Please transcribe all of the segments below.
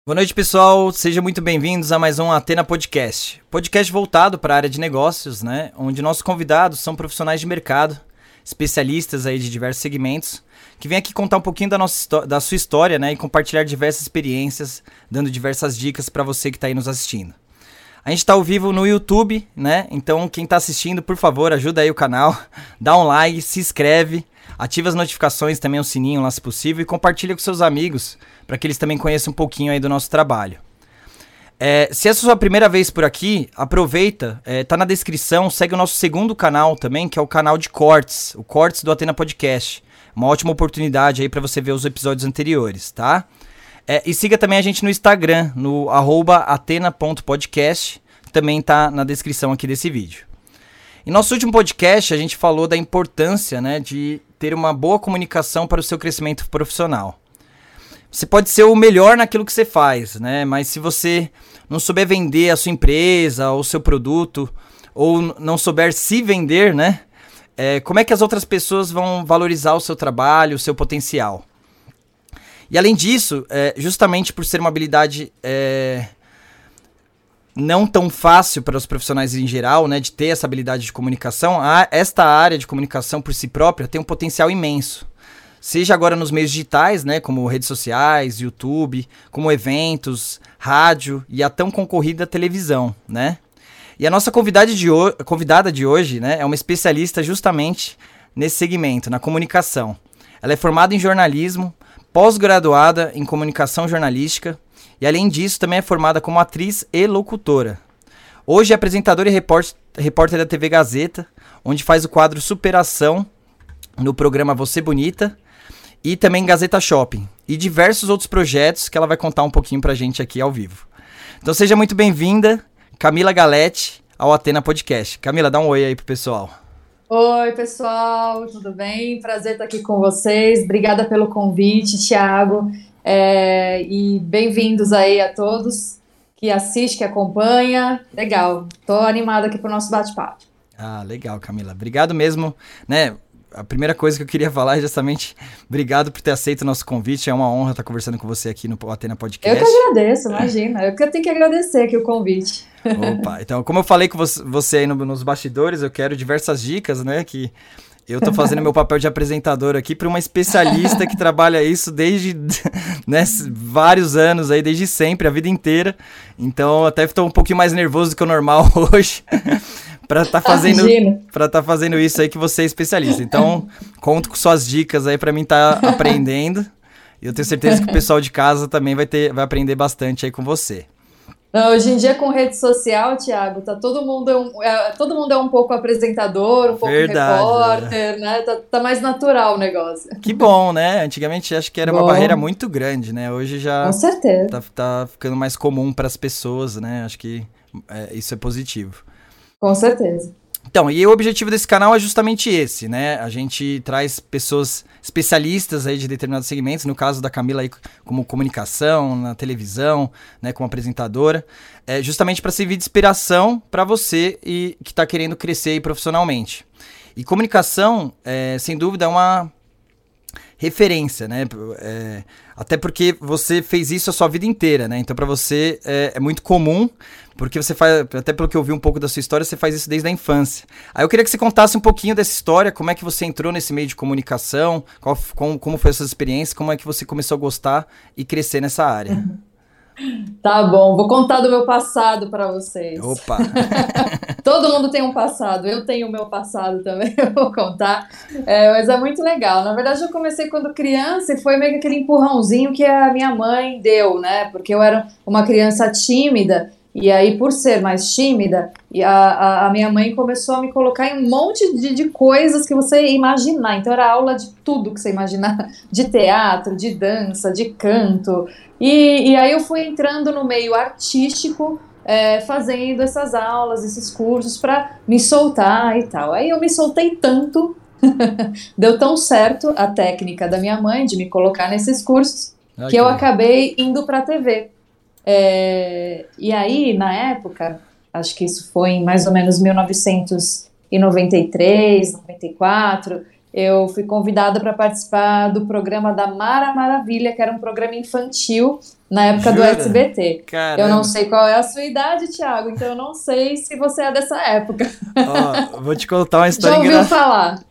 Boa noite, pessoal. Sejam muito bem-vindos a mais um Athena Podcast. Podcast voltado para a área de negócios, né? Onde nossos convidados são profissionais de mercado, especialistas aí de diversos segmentos, que vêm aqui contar um pouquinho da sua história, né? E compartilhar diversas experiências, dando diversas dicas para você que está aí nos assistindo. A gente está ao vivo no YouTube, né? Então, quem está assistindo, por favor, ajuda aí o canal, dá um like, se inscreve, ativa as notificações, também o sininho lá se possível e compartilha com seus amigos, para que eles também conheçam um pouquinho aí do nosso trabalho. Se essa é a sua primeira vez por aqui, aproveita, tá na descrição, segue o nosso segundo canal também, que é o canal de cortes, o Cortes do Athena Podcast. Uma ótima oportunidade aí para você ver os episódios anteriores, tá? E siga também a gente no Instagram, no @athena.podcast, também tá na descrição aqui desse vídeo. Em nosso último podcast, a gente falou da importância, né, de ter uma boa comunicação para o seu crescimento profissional. Você pode ser o melhor naquilo que você faz, né? Mas se você não souber vender a sua empresa, ou o seu produto, ou não souber se vender, né? Como é que as outras pessoas vão valorizar o seu trabalho, o seu potencial? E além disso, justamente por ser uma habilidade não tão fácil para os profissionais em geral, né? De ter essa habilidade de comunicação, esta área de comunicação por si própria tem um potencial imenso. Seja agora nos meios digitais, né, como redes sociais, YouTube, como eventos, rádio e a tão concorrida televisão, né? E a nossa convidada de hoje, né, é uma especialista justamente nesse segmento, na comunicação. Ela é formada em jornalismo, pós-graduada em comunicação jornalística e, além disso, também é formada como atriz e locutora. Hoje é apresentadora e repórter da TV Gazeta, onde faz o quadro Superação no programa Você Bonita, e também Gazeta Shopping, e diversos outros projetos que ela vai contar um pouquinho pra gente aqui ao vivo. Então seja muito bem-vinda, Camila Galletti, ao Athena Podcast. Camila, dá um oi aí pro pessoal. Oi, pessoal, tudo bem? Prazer estar aqui com vocês. Obrigada pelo convite, Thiago. E bem-vindos aí a todos que assistem, que acompanham. Legal, tô animada aqui pro nosso bate-papo. Ah, legal, Camila. Obrigado mesmo, né? A primeira coisa que eu queria falar é justamente obrigado por ter aceito o nosso convite. É uma honra estar conversando com você aqui no Athena Podcast. Eu que agradeço, imagina. Eu tenho que agradecer aqui o convite. Opa, então, como eu falei com você aí nos bastidores, eu quero diversas dicas, né? Que eu tô fazendo meu papel de apresentador aqui para uma especialista que trabalha isso desde, né, vários anos aí, desde sempre, a vida inteira. Então, até estou um pouquinho mais nervoso do que o normal hoje. Para tá fazendo isso aí que você é especialista. Então, conto com suas dicas aí para mim estar aprendendo. E eu tenho certeza que o pessoal de casa também vai aprender bastante aí com você. Não, hoje em dia com rede social, Thiago, todo mundo é um pouco apresentador, um pouco repórter, né? Tá mais natural o negócio. Que bom, né? Antigamente acho que era uma barreira muito grande, né? Hoje já com certeza. Tá ficando mais comum para as pessoas, né? Acho que isso é positivo. Com certeza. Então, e o objetivo desse canal é justamente esse, né? A gente traz pessoas especialistas aí de determinados segmentos, no caso da Camila aí como comunicação, na televisão, né, como apresentadora, justamente para servir de inspiração para você que está querendo crescer aí profissionalmente. E comunicação, sem dúvida, é uma referência, né? Até porque você fez isso a sua vida inteira, né? Então, para você é muito comum, porque você faz, até pelo que eu vi um pouco da sua história, você faz isso desde a infância. Aí eu queria que você contasse um pouquinho dessa história, como é que você entrou nesse meio de comunicação, como foi a sua experiência, como é que você começou a gostar e crescer nessa área. Tá bom, vou contar do meu passado para vocês. Opa! Todo mundo tem um passado, eu tenho o meu passado também, eu vou contar, mas é muito legal. Na verdade, eu comecei quando criança e foi meio que aquele empurrãozinho que a minha mãe deu, né? Porque eu era uma criança tímida, e aí, por ser mais tímida, a minha mãe começou a me colocar em um monte de coisas que você imaginar. Então, era aula de tudo que você imaginar, de teatro, de dança, de canto. E aí eu fui entrando no meio artístico, fazendo essas aulas, esses cursos para me soltar e tal. Aí eu me soltei tanto, deu tão certo a técnica da minha mãe de me colocar nesses cursos, que eu acabei indo para a TV. E aí, na época, acho que isso foi em mais ou menos 1993, 94, eu fui convidada para participar do programa da Mara Maravilha, que era um programa infantil na época do Jura? SBT. Eu não Caramba. sei qual é a sua idade, Thiago, então eu não sei se você é dessa época. Ó, vou te contar uma história Já ouviu engraçada. falar?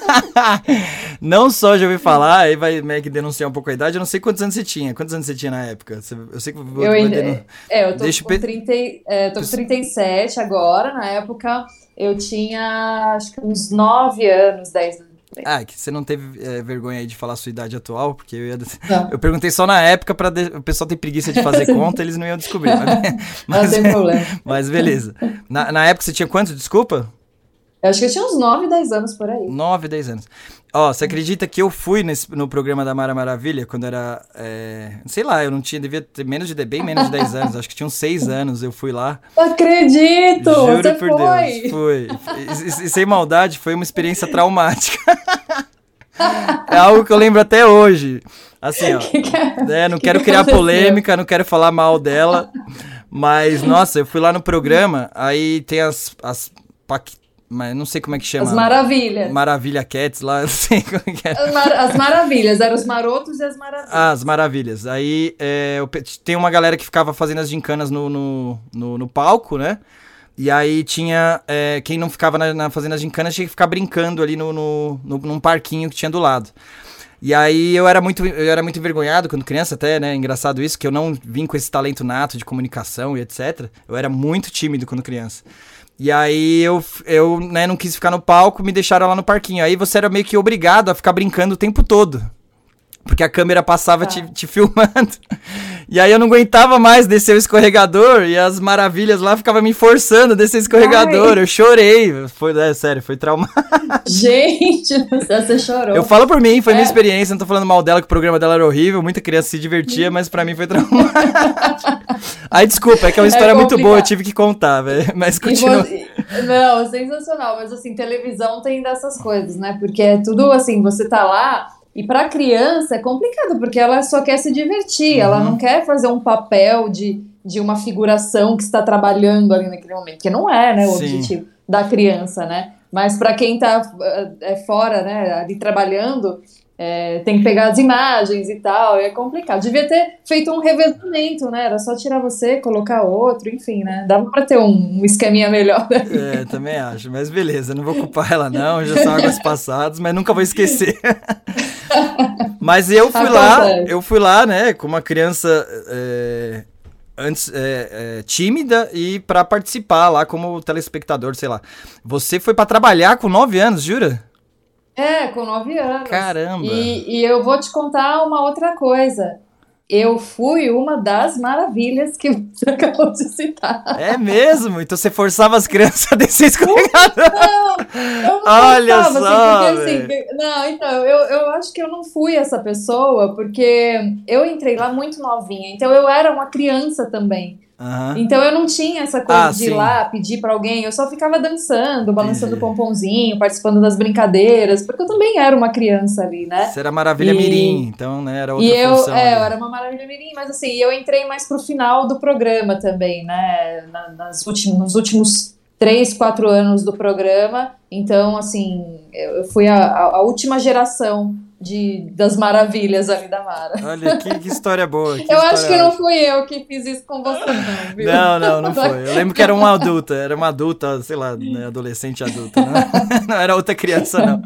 Não só já ouvi falar, aí vai meio que denunciar um pouco a idade, eu não sei quantos anos você tinha. Quantos anos você tinha na época? Eu sei que Eu ainda, eu tô Deixa eu com 30, tô com 37 agora, na época eu tinha acho que uns 9 anos, 10 anos. Ah, que você não teve vergonha aí de falar a sua idade atual, porque Não, eu perguntei só na época pra o pessoal ter preguiça de fazer conta, eles não iam descobrir. não tem problema. Mas beleza. Na época você tinha quanto, desculpa? Eu acho que eu tinha uns 9, 10 anos por aí. 9, 10 anos. Ó, você acredita que eu fui no programa da Mara Maravilha quando era, sei lá, eu não tinha, devia ter bem menos de 10 anos, acho que tinha uns 6 anos, eu fui lá. Não acredito! Juro Você por foi! Deus, foi. E sem maldade, foi uma experiência traumática. É algo que eu lembro até hoje. Assim, ó, não quero criar aconteceu? polêmica, não quero falar mal dela, mas, nossa, eu fui lá no programa, aí tem mas não sei como é que chama. As maravilhas. Maravilha Cats lá, não sei como é que é. As maravilhas, eram os marotos e as maravilhas. Ah, as maravilhas. Aí tem uma galera que ficava fazendo as gincanas no palco, né? E aí tinha. Quem não ficava fazendo as gincanas tinha que ficar brincando ali num parquinho que tinha do lado. E aí eu era muito envergonhado quando criança, até, né? Engraçado isso, que eu não vim com esse talento nato de comunicação e etc. Eu era muito tímido quando criança. E aí eu né, não quis ficar no palco, me deixaram lá no parquinho. Aí você era meio que obrigado a ficar brincando o tempo todo. Porque a câmera passava te filmando. E aí eu não aguentava mais descer o escorregador e as maravilhas lá ficavam me forçando a descer o escorregador. Ai. Eu chorei. Sério, foi traumático. Gente, você chorou. Eu falo por mim, foi minha experiência. Não tô falando mal dela, que o programa dela era horrível. Muita criança se divertia, mas pra mim foi traumático. Aí desculpa, é que é uma história muito boa, eu tive que contar, velho. Mas continua. Não, sensacional. Mas assim, televisão tem dessas coisas, né? Porque é tudo assim, você tá lá. E para criança é complicado, porque ela só quer se divertir, ela não quer fazer um papel de uma figuração que está trabalhando ali naquele momento, que não é, né, o objetivo da criança, né? Mas para quem tá fora, né, ali trabalhando, tem que pegar as imagens e tal, é complicado. Devia ter feito um revezamento, né? Era só tirar você, colocar outro, enfim, né? Dava para ter um esqueminha melhor. Também acho, mas beleza, não vou culpar ela não, já são águas passadas, mas nunca vou esquecer. Mas eu fui lá, né, com uma criança antes tímida e pra participar lá como telespectador, sei lá. Você foi pra trabalhar com 9 anos, jura? Com 9 anos. Caramba! E eu vou te contar uma outra coisa. Eu fui uma das maravilhas que você acabou de citar. É mesmo? Então você forçava as crianças a descer escorregador? Não, eu não Olha pensava, só, assim, porque assim, não, então, eu acho que eu não fui essa pessoa, porque eu entrei lá muito novinha, então eu era uma criança também. Uhum. Então eu não tinha essa coisa de ir sim. lá pedir pra alguém, eu só ficava dançando, balançando o pomponzinho, participando das brincadeiras, porque eu também era uma criança ali, né? Você era Maravilha Mirim, então, né, era outra função. Eu era uma Maravilha Mirim, mas assim, eu entrei mais pro final do programa também, né? Nos últimos 3, 4 anos do programa, então assim, eu fui a última geração das maravilhas ali da Mara. Olha, que história boa. Eu acho que não fui eu que fiz isso com você, não, viu? Não foi. Eu lembro que era uma adulta, sei lá, né, adolescente adulta, não era outra criança, não.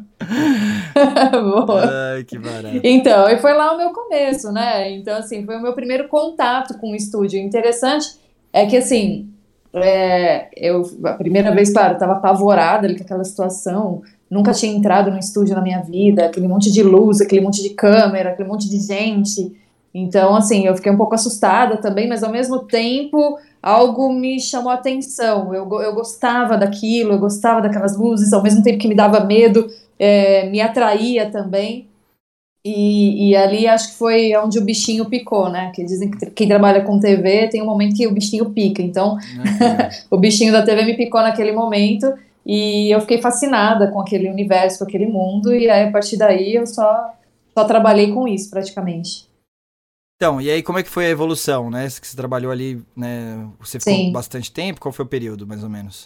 Boa. Ai, que barato. Então, e foi lá o meu começo, né? Então, assim, foi o meu primeiro contato com o estúdio. O interessante é que, assim, a primeira vez, claro, eu tava apavorada ali com aquela situação. Nunca tinha entrado no estúdio na minha vida, aquele monte de luz, aquele monte de câmera, aquele monte de gente. Então, assim, eu fiquei um pouco assustada também, mas ao mesmo tempo algo me chamou a atenção. Eu gostava daquilo, eu gostava daquelas luzes, ao mesmo tempo que me dava medo, me atraía também. E ali acho que foi onde o bichinho picou, né? Que dizem que quem trabalha com TV tem um momento que o bichinho pica. Então, o bichinho da TV me picou naquele momento. E eu fiquei fascinada com aquele universo, com aquele mundo, e aí a partir daí eu só trabalhei com isso praticamente. Então, e aí como é que foi a evolução, né? Que você trabalhou ali, né? Você ficou bastante tempo, qual foi o período, mais ou menos?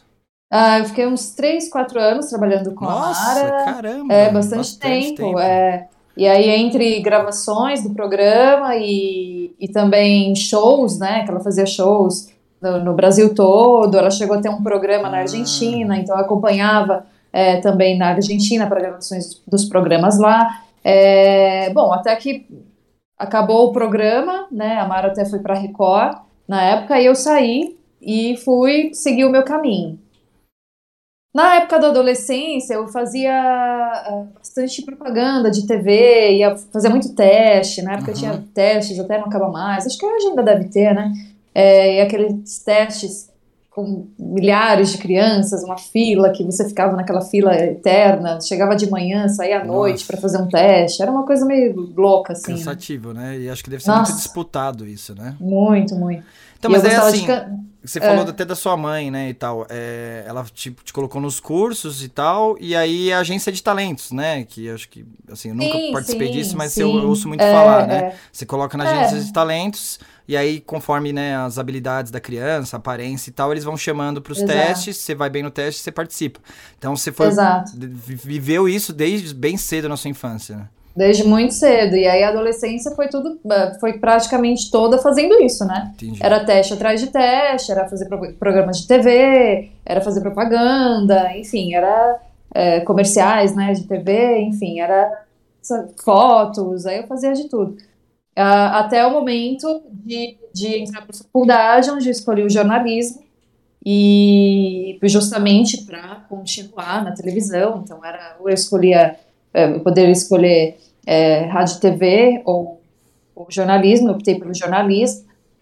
Eu fiquei uns 3, 4 anos trabalhando com a Nossa, Mara, caramba, bastante bastante tempo. tempo. E aí, entre gravações do programa e também shows, né? Que ela fazia shows no Brasil todo. Ela chegou a ter um programa na Ah, Argentina, então eu acompanhava também na Argentina para gravações dos programas lá. Bom, até que acabou o programa, né? A Mara até foi para Record na época, e eu saí e fui seguir o meu caminho. Na época da adolescência, eu fazia bastante propaganda de TV, ia fazer muito teste. Na época tinha aham. testes, até não acaba mais. Acho que hoje ainda deve ter, né? E aqueles testes com milhares de crianças, uma fila que você ficava naquela fila eterna, chegava de manhã, saía à noite para Nossa, fazer um teste. Era uma coisa meio louca, assim, né? cansativo, né? E acho que deve ser muito Nossa, disputado isso, né? muito, muito. Então, E eu mas é gostava de. assim, você falou até da sua mãe, né, e tal. Ela te colocou nos cursos e tal, e aí a agência de talentos, né? Que eu acho que, assim, eu nunca Sim, participei disso, sim, mas eu ouço sim. muito falar, né? Você coloca na agência de É, talentos, e aí, conforme, né, as habilidades da criança, a aparência e tal, eles vão chamando para os exato, testes, você vai bem no teste, você participa. Então, você foi, exato. viveu isso desde bem cedo na sua infância, né? Desde muito cedo. E aí a adolescência foi tudo, foi praticamente toda fazendo isso, né? Entendi. Era teste atrás de teste, era fazer programas de TV, era fazer propaganda, enfim, era comerciais, né, de TV, enfim, era fotos, aí eu fazia de tudo. Até o momento de entrar para a faculdade, onde eu escolhi o jornalismo, e justamente para continuar na televisão. Então era, ou eu escolhia, eu poderia escolher rádio, TV ou jornalismo. Eu optei pelo jornalismo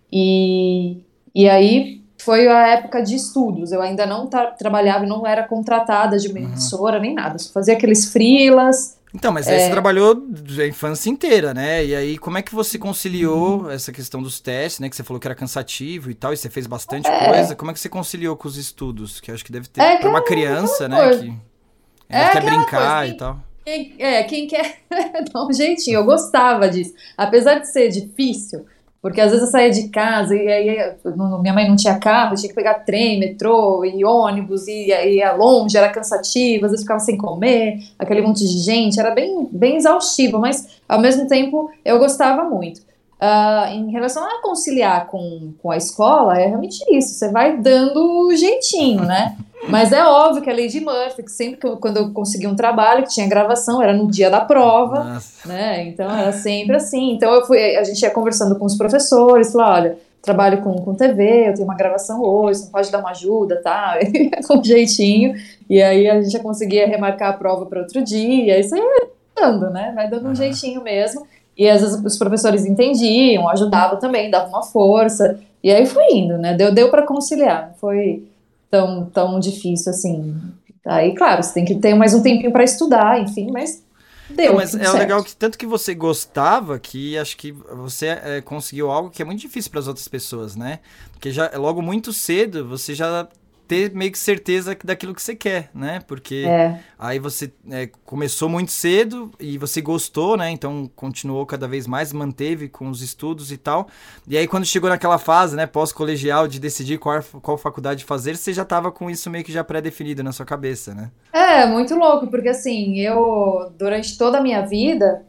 e aí foi a época de estudos. Eu ainda não trabalhava, não era contratada de uma emissora nem nada. Só fazia aqueles freelas. Então, mas aí você trabalhou a infância inteira, né? E aí, como é que você conciliou essa questão dos testes, né? Que você falou que era cansativo e tal, e você fez bastante coisa. Como é que você conciliou com os estudos? Que eu acho que deve ter. É Para uma aquela criança, né? coisa. Que É ainda quer aquela coisa. brincar e tal. Quem quer dar um jeitinho, eu gostava disso. Apesar de ser difícil, porque às vezes eu saía de casa e aí minha mãe não tinha carro, eu tinha que pegar trem, metrô e ônibus, e aí ia longe, era cansativo, às vezes ficava sem comer, aquele monte de gente, era bem, bem exaustivo, mas ao mesmo tempo eu gostava muito. Em relação a conciliar com a escola, é realmente isso, você vai dando o jeitinho, né? Mas é óbvio que a lei de Murphy, que sempre quando eu conseguia um trabalho que tinha gravação, era no dia da prova, Nossa. né? Então era sempre assim. Então a gente ia conversando com os professores, falou, olha, trabalho com TV, eu tenho uma gravação hoje, você não pode dar uma ajuda, tá? Com um jeitinho. E aí a gente já conseguia remarcar a prova para outro dia, isso aí vai dando, né? Vai dando um Aham. jeitinho mesmo. E às vezes os professores entendiam, ajudavam também, davam uma força. E aí foi indo, né? Deu para conciliar, não foi tão difícil assim. Aí, claro, você tem que ter mais um tempinho para estudar, enfim, mas Então, deu mas tudo é legal certo. que tanto que você gostava, que acho que você conseguiu algo que é muito difícil para as outras pessoas, né? Porque já logo muito cedo você já ter meio que certeza daquilo que você quer, né? Porque É, aí você começou muito cedo e você gostou, né? Então continuou cada vez mais, manteve com os estudos e tal. E aí quando chegou naquela fase, né, pós-colegial de decidir qual faculdade fazer, você já estava com isso meio que já pré-definido na sua cabeça, né? muito louco, porque assim, eu, durante toda a minha vida,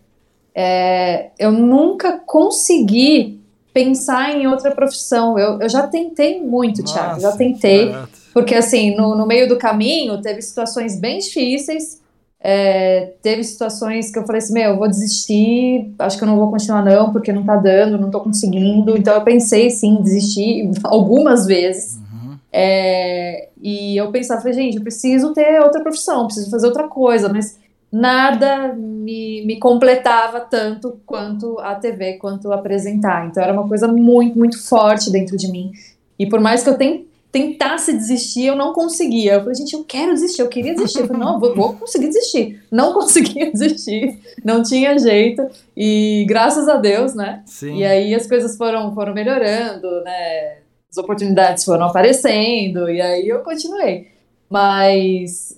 eu nunca consegui pensar em outra profissão. Eu já tentei muito, Thiago, já Nossa, que tentei, barato. porque assim, no meio do caminho teve situações bem difíceis, teve situações que eu falei assim, meu, eu vou desistir, acho que eu não vou continuar não, porque não tá dando, não tô conseguindo. Então eu pensei sim, em desistir algumas vezes. Uhum. E eu pensava, falei, gente, eu preciso ter outra profissão, preciso fazer outra coisa, mas nada me completava tanto quanto a TV, quanto apresentar. Então era uma coisa muito, muito forte dentro de mim. E por mais que eu tentasse desistir, eu não conseguia. Eu falei, gente, eu quero desistir, eu queria desistir. Eu falei, não, vou conseguir desistir. Não conseguia desistir, não tinha jeito. E graças a Deus, né? E Sim. aí as coisas foram melhorando, né? As oportunidades foram aparecendo, e aí eu continuei. Mas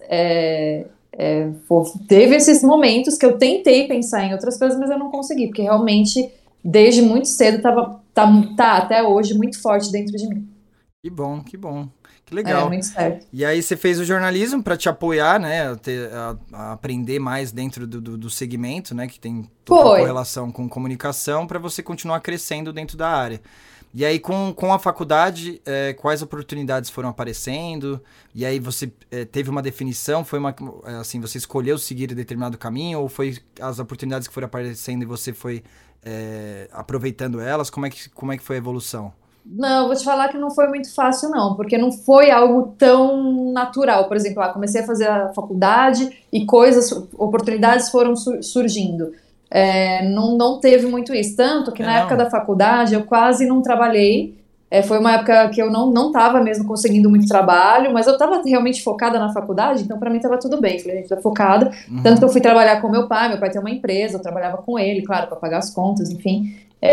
teve esses momentos que eu tentei pensar em outras coisas, mas eu não consegui, porque realmente, desde muito cedo, tá até hoje muito forte dentro de mim. Que bom, que bom. Que legal. Muito certo. E aí você fez o jornalismo para te apoiar, né? A aprender mais dentro do segmento, né? Que tem toda a correlação com comunicação para você continuar crescendo dentro da área. E aí com a faculdade, quais oportunidades foram aparecendo? E aí você teve uma definição? Foi assim, você escolheu seguir determinado caminho? Ou foi as oportunidades que foram aparecendo e você foi aproveitando elas? Como é que foi a evolução? Não, vou te falar que não foi muito fácil, não, porque não foi algo tão natural. Por exemplo, comecei a fazer a faculdade e oportunidades foram surgindo. Não teve muito isso. Tanto que na época da faculdade eu quase não trabalhei. Foi uma época que eu não estava mesmo conseguindo muito trabalho, mas eu estava realmente focada na faculdade, então para mim estava tudo bem. Falei, gente, tô focada. Tanto que eu fui trabalhar com meu pai tem uma empresa, eu trabalhava com ele, claro, para pagar as contas, enfim.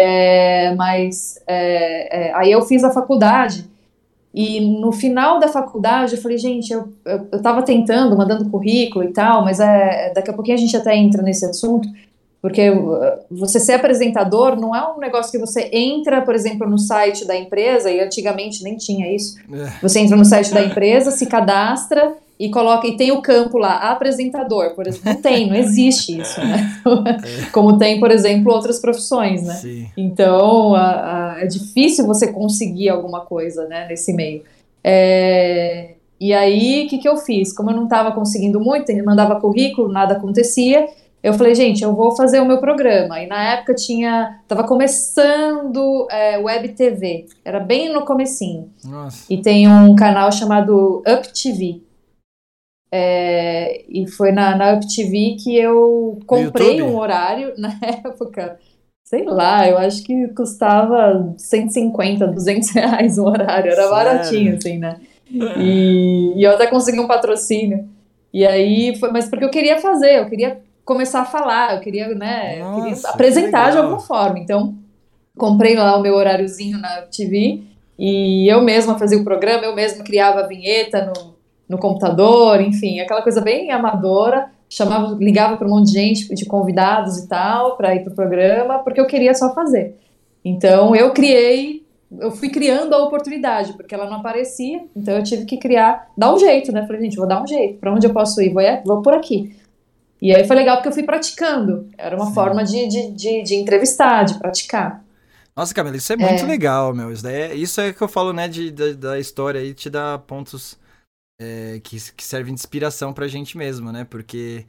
Aí eu fiz a faculdade e no final da faculdade eu falei, gente, eu tava tentando, mandando currículo e tal, mas daqui a pouquinho a gente até entra nesse assunto, porque você ser apresentador não é um negócio que você entra, por exemplo, no site da empresa, e antigamente nem tinha isso, você entra no site da empresa, se cadastra e coloca, e tem o campo lá, apresentador, por exemplo, não existe isso, né? Como tem, por exemplo, outras profissões, né? Sim. Então, é difícil você conseguir alguma coisa, né, nesse meio. E aí, o que eu fiz? Como eu não estava conseguindo muito, ele mandava currículo, nada acontecia, eu falei, gente, eu vou fazer o meu programa. E na época estava começando Web TV, era bem no comecinho. Nossa. E tem um canal chamado Up TV. E foi na Up TV que eu comprei um horário na época, sei lá, eu acho que custava 150, 200 reais o horário, era baratinho, assim, né? E eu até consegui um patrocínio. E aí, mas porque eu queria começar a falar, eu queria, né, queria apresentar de alguma forma. Então, comprei lá o meu horáriozinho na Up TV e eu mesma fazia o programa, eu mesma criava a vinheta no computador, enfim, aquela coisa bem amadora, ligava para um monte de gente, de convidados e tal, para ir pro programa, porque eu queria só fazer. Então, eu fui criando a oportunidade, porque ela não aparecia, então eu tive que dar um jeito, né? Falei, gente, vou dar um jeito, para onde eu posso ir? Vou por aqui. E aí foi legal porque eu fui praticando, era uma forma de entrevistar, de praticar. Nossa, Camila, isso é muito legal, meu. Isso é que eu falo, né, da história aí, te dá pontos que servem de inspiração pra gente mesmo, né? Porque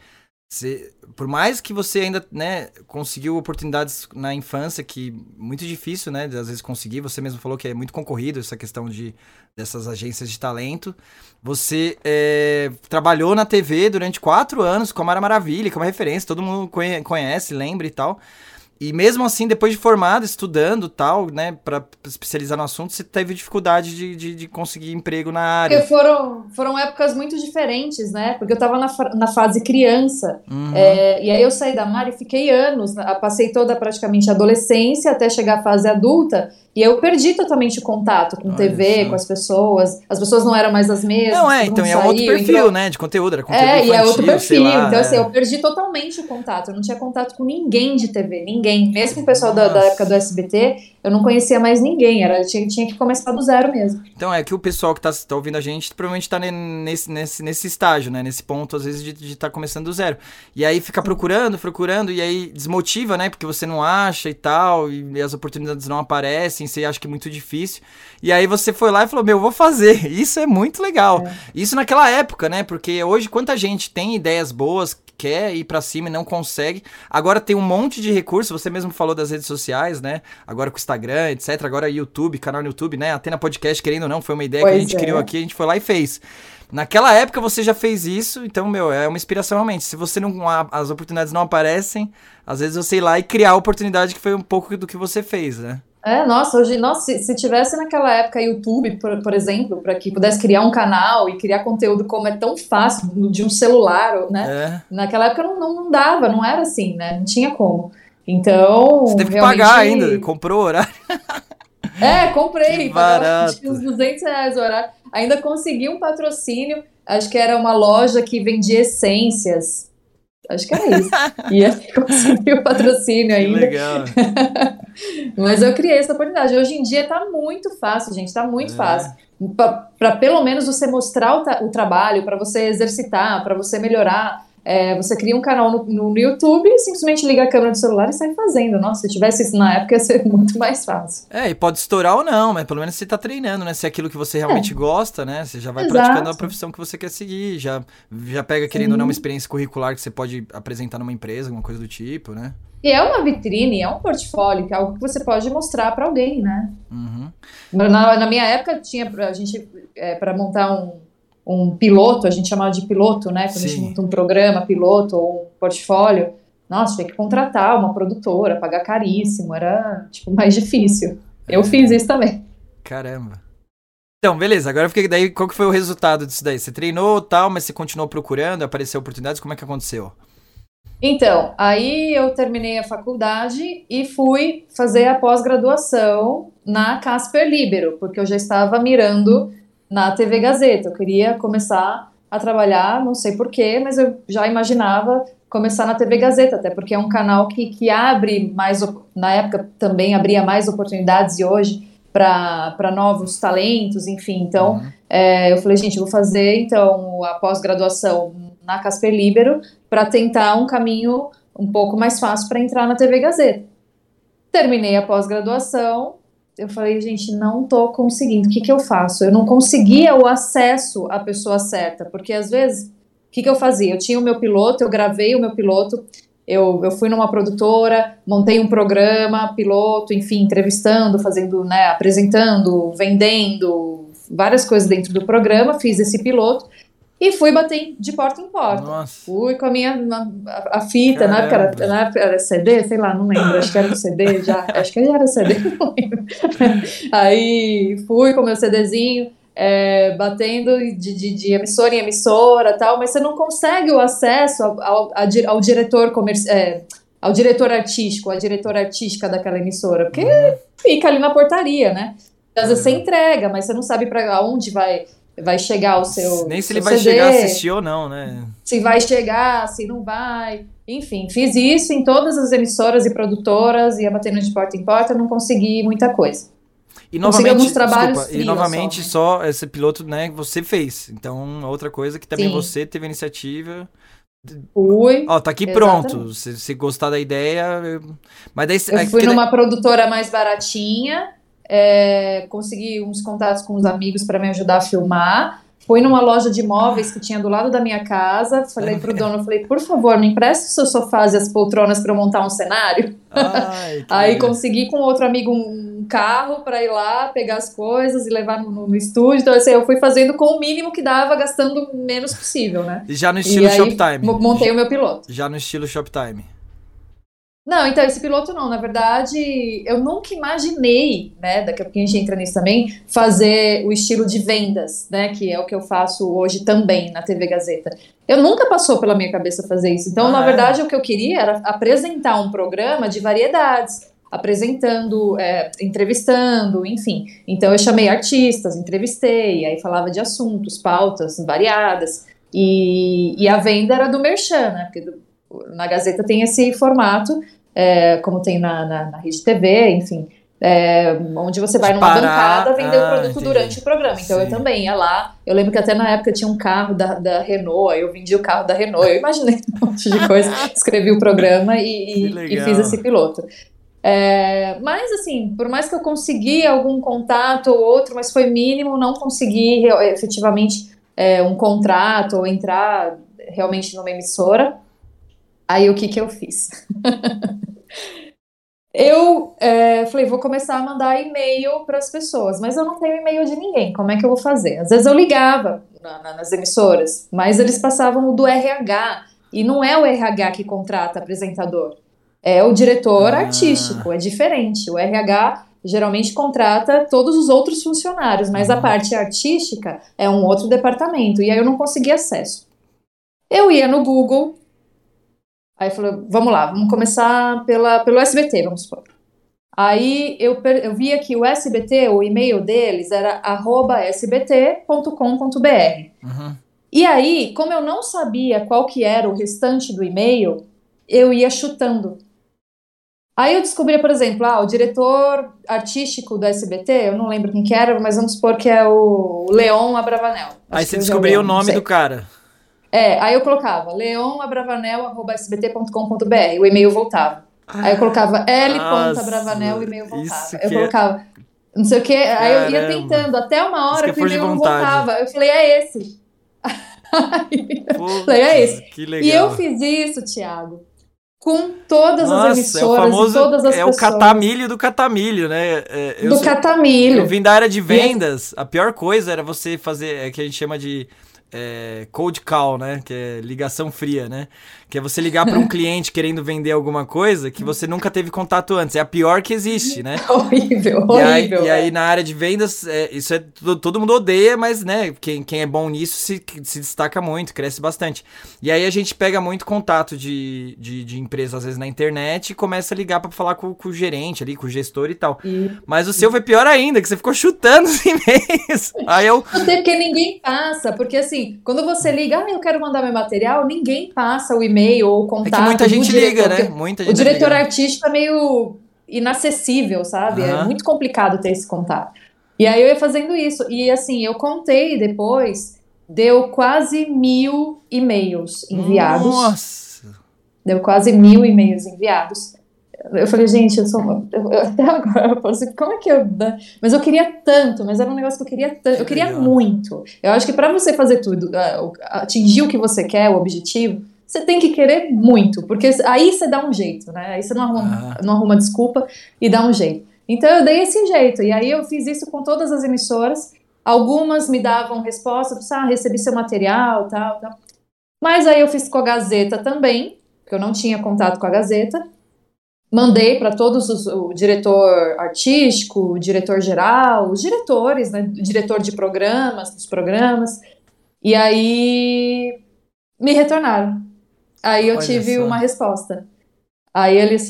por mais que você ainda, né, conseguiu oportunidades na infância, que muito difícil, né, de às vezes conseguir, você mesmo falou que é muito concorrido essa questão dessas agências de talento, você trabalhou na TV durante 4 anos, como era maravilha, que é uma referência, todo mundo conhece, lembra e tal. E mesmo assim, depois de formado, estudando tal, né, pra especializar no assunto, você teve dificuldade de conseguir emprego na área. Porque foram épocas muito diferentes, né? Porque eu tava na fase criança. E aí eu saí da Mari e fiquei anos, passei toda praticamente a adolescência até chegar à fase adulta. E eu perdi totalmente o contato com TV, com as pessoas não eram mais as mesmas. Não, então é um outro perfil, né, de conteúdo, era conteúdo infantil, e é outro perfil, lá, então assim, eu perdi totalmente o contato, eu não tinha contato com ninguém de TV, ninguém, mesmo o pessoal da época do SBT, eu não conhecia mais ninguém, eu tinha que começar do zero mesmo. Então é que o pessoal que tá ouvindo a gente provavelmente tá nesse estágio, né, nesse ponto, às vezes, de estar começando do zero. E aí fica procurando, e aí desmotiva, né, porque você não acha e tal, e as oportunidades não aparecem, você acha que é muito difícil. E aí você foi lá e falou, vou fazer. Isso é muito legal. Isso naquela época, né? Porque hoje quanta gente tem ideias boas, quer ir pra cima e não consegue. Agora tem um monte de recursos, você mesmo falou das redes sociais, né? Agora com o Instagram, etc. Agora YouTube, canal no YouTube, né? Até na podcast, querendo ou não, foi uma ideia que a gente criou aqui, a gente foi lá e fez. Naquela época você já fez isso, então, é uma inspiração realmente. Se você as oportunidades não aparecem, às vezes você ir lá e criar a oportunidade que foi um pouco do que você fez, né? Hoje, se tivesse naquela época YouTube, por exemplo, para que pudesse criar um canal e criar conteúdo como é tão fácil, de um celular, né? Naquela época não dava, não era assim, né? Não tinha como. Então, você teve que pagar ainda, comprou o horário. Comprei, pagava uns 200 reais o horário. Ainda consegui um patrocínio, acho que era uma loja que vendia essências. Acho que era isso. E aí consegui o patrocínio ainda. Que legal. Mas eu criei essa oportunidade. Hoje em dia tá muito fácil, gente, tá muito fácil. Para pelo menos você mostrar o trabalho, para você exercitar, para você melhorar. Você cria um canal no YouTube e simplesmente liga a câmera do celular e sai fazendo. Nossa, se tivesse isso na época ia ser muito mais fácil. E pode estourar ou não, mas pelo menos você tá treinando, né? Se é aquilo que você realmente gosta, né? Você já vai Exato. praticando a profissão que você quer seguir, já pega, querendo ou não, uma experiência curricular que você pode apresentar numa empresa, alguma coisa do tipo, né? E é uma vitrine, é um portfólio, que é algo que você pode mostrar para alguém, né? Uhum. Na minha época, a gente, para montar um piloto, a gente chamava de piloto, né? Quando a gente monta um programa piloto ou um portfólio, nossa, tinha que contratar uma produtora, pagar caríssimo, era, tipo, mais difícil. Eu fiz isso também. Caramba. Então, beleza, agora daí, qual que foi o resultado disso daí? Você treinou tal, mas você continuou procurando, apareceu oportunidades, como é que aconteceu? Então, aí eu terminei a faculdade e fui fazer a pós-graduação na Casper Libero, porque eu já estava mirando na TV Gazeta. Eu queria começar a trabalhar, não sei porquê, mas eu já imaginava começar na TV Gazeta, até porque é um canal que abre mais, na época também abria mais oportunidades e hoje para novos talentos, enfim. Então, eu falei, gente, eu vou fazer então a pós-graduação na Casper Libero para tentar um caminho um pouco mais fácil para entrar na TV Gazeta. Terminei a pós-graduação, eu falei, gente, não tô conseguindo, o que eu faço? Eu não conseguia o acesso à pessoa certa, porque às vezes, o que eu fazia? Eu tinha o meu piloto, eu gravei o meu piloto, eu fui numa produtora, montei um programa, piloto, enfim, entrevistando, fazendo, né, apresentando, vendendo, várias coisas dentro do programa, fiz esse piloto, e fui bater de porta em porta. Nossa. Fui com a fita, na época era CD, sei lá, não lembro, acho que era um CD já, acho que já era CD, não lembro. Aí fui com o meu CDzinho, batendo de emissora em emissora e tal, mas você não consegue o acesso ao diretor ao diretor artístico, à diretora artística daquela emissora, porque fica ali na portaria, né? Às vezes você entrega, mas você não sabe para onde vai chegar o seu nem se seu ele vai CD, chegar a assistir ou não, né? se vai chegar, se não vai. Enfim, fiz isso em todas as emissoras e produtoras, ia batendo de porta em porta, não consegui muita coisa. E novamente, alguns trabalhos desculpa, e novamente só esse piloto, né, você fez. Então, outra coisa que também você teve a iniciativa. Fui. Ó, tá aqui pronto. Se gostar da ideia. Mas daí, eu fui numa produtora mais baratinha, consegui uns contatos com os amigos para me ajudar a filmar. Fui numa loja de móveis que tinha do lado da minha casa. Falei pro dono, por favor, me empresta os seus sofás e as poltronas para eu montar um cenário. Aí consegui com outro amigo um carro para ir lá, pegar as coisas e levar no estúdio. Então, assim, eu fui fazendo com o mínimo que dava, gastando o menos possível, né? Já no estilo Shoptime. Montei o meu piloto. Já no estilo Shoptime. Não, então, esse piloto não, na verdade, eu nunca imaginei, né, daqui a pouquinho a gente entra nisso também, fazer o estilo de vendas, né, que é o que eu faço hoje também na TV Gazeta. Eu nunca passou pela minha cabeça fazer isso, então, na verdade, o que eu queria era apresentar um programa de variedades, apresentando, entrevistando, enfim. Então, eu chamei artistas, entrevistei, aí falava de assuntos, pautas variadas, e a venda era do merchan, né, porque na Gazeta tem esse formato, como tem na Rede TV, enfim, onde você vai numa bancada vender o produto durante o programa. Então eu também ia lá, eu lembro que até na época tinha um carro da Renault, aí eu vendi o carro da Renault, eu imaginei um monte de coisa, escrevi o programa e fiz esse piloto. Mas assim, por mais que eu consegui algum contato ou outro, mas foi mínimo, não consegui efetivamente um contrato ou entrar realmente numa emissora. Aí o que eu fiz? Eu falei, vou começar a mandar e-mail para as pessoas, mas eu não tenho e-mail de ninguém, como é que eu vou fazer? Às vezes eu ligava nas emissoras, mas eles passavam o do RH, e não é o RH que contrata apresentador, é o diretor artístico, é diferente. O RH geralmente contrata todos os outros funcionários, mas a parte artística é um outro departamento, e aí eu não conseguia acesso. Eu ia no Google. Aí eu falei, vamos lá, vamos começar pelo SBT, vamos supor. Aí eu via que o SBT, o e-mail deles era @sbt.com.br. E aí, como eu não sabia qual que era o restante do e-mail, eu ia chutando. Aí eu descobri, por exemplo, o diretor artístico do SBT, eu não lembro quem que era, mas vamos supor que é o Leon Abravanel. Aí Acho você que hoje é o descobriu o Leon, não nome do sei. cara. Aí eu colocava leonabravanel@sbt.com.br, o e-mail voltava. Aí eu colocava l.abravanel, o Nossa, e-mail voltava. isso Eu que é... colocava não sei o quê, aí eu ia Caramba. tentando, até uma Isso que hora é que o força de e-mail não vontade. voltava. Eu falei, é esse. Aí eu falei, é Putz, esse. que E eu legal. fiz isso, Thiago, com todas as Nossa, é o emissoras e famoso, todas as é o pessoas catamilho do catamilho, né? do Eu Catamilho. vim da área de E vendas, a pior coisa era você fazer, que a gente chama de cold call, né? Que é ligação fria, né? Que é você ligar para um cliente querendo vender alguma coisa que você nunca teve contato antes. É a pior que existe, né? horrível, E horrível, aí na área de vendas, isso todo mundo odeia, mas né, quem é bom nisso se destaca muito, cresce bastante. E aí a gente pega muito contato de empresa, às vezes na internet, e começa a ligar pra falar com o gerente ali, com o gestor e tal. E Mas o seu foi pior ainda, que você ficou chutando os e-mails. Aí eu. até porque ninguém passa, porque assim, quando você liga, eu quero mandar meu material, ninguém passa o e-mail ou o É que contato muita do gente liga, diretor, né? porque Muita o gente deve diretor ligar. artístico é meio inacessível, sabe? É Aham. muito complicado ter esse contato. E aí eu ia fazendo isso, e assim, eu contei depois, deu quase 1.000 e-mails enviados, Nossa! deu quase 1.000 e-mails enviados. Eu falei, gente, até agora eu falo assim, como é que eu. Mas eu queria tanto, mas era um negócio que eu queria tanto, Que eu queria legal. muito. Eu acho que para você fazer tudo, atingir o que você quer, o objetivo, você tem que querer muito, porque aí você dá um jeito, né? Aí você Aham. não arruma desculpa e dá um jeito. Então eu dei esse jeito, e aí eu fiz isso com todas as emissoras. Algumas me davam resposta, recebi seu material, tal, tal. Mas aí eu fiz com a Gazeta também, porque eu não tinha contato com a Gazeta. Mandei para todos o diretor artístico, o diretor geral, os diretores, né, o diretor de programas, dos programas, e aí me retornaram. Aí eu Olha tive uma só. resposta. Aí eles,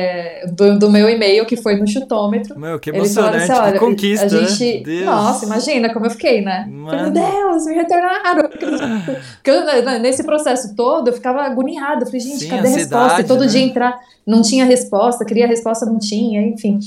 do meu e-mail, que foi no chutômetro, Meu, que eles falaram assim, emocionante, que olha, a conquista, né? gente... Nossa, Deus. imagina como eu fiquei, né? Falei, meu Mano. Deus, me retornaram, eu acredito. Porque nesse processo todo, eu ficava agoniada. Eu falei, gente, Sim, cadê a resposta? E ansiedade, todo dia né? entrar, não tinha resposta, queria resposta, não tinha, enfim.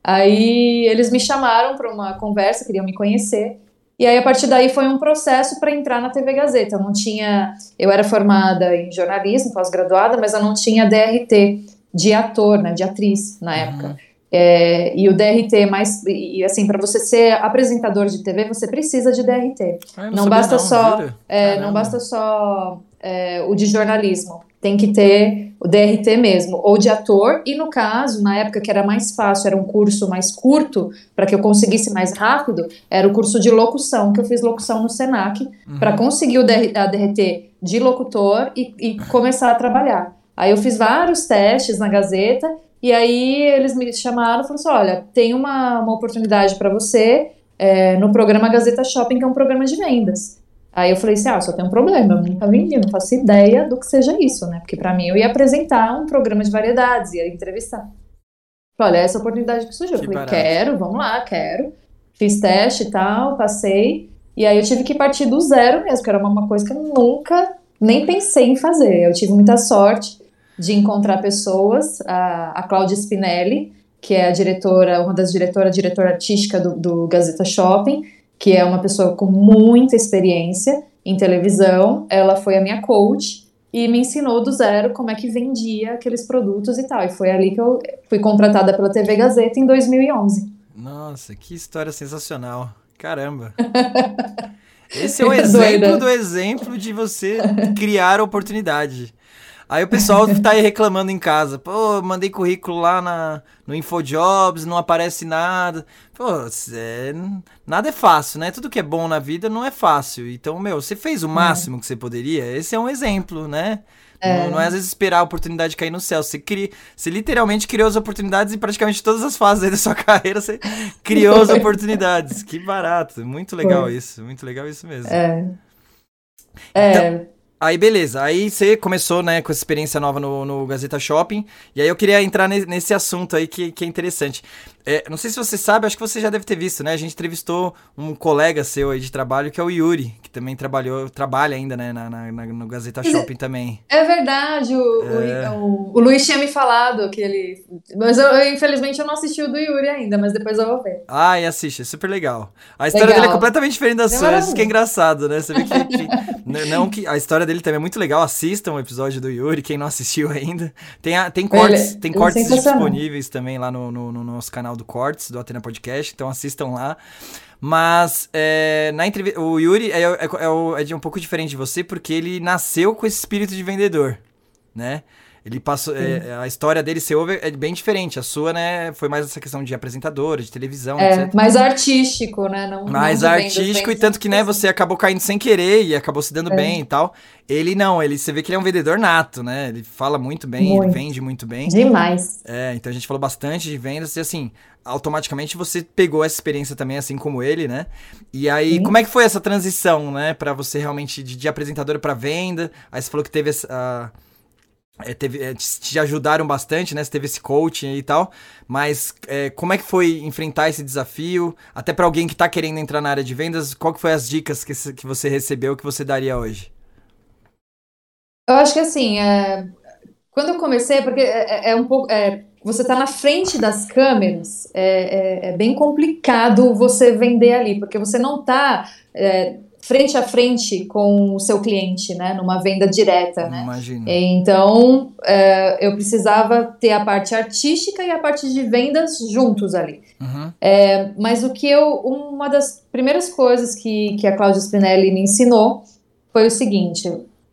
Aí eles me chamaram para uma conversa, queriam me conhecer. E aí, a partir daí, foi um processo para entrar na TV Gazeta. Eu não tinha... Eu era formada em jornalismo, pós-graduada, mas eu não tinha DRT de ator, né, de atriz na época. Uhum. E o DRT assim, para você ser apresentador de TV, você precisa de DRT. Ah, eu não Não sabia basta não, só, jura? não Caramba. basta só o de jornalismo. Tem que ter o DRT mesmo, ou de ator. E no caso, na época que era mais fácil, era um curso mais curto, para que eu conseguisse mais rápido, era o curso de locução, que eu fiz locução no Senac, para Uhum. conseguir a DRT de locutor e começar a trabalhar. Aí eu fiz vários testes na Gazeta, e aí eles me chamaram e falaram assim, olha, tem uma oportunidade para você no programa Gazeta Shopping, que é um programa de vendas. Aí eu falei assim, só tem um problema, eu nunca vendi, não faço ideia do que seja isso, né? Porque para mim eu ia apresentar um programa de variedades, ia entrevistar. Falei, olha, essa oportunidade que surgiu. Eu Que falei, barato. quero, vamos lá, quero. Fiz teste e tal, passei. E aí eu tive que partir do zero mesmo, que era uma coisa que eu nunca nem pensei em fazer. Eu tive muita sorte de encontrar pessoas, a Cláudia Spinelli, que é a diretora, uma das diretoras, diretora artística do Gazeta Shopping, que é uma pessoa com muita experiência em televisão. Ela foi a minha coach e me ensinou do zero como é que vendia aqueles produtos e tal. E foi ali que eu fui contratada pela TV Gazeta em 2011. Nossa, que história sensacional. Caramba. Esse é o exemplo Doida. do exemplo de você criar oportunidade. Aí o pessoal tá aí reclamando em casa. Pô, mandei currículo lá no InfoJobs, não aparece nada. Pô, nada é fácil, né? Tudo que é bom na vida não é fácil. Então, meu, você fez o É, máximo que você poderia. Esse é um exemplo, né? Não é às é, vezes esperar a oportunidade cair no céu. Você literalmente criou as oportunidades em praticamente todas as fases aí da sua carreira. Você criou as foi, oportunidades. Que barato. Muito legal foi. isso. Muito legal isso mesmo. É, Então, é. Aí, beleza. Aí você começou, né, com essa experiência nova no Gazeta Shopping. E aí eu queria entrar nesse assunto aí que é interessante. Não sei se você sabe, acho que você já deve ter visto, né? A gente entrevistou um colega seu aí de trabalho, que é o Yuri, que também trabalha ainda, né, no Gazeta Shopping também. É verdade, o Luiz tinha me falado que ele. Mas infelizmente eu não assisti o do Yuri ainda, mas depois eu vou ver. Ah, e assiste, é super legal. A história dele é Legal. completamente diferente da É sua, isso que é maravilhoso. engraçado, né? Você vê não que a história dele também é muito legal. Assistam o episódio do Yuri, quem não assistiu ainda. Tem cortes, tem Ele é cortes sensacional. disponíveis também lá no nosso canal do Cortes, do Atena Podcast, então assistam lá. Mas na entrevista, o Yuri é de um pouco diferente de você, porque ele nasceu com esse espírito de vendedor, né? Ele passou. A história dele, você ouve, é bem diferente. A sua, né, foi mais essa questão de apresentadora, de televisão, etc. Mais artístico, né? Não Mais de vendas, artístico, e tanto que, né, você acabou caindo sem querer e acabou se dando bem e tal. Ele não, você vê que ele é um vendedor nato, né? Ele fala muito bem, ele Muito. vende muito bem. Demais. Então a gente falou bastante de vendas e assim, automaticamente você pegou essa experiência também, assim como ele, né? E aí, como Sim. é que foi essa transição, né, pra você realmente de apresentadora pra venda? Aí você falou que teve te ajudaram bastante, né? Você teve esse coaching aí e tal, mas como é que foi enfrentar esse desafio? Até pra alguém que tá querendo entrar na área de vendas, qual que foi as dicas que você recebeu que você daria hoje? Eu acho que assim, quando eu comecei, porque é um pouco. Você está na frente das câmeras, é bem complicado você vender ali, porque você não está frente a frente com o seu cliente, né? Numa venda direta, né? Imagino. Então, eu precisava ter a parte artística e a parte de vendas juntos ali. Uhum. Mas uma das primeiras coisas que a Cláudia Spinelli me ensinou foi o seguinte: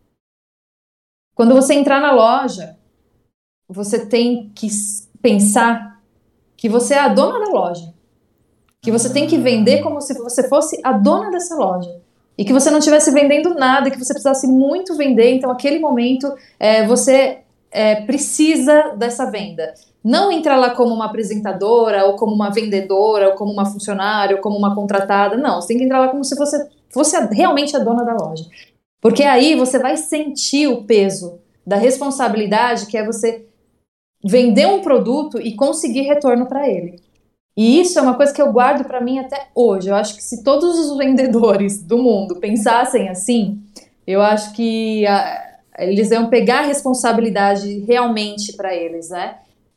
quando você entrar na loja, você tem que pensar que você é a dona da loja. Que você tem que vender como se você fosse a dona dessa loja. E que você não estivesse vendendo nada, que você precisasse muito vender. Então, naquele momento, você precisa dessa venda. Não entrar lá como uma apresentadora, ou como uma vendedora, ou como uma funcionária, ou como uma contratada. Não, você tem que entrar lá como se você fosse realmente a dona da loja. Porque aí você vai sentir o peso da responsabilidade, que é você vender um produto e conseguir retorno para ele. E isso é uma coisa que eu guardo para mim até hoje. Eu acho que se todos os vendedores do mundo pensassem assim, eu acho que eles iam pegar a responsabilidade realmente para eles, né?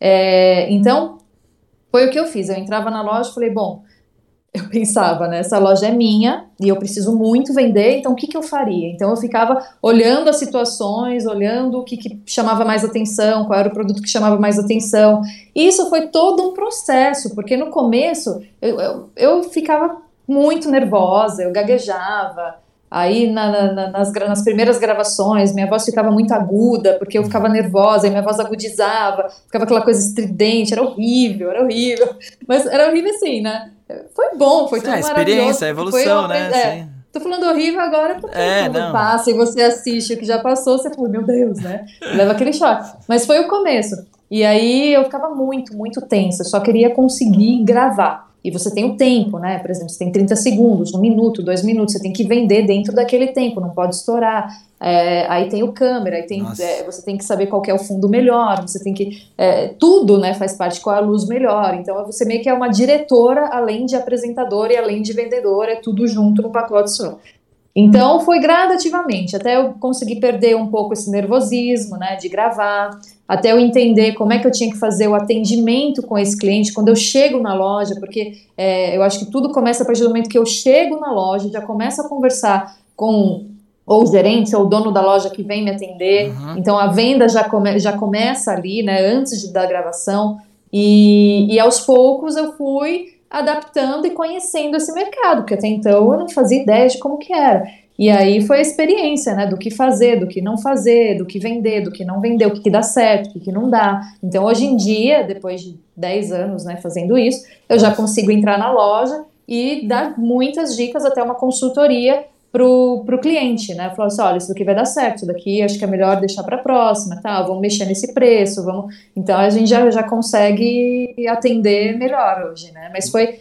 Então, foi o que eu fiz. Eu entrava na loja e falei, bom, eu pensava, né? Essa loja é minha e eu preciso muito vender, então o que eu faria? Então eu ficava olhando as situações, olhando o que chamava mais atenção, qual era o produto que chamava mais atenção. E isso foi todo um processo, porque no começo eu ficava muito nervosa, eu gaguejava. Aí nas primeiras gravações minha voz ficava muito aguda, porque eu ficava nervosa, e minha voz agudizava, ficava aquela coisa estridente, era horrível, era horrível. Mas era horrível assim, né? Foi bom, foi tudo maravilhoso. Experiência, Foi evolução, né? Sim. tô falando horrível agora porque quando Não. passa e você assiste o que já passou, você fala, meu Deus, né? Leva aquele choque. Mas foi o começo. E aí eu ficava muito, muito tensa, só queria conseguir gravar. E você tem o tempo, né? Por exemplo, você tem 30 segundos, 1 minuto, 2 minutos, você tem que vender dentro daquele tempo, não pode estourar. Aí tem o câmera, você tem que saber qual que é o fundo melhor, você tem que. Tudo, né, faz parte, qual é a luz melhor. Então você meio que é uma diretora, além de apresentadora e além de vendedora, é tudo junto no pacote só. Então foi gradativamente, até eu conseguir perder um pouco esse nervosismo, né, de gravar, até eu entender como é que eu tinha que fazer o atendimento com esse cliente quando eu chego na loja, porque eu acho que tudo começa a partir do momento que eu chego na loja, já começo a conversar com ou o gerente ou o dono da loja que vem me atender, então a venda já começa ali, né, antes da gravação, e aos poucos eu fui adaptando e conhecendo esse mercado, porque até então eu não fazia ideia de como que era. E aí foi a experiência, né, do que fazer, do que não fazer, do que vender, do que não vender, o que dá certo, o que não dá. Então hoje em dia, depois de 10 anos, né, fazendo isso, eu já consigo entrar na loja e dar muitas dicas, até uma consultoria pro cliente, né? Falar assim, olha, isso daqui vai dar certo, isso daqui acho que é melhor deixar para a próxima, tá? Vamos mexer nesse preço, vamos. Então a gente já consegue atender melhor hoje, né? Mas foi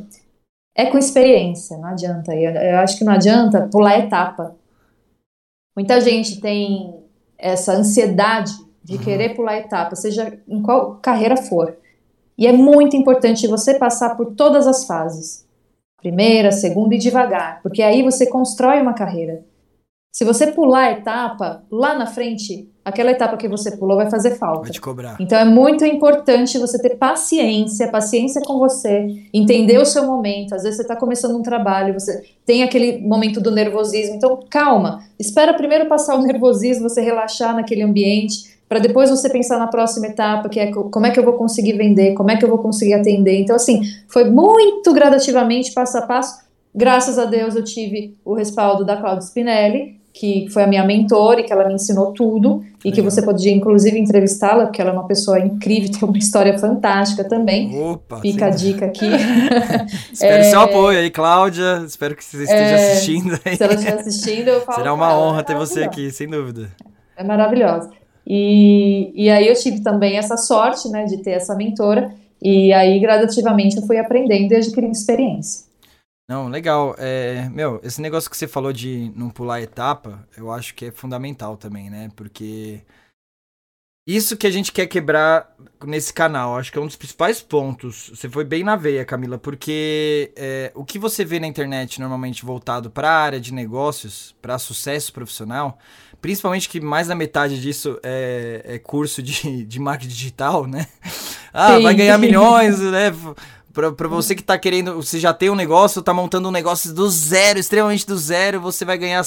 com experiência, não adianta. Eu acho que não adianta pular etapa. Muita gente tem essa ansiedade de querer pular etapa, seja em qual carreira for. E é muito importante você passar por todas as fases. Primeira, segunda e devagar, porque aí você constrói uma carreira. Se você pular a etapa, lá na frente, aquela etapa que você pulou vai fazer falta. Vai te cobrar. Então é muito importante você ter paciência com você, entender o seu momento. Às vezes você está começando um trabalho, você tem aquele momento do nervosismo. Então calma, espera primeiro passar o nervosismo, você relaxar naquele ambiente, para depois você pensar na próxima etapa, que é como é que eu vou conseguir vender, como é que eu vou conseguir atender. Então assim, foi muito gradativamente, passo a passo. Graças a Deus eu tive o respaldo da Cláudia Spinelli, que foi a minha mentora e que ela me ensinou tudo, e que você podia inclusive entrevistá-la, porque ela é uma pessoa incrível, tem uma história fantástica também. Opa, fica a dica aqui. Espero seu apoio aí, Cláudia, espero que você esteja assistindo aí. Se ela estiver assistindo, eu falo. Será uma honra ter você aqui, sem dúvida. É maravilhosa. E aí eu tive também essa sorte, né, de ter essa mentora, e aí gradativamente eu fui aprendendo e adquirindo experiência. Não, legal. Esse negócio que você falou de não pular etapa, eu acho que é fundamental também, né? Porque isso que a gente quer quebrar nesse canal, acho que é um dos principais pontos. Você foi bem na veia, Camila, porque o que você vê na internet normalmente voltado para a área de negócios, para sucesso profissional, principalmente que mais da metade disso é curso de marketing digital, né? Sim. Vai ganhar milhões, né? Pra você que tá querendo, você já tem um negócio, tá montando um negócio do zero, extremamente do zero, você vai ganhar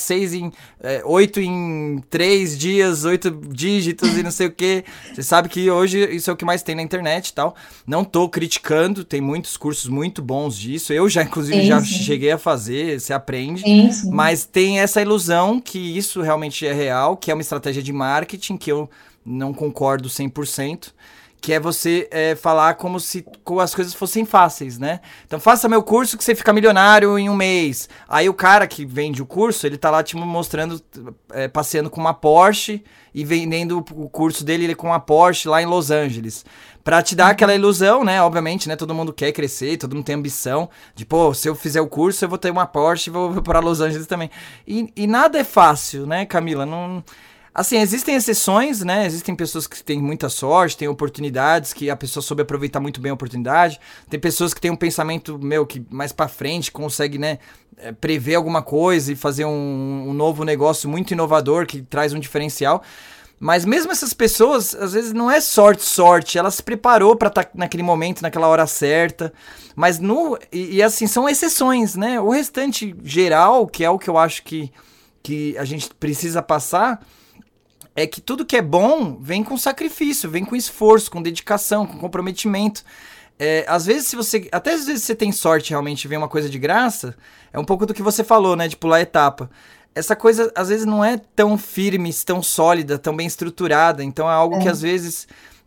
8 em 3 dias, 8 dígitos e não sei o que. Você sabe que hoje isso é o que mais tem na internet e tal. Não tô criticando, tem muitos cursos muito bons disso. Eu já, inclusive, cheguei a fazer, você aprende. Sim. Mas tem essa ilusão que isso realmente é real, que é uma estratégia de marketing, que eu não concordo 100%. Que é você falar como se as coisas fossem fáceis, né? Então, faça meu curso que você fica milionário em um mês. Aí o cara que vende o curso, ele tá lá te mostrando, passeando com uma Porsche e vendendo o curso dele com uma Porsche lá em Los Angeles. Pra te dar aquela ilusão, né? Obviamente, né? Todo mundo quer crescer, todo mundo tem ambição de, se eu fizer o curso, eu vou ter uma Porsche e vou pra Los Angeles também. E nada é fácil, né, Camila? Não... Assim, existem exceções, né? Existem pessoas que têm muita sorte, têm oportunidades, que a pessoa soube aproveitar muito bem a oportunidade. Tem pessoas que têm um pensamento, que mais pra frente consegue, né, prever alguma coisa e fazer um novo negócio muito inovador, que traz um diferencial. Mas mesmo essas pessoas, às vezes não é sorte, ela se preparou pra estar naquele momento, naquela hora certa. Mas assim, são exceções, né? O restante geral, que é o que eu acho que a gente precisa passar, é que tudo que é bom vem com sacrifício, vem com esforço, com dedicação, com comprometimento. Às vezes você tem sorte realmente ver uma coisa de graça, é um pouco do que você falou, né, de pular etapa. Essa coisa, às vezes, não é tão firme, tão sólida, tão bem estruturada, então é algo que, às vezes,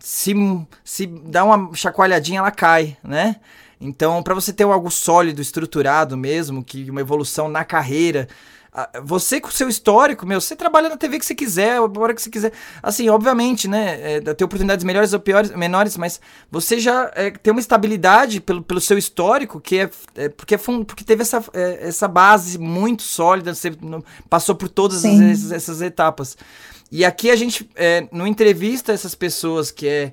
se dá uma chacoalhadinha, ela cai, né? Então, para você ter algo sólido, estruturado mesmo, que uma evolução na carreira... Você com o seu histórico, você trabalha na TV que você quiser, a hora que você quiser. Assim, obviamente, né, ter oportunidades melhores ou menores, mas você já tem uma estabilidade pelo seu histórico, que porque teve essa base muito sólida, você passou por todas essas etapas. E aqui a gente não entrevista essas pessoas que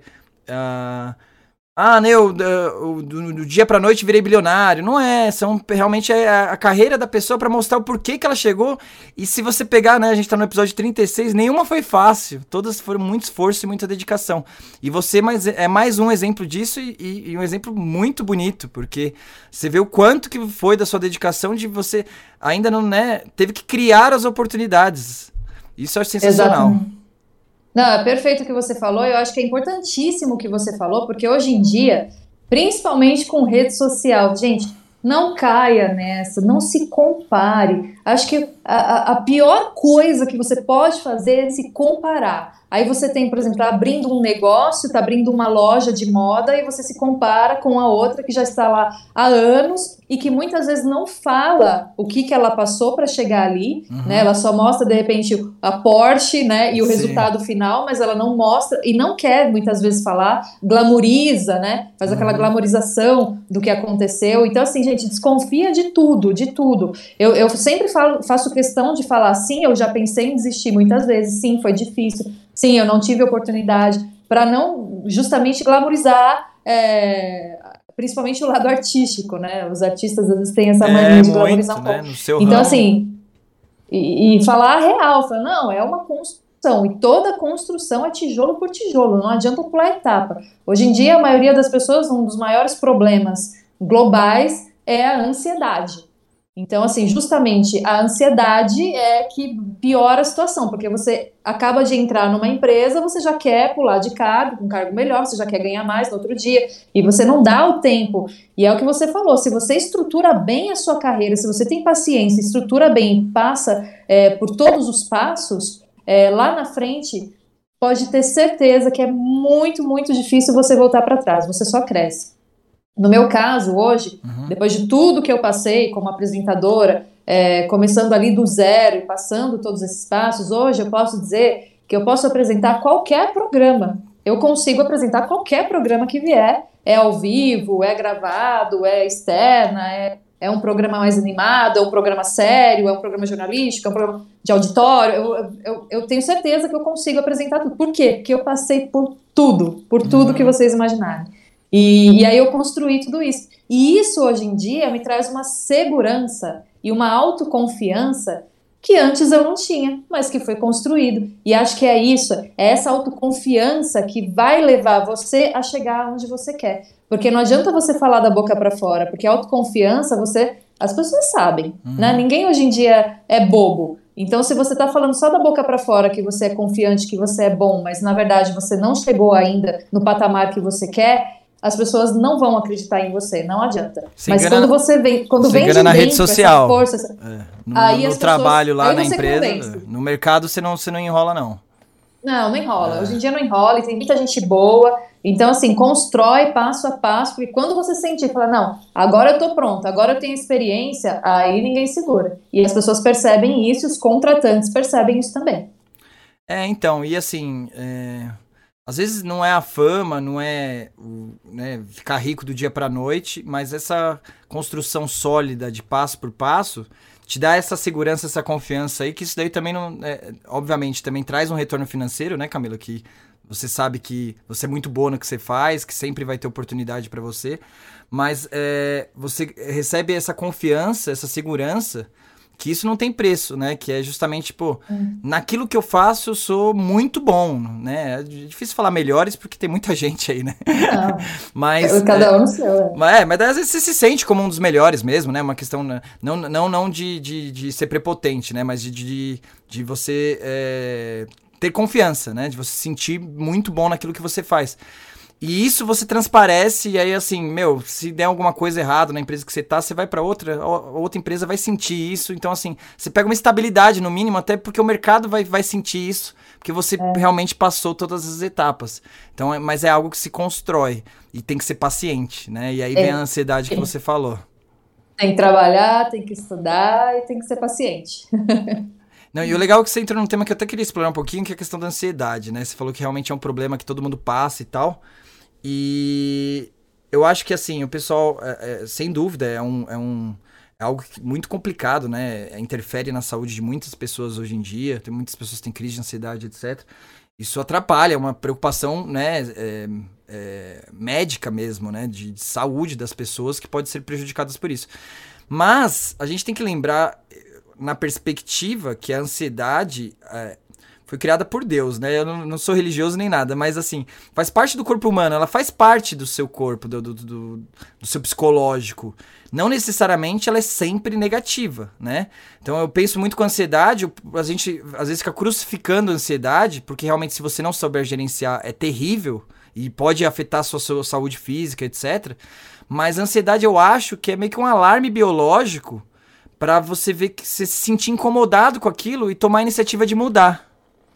do dia pra noite virei bilionário. Não são realmente a carreira da pessoa pra mostrar o porquê que ela chegou. E se você pegar, né, a gente tá no episódio 36, nenhuma foi fácil. Todas foram muito esforço e muita dedicação. E você é mais um exemplo disso e um exemplo muito bonito, porque você vê o quanto que foi da sua dedicação, de você ainda não, né, teve que criar as oportunidades. Isso eu acho sensacional. Exatamente. Não, é perfeito o que você falou, eu acho que é importantíssimo o que você falou, porque hoje em dia, principalmente com rede social, gente, não caia nessa, não se compare. Acho que a pior coisa que você pode fazer é se comparar. Aí você tem, por exemplo, tá abrindo um negócio, tá abrindo uma loja de moda e você se compara com a outra que já está lá há anos e que muitas vezes não fala o que ela passou para chegar ali, né? Ela só mostra, de repente, a Porsche, né? E o resultado final, mas ela não mostra e não quer, muitas vezes, falar, glamoriza, né? Faz aquela glamorização do que aconteceu. Então, assim, gente, desconfia de tudo, de tudo. Eu sempre faço questão de falar, sim, eu já pensei em desistir muitas vezes, sim, foi difícil, sim, eu não tive oportunidade, para não justamente glamorizar, principalmente o lado artístico, né? Os artistas às vezes têm essa mania de glamorizar um né? pouco. No seu Então, ramo. assim, e falar a real, falar, não, é uma construção, e toda construção é tijolo por tijolo, não adianta pular etapa. Hoje em dia, a maioria das pessoas, um dos maiores problemas globais é a ansiedade. Então, assim, justamente a ansiedade é que piora a situação, porque você acaba de entrar numa empresa, você já quer pular de cargo, um cargo melhor, você já quer ganhar mais no outro dia, e você não dá o tempo. E é o que você falou, se você estrutura bem a sua carreira, se você tem paciência, estrutura bem, passa por todos os passos, lá na frente, pode ter certeza que é muito, muito difícil você voltar para trás, você só cresce. No meu caso, hoje, depois de tudo que eu passei como apresentadora, começando ali do zero e passando todos esses passos, hoje eu posso dizer que eu posso apresentar qualquer programa. Eu consigo apresentar qualquer programa que vier. É ao vivo, é gravado, é externa, é um programa mais animado, é um programa sério, é um programa jornalístico, é um programa de auditório. Eu tenho certeza que eu consigo apresentar tudo. Por quê? Porque eu passei por tudo que vocês imaginarem. E aí eu construí tudo isso. E isso, hoje em dia, me traz uma segurança e uma autoconfiança que antes eu não tinha, mas que foi construído. E acho que é isso, é essa autoconfiança que vai levar você a chegar onde você quer. Porque não adianta você falar da boca para fora, porque a autoconfiança, as pessoas sabem, né? Ninguém hoje em dia é bobo. Então, se você está falando só da boca para fora que você é confiante, que você é bom, mas na verdade você não chegou ainda no patamar que você quer, as pessoas não vão acreditar em você, não adianta. Mas quando você vem, quando vem de na dentro, rede social, essa força, aí no trabalho lá aí na você empresa, convence. no mercado você não enrola não. Não enrola. Hoje em dia não enrola, e tem muita gente boa. Então, assim, constrói passo a passo, porque quando você sentir, fala, não, agora eu tô pronto, agora eu tenho experiência, aí ninguém segura. E as pessoas percebem isso, os contratantes percebem isso também. Então, e assim, às vezes não é a fama, não é ficar rico do dia pra noite, mas essa construção sólida de passo por passo te dá essa segurança, essa confiança aí, que isso daí também não, obviamente, também traz um retorno financeiro, né, Camila? Que você sabe que você é muito boa no que você faz, que sempre vai ter oportunidade pra você, mas você recebe essa confiança, essa segurança, que isso não tem preço, né? Que é justamente, naquilo que eu faço eu sou muito bom, né? É difícil falar melhores porque tem muita gente aí, né? Não, mas cada um no seu. Mas às vezes você se sente como um dos melhores mesmo, né? Uma questão, não de ser prepotente, né? Mas de você ter confiança, né? De você se sentir muito bom naquilo que você faz. E isso você transparece, e aí assim, se der alguma coisa errada na empresa que você tá, você vai pra outra empresa vai sentir isso. Então assim, você pega uma estabilidade no mínimo, até porque o mercado vai sentir isso, porque você realmente passou todas as etapas. Então, mas é algo que se constrói, e tem que ser paciente, né? E aí vem a ansiedade que você falou. Tem que trabalhar, tem que estudar e tem que ser paciente. Não, e o legal é que você entrou num tema que eu até queria explorar um pouquinho, que é a questão da ansiedade, né? Você falou que realmente é um problema que todo mundo passa e tal. E eu acho que, assim, o pessoal, sem dúvida, é algo muito complicado, né? Interfere na saúde de muitas pessoas hoje em dia. Tem muitas pessoas que têm crise de ansiedade, etc. Isso atrapalha, é uma preocupação, né? Médica mesmo, né? De saúde das pessoas que podem ser prejudicadas por isso. Mas a gente tem que lembrar, na perspectiva, que a ansiedade foi criada por Deus, né? Eu não sou religioso nem nada, mas assim, faz parte do corpo humano, ela faz parte do seu corpo, do seu psicológico. Não necessariamente ela é sempre negativa, né? Então eu penso muito com a ansiedade, a gente às vezes fica crucificando a ansiedade, porque realmente se você não souber gerenciar é terrível e pode afetar a sua saúde física, etc. Mas a ansiedade eu acho que é meio que um alarme biológico para você ver que você se sentir incomodado com aquilo e tomar a iniciativa de mudar.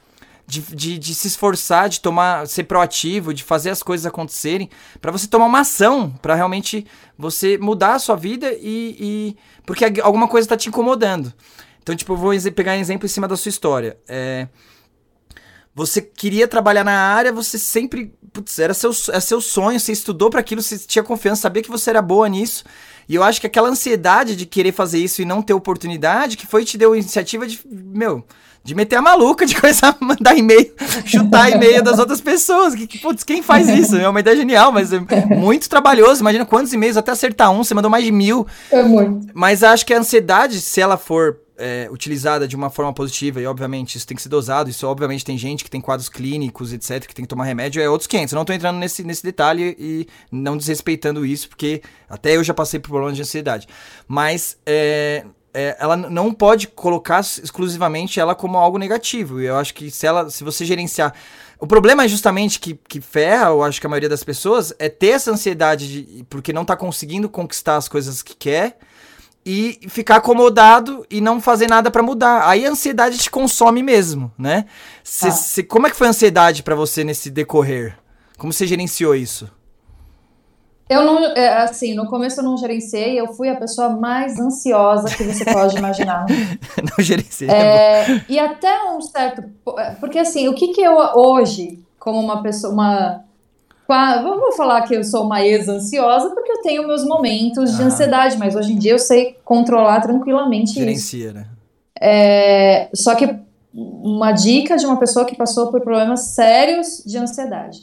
De se esforçar, de ser proativo, de fazer as coisas acontecerem, para você tomar uma ação, para realmente você mudar a sua vida porque alguma coisa está te incomodando. Então, tipo, eu vou pegar um exemplo em cima da sua história. você queria trabalhar na área, você sempre, putz, era seu sonho, você estudou para aquilo, você tinha confiança, sabia que você era boa nisso. E eu acho que aquela ansiedade de querer fazer isso e não ter oportunidade, que foi te deu a iniciativa de meter a maluca, de começar a mandar e-mail, chutar e-mail das outras pessoas. Putz, quem faz isso? É uma ideia genial, mas é muito trabalhoso. Imagina quantos e-mails até acertar um, você mandou mais de 1000. É muito. Mas acho que a ansiedade, se ela for utilizada de uma forma positiva, e obviamente isso tem que ser dosado, isso obviamente tem gente que tem quadros clínicos, etc, que tem que tomar remédio, é outros 500. Eu não tô entrando nesse detalhe e não desrespeitando isso, porque até eu já passei por problemas de ansiedade. Mas ela não pode colocar exclusivamente ela como algo negativo. E eu acho que se você gerenciar... O problema é justamente que ferra, eu acho que a maioria das pessoas, é ter essa ansiedade porque não tá conseguindo conquistar as coisas que quer, e ficar acomodado e não fazer nada pra mudar. Aí a ansiedade te consome mesmo, né? Como é que foi a ansiedade pra você nesse decorrer? Como você gerenciou isso? Eu não, assim, no começo eu não gerenciei, eu fui a pessoa mais ansiosa que você pode imaginar. Não gerenciei. E até um certo... Porque assim, o que eu hoje, como uma pessoa, vou falar que eu sou uma ex-ansiosa, porque eu tenho meus momentos de ansiedade, mas hoje em dia eu sei controlar tranquilamente Gerencia, isso. Né? Só que uma dica de uma pessoa que passou por problemas sérios de ansiedade.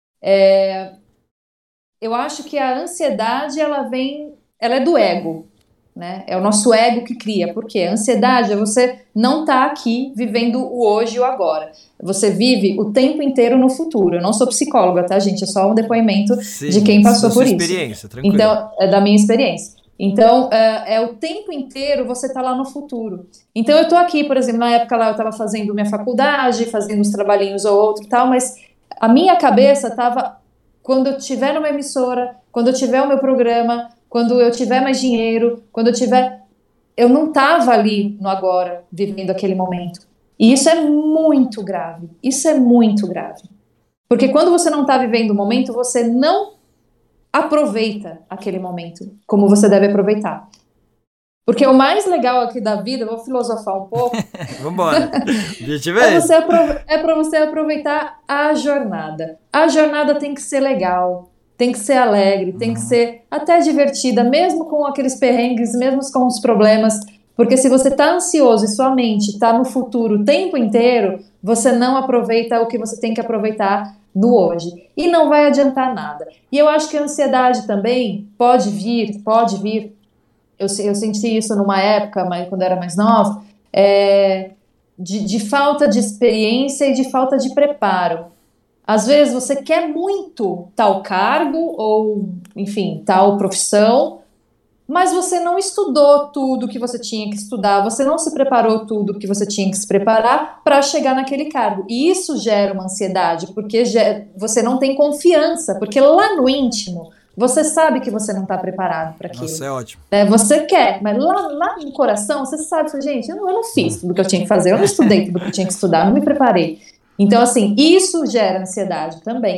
Eu acho que a ansiedade, ela é do ego, né? É o nosso ego que cria. Por quê? A ansiedade é você não estar aqui vivendo o hoje e o agora. Você vive o tempo inteiro no futuro. Eu não sou psicóloga, tá, gente? É só um depoimento de quem passou por isso. Experiência, tranquilo. Então, é da minha experiência. Então, é o tempo inteiro você tá lá no futuro. Então, eu tô aqui, por exemplo, na época lá eu tava fazendo minha faculdade, fazendo uns trabalhinhos ou outro e tal, mas a minha cabeça tava... Quando eu tiver numa emissora, quando eu tiver o meu programa, quando eu tiver mais dinheiro, quando eu tiver... Eu não estava ali no agora, vivendo aquele momento. E isso é muito grave. Isso é muito grave. Porque quando você não está vivendo o momento, você não aproveita aquele momento como você deve aproveitar. Porque o mais legal aqui da vida, eu vou filosofar um pouco. Vambora. É para você aproveitar a jornada. A jornada tem que ser legal, tem que ser alegre, tem que ser até divertida, mesmo com aqueles perrengues, mesmo com os problemas. Porque se você está ansioso e sua mente está no futuro o tempo inteiro, você não aproveita o que você tem que aproveitar no hoje. E não vai adiantar nada. E eu acho que a ansiedade também pode vir. Eu senti isso numa época, quando eu era mais nova, de falta de experiência e de falta de preparo. Às vezes você quer muito tal cargo ou, enfim, tal profissão, mas você não estudou tudo que você tinha que estudar, você não se preparou tudo que você tinha que se preparar para chegar naquele cargo. E isso gera uma ansiedade, porque você não tem confiança, porque lá no íntimo você sabe que você não está preparado para aquilo. Nossa, é ótimo. Você quer, mas lá no coração você sabe, gente, eu não fiz tudo que eu tinha que fazer, eu não estudei tudo que eu tinha que estudar, eu não me preparei. Então, assim, isso gera ansiedade também.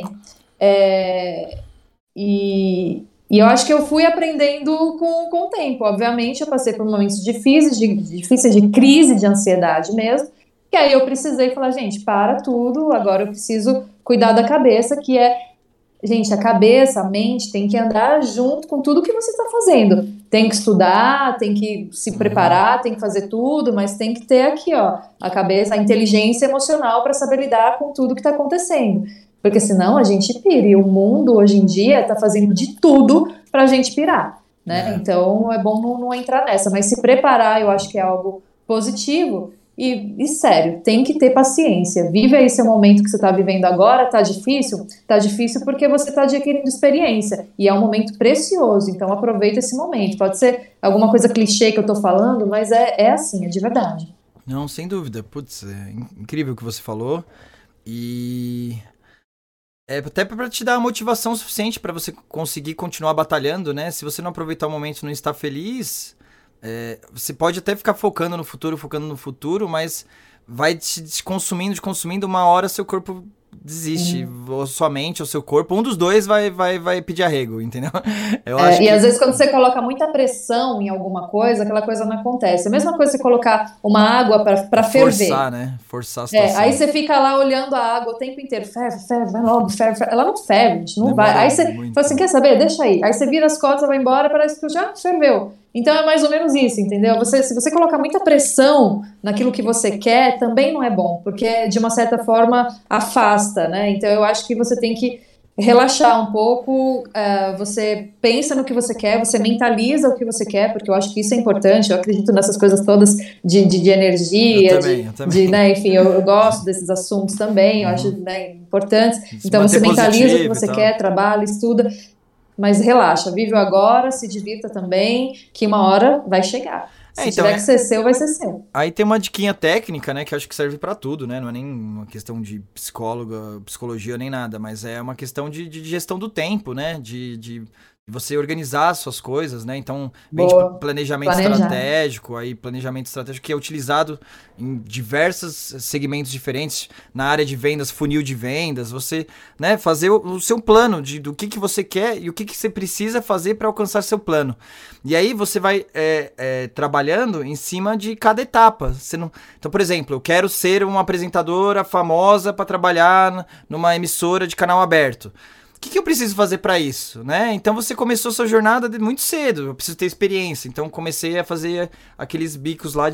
E eu acho que eu fui aprendendo com o tempo. Obviamente, eu passei por momentos difíceis de crise de ansiedade mesmo, que aí eu precisei falar, gente, para tudo, agora eu preciso cuidar da cabeça, que gente, a cabeça, a mente tem que andar junto com tudo que você está fazendo. Tem que estudar, tem que se preparar, tem que fazer tudo, mas tem que ter aqui, ó, a cabeça, a inteligência emocional para saber lidar com tudo que está acontecendo. Porque senão a gente pira. E o mundo, hoje em dia, está fazendo de tudo para a gente pirar, né? Então, é bom não entrar nessa. Mas se preparar, eu acho que é algo positivo. E sério, tem que ter paciência. Vive aí seu momento que você está vivendo agora. Tá difícil? Tá difícil porque você está adquirindo experiência. E é um momento precioso, então aproveita esse momento. Pode ser alguma coisa clichê que eu tô falando, mas é assim, é de verdade. Não, sem dúvida. Putz, é incrível o que você falou. E... até para te dar a motivação suficiente para você conseguir continuar batalhando, né? Se você não aproveitar o momento e não estar feliz... você pode até ficar focando no futuro, mas vai te consumindo, uma hora seu corpo desiste. Ou sua mente ou seu corpo, um dos dois vai pedir arrego, entendeu? Eu acho E que às vezes quando você coloca muita pressão em alguma coisa, aquela coisa não acontece. A mesma coisa você colocar uma água para ferver. forçar, né? Forçar a Aí situação. você fica lá olhando a água o tempo inteiro, ferve, ferve, vai logo, ferve, ferve. Ela não ferve, gente, não vai. Demora Aí você muito. fala assim, quer saber? Deixa aí. Aí você vira as costas, vai embora, parece que já ferveu. Então é mais ou menos isso, entendeu? Se você colocar muita pressão naquilo que você quer, também não é bom, porque de uma certa forma afasta, né? Então eu acho que você tem que relaxar um pouco, você pensa no que você quer, você mentaliza o que você quer, porque eu acho que isso é importante, eu acredito nessas coisas todas de Eu energia, também, eu também. né, enfim, eu gosto desses assuntos também, eu acho, né, importantes, Se então você manter mentaliza o que positivo e você tal. quer, trabalha, estuda, mas relaxa, vive o agora, se divirta também, que uma hora vai chegar. Se Então, tiver que ser seu, vai ser seu. aí tem uma diquinha técnica, né, que eu acho que serve pra tudo, né? Não é nem uma questão de psicologia nem nada, mas é uma questão de gestão do tempo, né? De você organizar as suas coisas, né? Então, vem de Boa. planejamento Planejar. estratégico, aí planejamento estratégico que é utilizado em diversos segmentos diferentes, na área de vendas, funil de vendas, você, né, fazer o seu plano do que você quer e o que você precisa fazer para alcançar seu plano. E aí você vai trabalhando em cima de cada etapa. Você não... Então, por exemplo, eu quero ser uma apresentadora famosa para trabalhar numa emissora de canal aberto. O que eu preciso fazer para isso, né? Então você começou sua jornada muito cedo. Eu preciso ter experiência. Então comecei a fazer aqueles bicos lá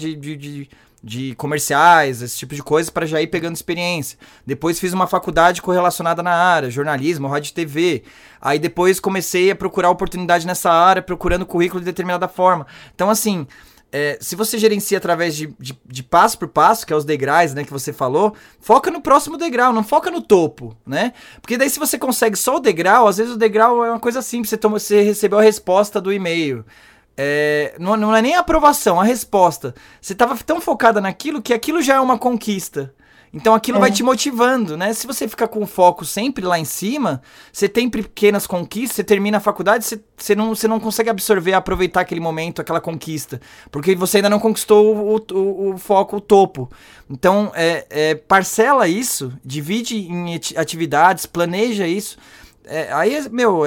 de comerciais, esse tipo de coisa, para já ir pegando experiência. Depois fiz uma faculdade correlacionada na área, jornalismo, rádio e TV. Aí depois comecei a procurar oportunidade nessa área, procurando currículo de determinada forma. Então, assim, se você gerencia através de passo por passo, que é os degraus, né, que você falou, foca no próximo degrau, não foca no topo, né? Porque daí se você consegue só o degrau, às vezes o degrau é uma coisa simples, você recebeu a resposta do e-mail. Não é nem a aprovação, a resposta. Você estava tão focada naquilo que aquilo já é uma conquista. Então aquilo vai te motivando, né? Se você ficar com o foco sempre lá em cima, você tem pequenas conquistas, você termina a faculdade, você não consegue absorver, aproveitar aquele momento, aquela conquista. Porque você ainda não conquistou o foco, o topo. Então, parcela isso, divide em atividades, planeja isso. Aí,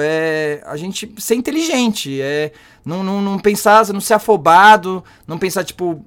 a gente ser inteligente, não pensar, não ser afobado, não pensar, tipo,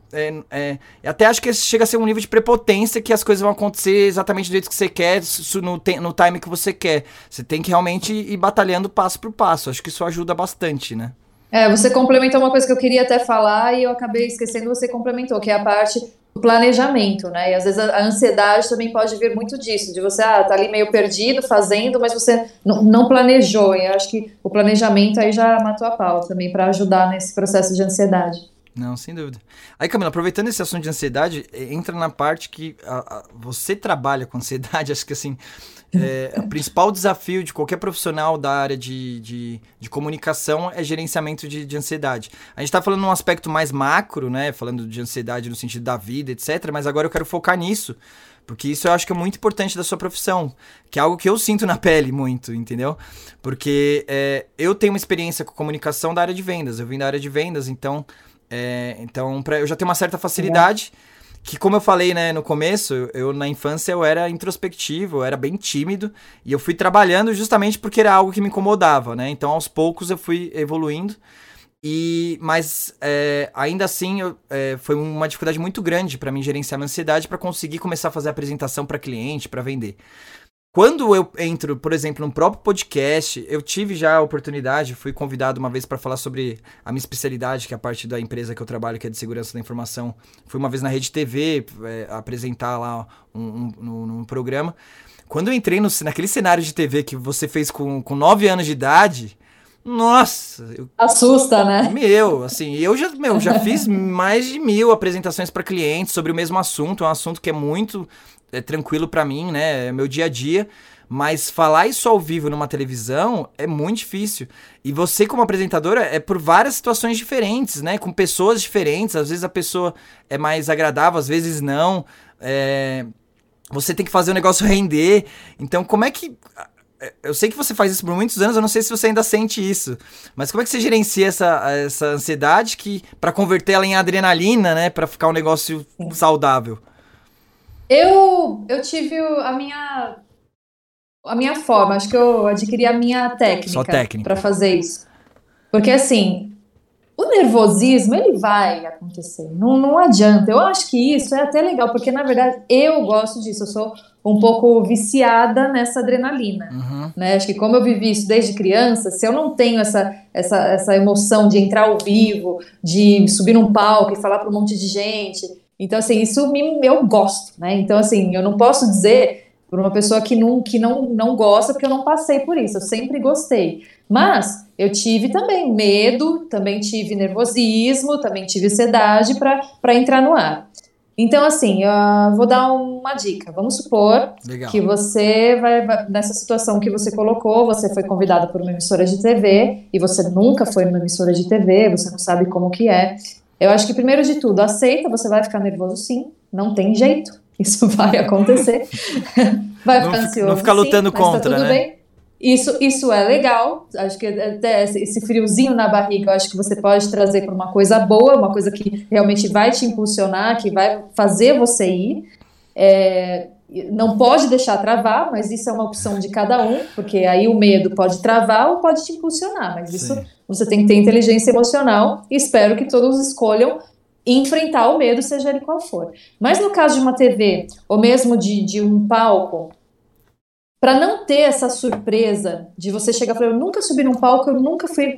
até acho que chega a ser um nível de prepotência que as coisas vão acontecer exatamente do jeito que você quer, no time que você quer. Você tem que realmente ir batalhando passo por passo, acho que isso ajuda bastante, né? Você complementou uma coisa que eu queria até falar e eu acabei esquecendo, você complementou, que é a parte do planejamento, né? E às vezes a ansiedade também pode vir muito disso, de você, tá ali meio perdido fazendo, mas você não planejou. E eu acho que o planejamento aí já matou a pau também para ajudar nesse processo de ansiedade. Não, sem dúvida. Aí, Camila, aproveitando esse assunto de ansiedade, entra na parte que você trabalha com ansiedade, acho que assim, o principal desafio de qualquer profissional da área de comunicação é gerenciamento de ansiedade. A gente está falando num aspecto mais macro, né, falando de ansiedade no sentido da vida, etc., mas agora eu quero focar nisso, porque isso eu acho que é muito importante da sua profissão, que é algo que eu sinto na pele muito, entendeu? Porque eu tenho uma experiência com comunicação da área de vendas, eu vim da área de vendas, então eu já tenho uma certa facilidade, que como eu falei, né, no começo, eu na infância eu era introspectivo, eu era bem tímido, e eu fui trabalhando justamente porque era algo que me incomodava, né, então aos poucos eu fui evoluindo, mas ainda assim foi uma dificuldade muito grande para mim gerenciar a minha ansiedade para conseguir começar a fazer apresentação para cliente, para vender. Quando eu entro, por exemplo, no próprio podcast, eu tive já a oportunidade, fui convidado uma vez para falar sobre a minha especialidade, que é a parte da empresa que eu trabalho, que é de segurança da informação. Fui uma vez na Rede TV apresentar lá num programa. Quando eu entrei naquele cenário de TV que você fez com 9 anos de idade, nossa! Assusta, né? Assim, eu já fiz mais de 1000 apresentações para clientes sobre o mesmo assunto, é um assunto que é muito tranquilo para mim, né? É meu dia a dia. Mas falar isso ao vivo numa televisão é muito difícil. E você, como apresentadora, é por várias situações diferentes, né? Com pessoas diferentes. Às vezes a pessoa é mais agradável, às vezes não. Você tem que fazer o negócio render. Então, como é que... Eu sei que você faz isso por muitos anos, eu não sei se você ainda sente isso. Mas como é que você gerencia essa ansiedade para converter ela em adrenalina, né? Para ficar um negócio saudável? Eu tive a minha a minha forma, acho que eu adquiri a minha Só técnica para técnica. fazer isso. Porque assim, o nervosismo, ele vai acontecer, não adianta. Eu acho que isso é até legal, porque na verdade eu gosto disso, eu sou um pouco viciada nessa adrenalina, Uhum. né? Acho que como eu vivi isso desde criança, se eu não tenho essa emoção de entrar ao vivo, de subir num palco e falar para um monte de gente, então assim, eu gosto, né? Então assim, eu não posso dizer por uma pessoa que não gosta, porque eu não passei por isso, eu sempre gostei. Mas eu tive também medo, também tive nervosismo, também tive ansiedade para entrar no ar. Então, assim, eu vou dar uma dica. Vamos supor que Legal. você nessa situação que você colocou, você foi convidada por uma emissora de TV e você nunca foi numa emissora de TV, você não sabe como que é. Eu acho que, primeiro de tudo, aceita, você vai ficar nervoso sim, não tem jeito, isso vai acontecer. Vai Não, ficar não ansioso ficar sim, lutando mas tá contra, tudo né? bem. Isso é legal, acho que até esse friozinho na barriga, eu acho que você pode trazer para uma coisa boa, uma coisa que realmente vai te impulsionar, que vai fazer você ir. É, não pode deixar travar, mas isso é uma opção de cada um, porque aí o medo pode travar ou pode te impulsionar, mas isso Sim. você tem que ter inteligência emocional e espero que todos escolham enfrentar o medo, seja ele qual for. Mas no caso de uma TV, ou mesmo de um palco, para não ter essa surpresa de você chegar e falar, eu nunca subi num palco, eu nunca fui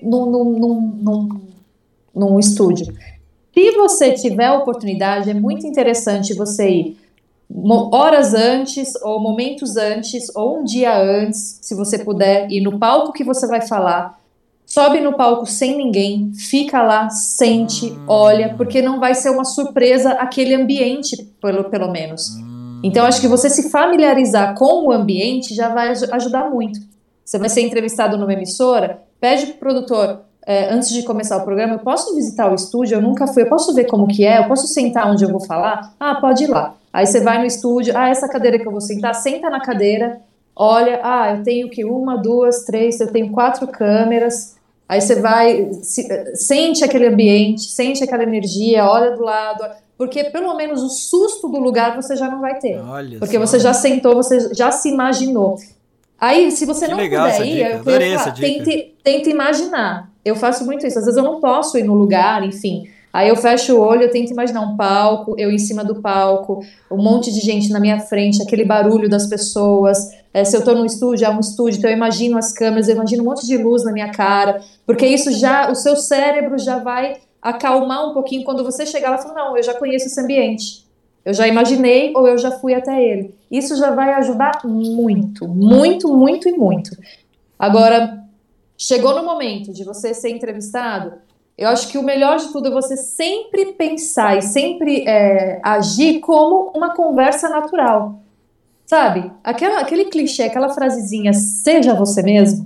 num estúdio. Se você tiver a oportunidade, é muito interessante você ir horas antes, ou momentos antes, ou um dia antes, se você puder, ir no palco que você vai falar. Sobe no palco sem ninguém, fica lá, sente, olha, Hum, porque não vai ser uma surpresa aquele ambiente, pelo menos. Então, acho que hum. você se familiarizar com o ambiente já vai ajudar muito. Você vai ser entrevistado numa emissora, pede pro produtor, antes de começar o programa, eu posso visitar o estúdio? Eu nunca fui, eu posso ver como que é? Eu posso sentar onde eu vou falar? Ah, pode ir lá. Aí você vai no estúdio, essa cadeira que eu vou sentar, senta na cadeira, olha, eu tenho que uma, duas, três, eu tenho 4 câmeras. Aí você vai, sente aquele ambiente, sente aquela energia, olha do lado, porque pelo menos o susto do lugar você já não vai ter. Olha Porque você só. já sentou, você já se imaginou. Aí, se você Que não legal puder essa ir, é dica. o que eu ia Adorei essa falar, dica. tente imaginar. Eu faço muito isso. Às vezes eu não posso ir no lugar, enfim. Aí eu fecho o olho, eu tento imaginar um palco, eu em cima do palco, um monte de gente na minha frente, aquele barulho das pessoas. Se eu tô num estúdio, é um estúdio, então eu imagino as câmeras, eu imagino um monte de luz na minha cara, porque isso já, o seu cérebro já vai acalmar um pouquinho quando você chegar lá e falar, não, eu já conheço esse ambiente. Eu já imaginei ou eu já fui até ele. Isso já vai ajudar muito, muito, muito e muito. Agora, chegou no momento de você ser entrevistado, eu acho que o melhor de tudo é você sempre pensar e sempre agir como uma conversa natural. Sabe? Aquele clichê, aquela frasezinha, seja você mesmo.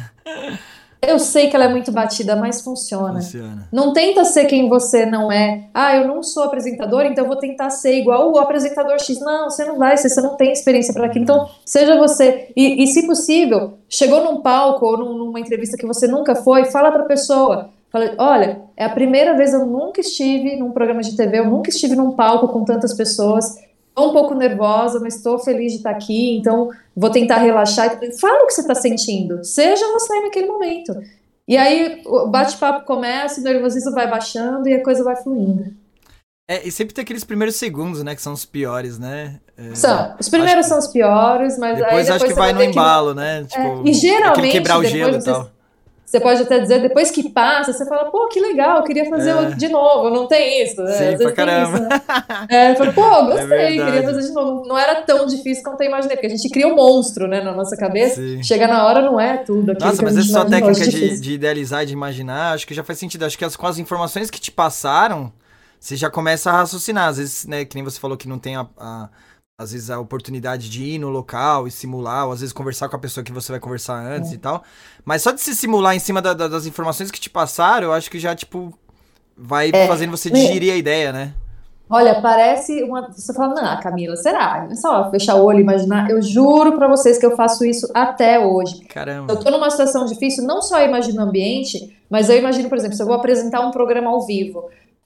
Eu sei que ela é muito batida, mas funciona. Funciona. Não tenta ser quem você não é. Eu não sou apresentador, então eu vou tentar ser igual o apresentador X. Não, você não vai ser, você não tem experiência para aquilo. Então, seja você. E se possível, chegou num palco ou numa entrevista que você nunca foi, fala para a pessoa. Fala, olha, é a primeira vez eu nunca estive num programa de TV, eu nunca estive num palco com tantas pessoas. Estou um pouco nervosa, mas estou feliz de estar aqui, então vou tentar relaxar. Fala o que você está sentindo, seja você naquele momento. E aí o bate-papo começa, o nervosismo vai baixando e a coisa vai fluindo. E sempre tem aqueles primeiros segundos, né, que são os piores, né? Os Acho primeiros que são os piores, mas aí depois acho que depois você vai vai no ver que. embalo, né? Tipo, E aquele quebrar geralmente, o depois gelo e tal. você pode até dizer, depois que passa, você fala, pô, que legal, eu queria fazer É, de novo, não tem isso, né? sim, Às pra vezes tem isso, caramba. né? Fala, pô, É gostei, queria verdade. fazer de novo. Não era tão difícil quanto eu imaginei, porque a gente cria um monstro, né, na nossa cabeça, Sim. chega na hora, não é tudo aquilo Nossa, que a mas gente essa sua imaginou de técnica de, difícil. de idealizar e de imaginar, acho que já faz sentido. Acho que com as informações que te passaram, você já começa a raciocinar. Às vezes, né, que nem você falou que não tem às vezes a oportunidade de ir no local e simular, ou às vezes conversar com a pessoa que você vai conversar antes e tal. Mas só de se simular em cima das informações que te passaram, eu acho que já, tipo, vai fazendo você É. digerir a ideia, né? Olha, parece uma. Você fala, não, Camila, será? É só fechar o olho e imaginar. Eu juro pra vocês que eu faço isso até hoje. Eu Caramba. tô numa situação difícil, não só imagino o ambiente, mas eu imagino, por exemplo, se eu vou apresentar um programa ao vivo.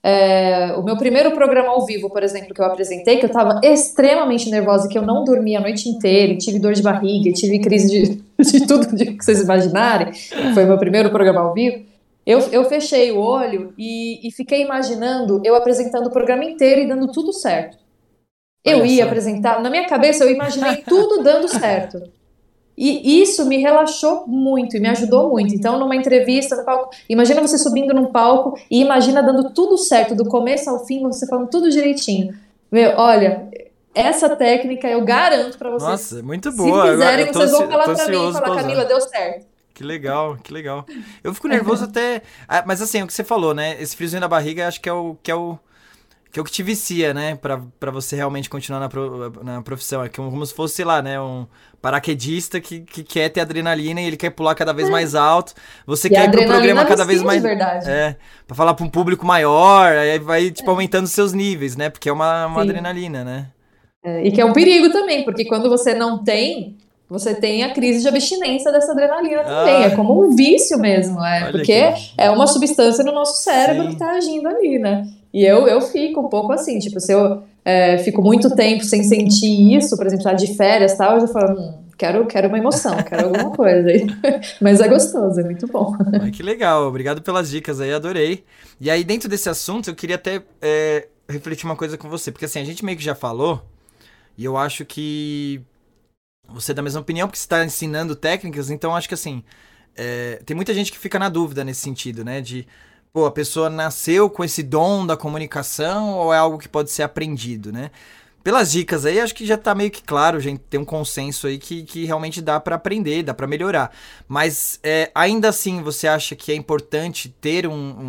O meu primeiro programa ao vivo, por exemplo, que eu apresentei, que eu estava extremamente nervosa, que eu não dormi a noite inteira, e tive dor de barriga, e tive crise de tudo que vocês imaginarem, foi o meu primeiro programa ao vivo. Eu fechei o olho e fiquei imaginando eu apresentando o programa inteiro e dando tudo certo. Eu Olha ia só. apresentar, na minha cabeça eu imaginei tudo dando certo. E isso me relaxou muito e me ajudou muito. Então, numa entrevista no palco, imagina você subindo num palco e imagina dando tudo certo, do começo ao fim, você falando tudo direitinho. Meu, olha, essa técnica eu garanto pra vocês. Nossa, muito Se boa. Agora fizerem, eu vocês vão falar tô pra mim e ansioso falar, pra Camila, usar. deu certo. Que legal, que legal. Eu fico nervoso até. Mas assim, é o que você falou, né? Esse friozinho na barriga acho que é o que te vicia, né? Pra você realmente continuar na profissão. É como se fosse, sei lá, né? Um paraquedista que quer ter adrenalina e ele quer pular cada vez mais alto. Você E a quer ir pro programa adrenalina cada vez vicia de mais. verdade. Pra falar pra um público maior, aí vai, tipo, aumentando os seus níveis, né? Porque é uma Sim. adrenalina, né? E que é um perigo também, porque quando você não tem, você tem a crise de abstinência dessa adrenalina também. É Ah, como um vício mesmo, olha porque que. é uma substância no nosso cérebro que Sim. está agindo ali, né? E eu fico um pouco assim, tipo, se eu fico muito tempo sem sentir isso, por exemplo, lá de férias e tal, eu já falo, quero uma emoção, quero alguma coisa aí. Mas é gostoso, é muito bom. Ai, que legal. Obrigado pelas dicas aí, adorei. E aí, dentro desse assunto, eu queria até refletir uma coisa com você. Porque assim, a gente meio que já falou, e eu acho que você é da mesma opinião, porque você está ensinando técnicas, então acho que assim, tem muita gente que fica na dúvida nesse sentido, né? De, pô, a pessoa nasceu com esse dom da comunicação ou é algo que pode ser aprendido, né? Pelas dicas aí, acho que já tá meio que claro, gente, tem um consenso aí que realmente dá pra aprender, dá pra melhorar. Mas ainda assim, você acha que é importante ter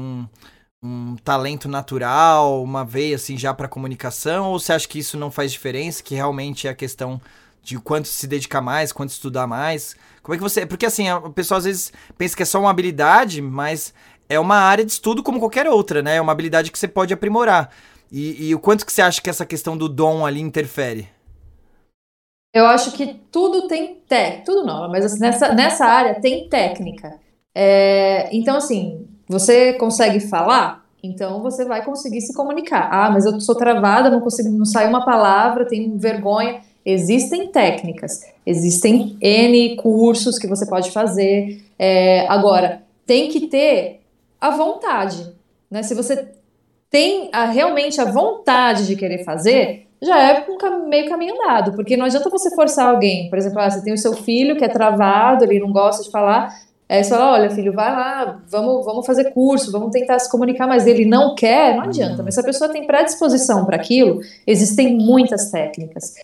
um talento natural, uma veia assim já pra comunicação? Ou você acha que isso não faz diferença, que realmente é a questão de quanto se dedicar mais, quanto estudar mais? Como é que você... Porque assim, a pessoa às vezes pensa que é só uma habilidade, mas é uma área de estudo como qualquer outra, né? É uma habilidade que você pode aprimorar. E o quanto que você acha que essa questão do dom ali interfere? Eu acho que tudo tem tudo não, mas assim, nessa área tem técnica. Então, assim, você consegue falar, então você vai conseguir se comunicar. Ah, mas eu sou travada, não consigo, não sai uma palavra, tenho vergonha. Existem técnicas, existem N cursos que você pode fazer. Agora, tem que ter a vontade, né? Se você tem realmente a vontade de querer fazer, já é meio caminho andado, porque não adianta você forçar alguém. Por exemplo, você tem o seu filho que é travado, ele não gosta de falar, aí você fala, olha, filho, vai lá, vamos fazer curso, vamos tentar se comunicar, mas ele não quer, não adianta. Mas se a pessoa tem predisposição para aquilo, existem muitas técnicas.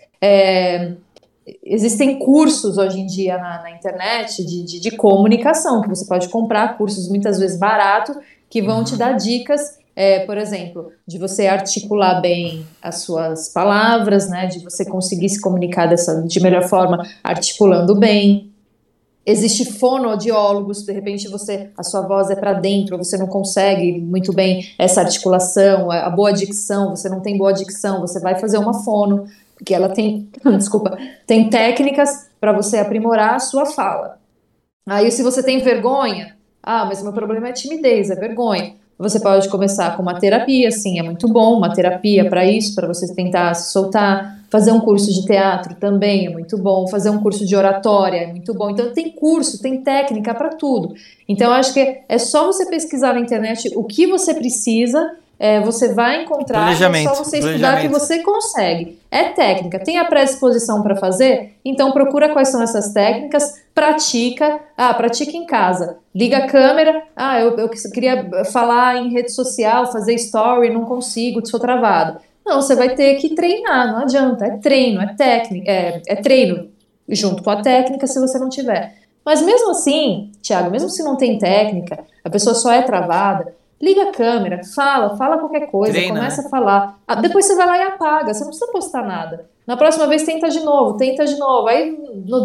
Existem cursos hoje em dia na internet de comunicação, que você pode comprar, cursos muitas vezes baratos, que vão te Uhum. dar dicas, por exemplo, de você articular bem as suas palavras, né, de você conseguir se comunicar de melhor forma, articulando bem. Existe fonoaudiólogos, de repente a sua voz é para dentro, você não consegue muito bem essa articulação, a boa dicção, você não tem boa dicção, você vai fazer uma fono, porque ela tem, desculpa, tem técnicas para você aprimorar a sua fala. Aí, se você tem vergonha, mas o meu problema é timidez, é vergonha. Você pode começar com uma terapia, sim, é muito bom, uma terapia para isso, para você tentar se soltar. Fazer um curso de teatro também é muito bom. Fazer um curso de oratória é muito bom. Então, tem curso, tem técnica para tudo. Então, eu acho que é só você pesquisar na internet o que você precisa. Você vai encontrar e é só você estudar que Planejamento. você consegue. É técnica. Tem a predisposição para fazer? Então procura quais são essas técnicas, pratica. Pratica em casa. Liga a câmera. Eu queria falar em rede social, fazer story, não consigo, sou travado. Não, você vai ter que treinar, não adianta. É treino, é técnica, é treino junto com a técnica se você não tiver. Mas mesmo assim, Thiago, mesmo se não tem técnica, a pessoa só é travada. Liga a câmera, fala qualquer coisa, Treina, começa né? a falar. Depois você vai lá e apaga, você não precisa postar nada. Na próxima vez tenta de novo, tenta de novo. Aí no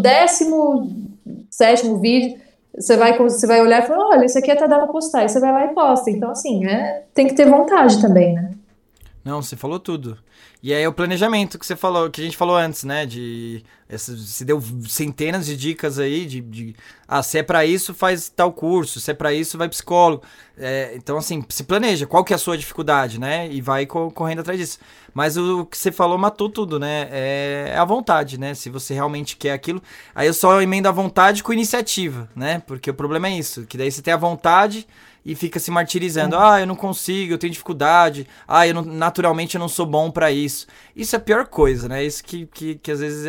17º vídeo, você vai olhar e falar, olha, isso aqui até dá pra postar. Aí você vai lá e posta. Então, assim, tem que ter vontade também, né? Não, você falou tudo. E aí o planejamento que você falou, que a gente falou antes, né? De Você deu centenas de dicas aí se é pra isso, faz tal curso, se é pra isso, vai psicólogo. Então, assim, se planeja, qual que é a sua dificuldade, né? E vai correndo atrás disso. Mas o que você falou matou tudo, né? É a vontade, né? Se você realmente quer aquilo. Aí eu só emendo a vontade com iniciativa, né? Porque o problema é isso, que daí você tem a vontade e fica se martirizando. Eu não consigo, eu tenho dificuldade. Naturalmente eu não sou bom pra isso. Isso é a pior coisa, né? Isso que às vezes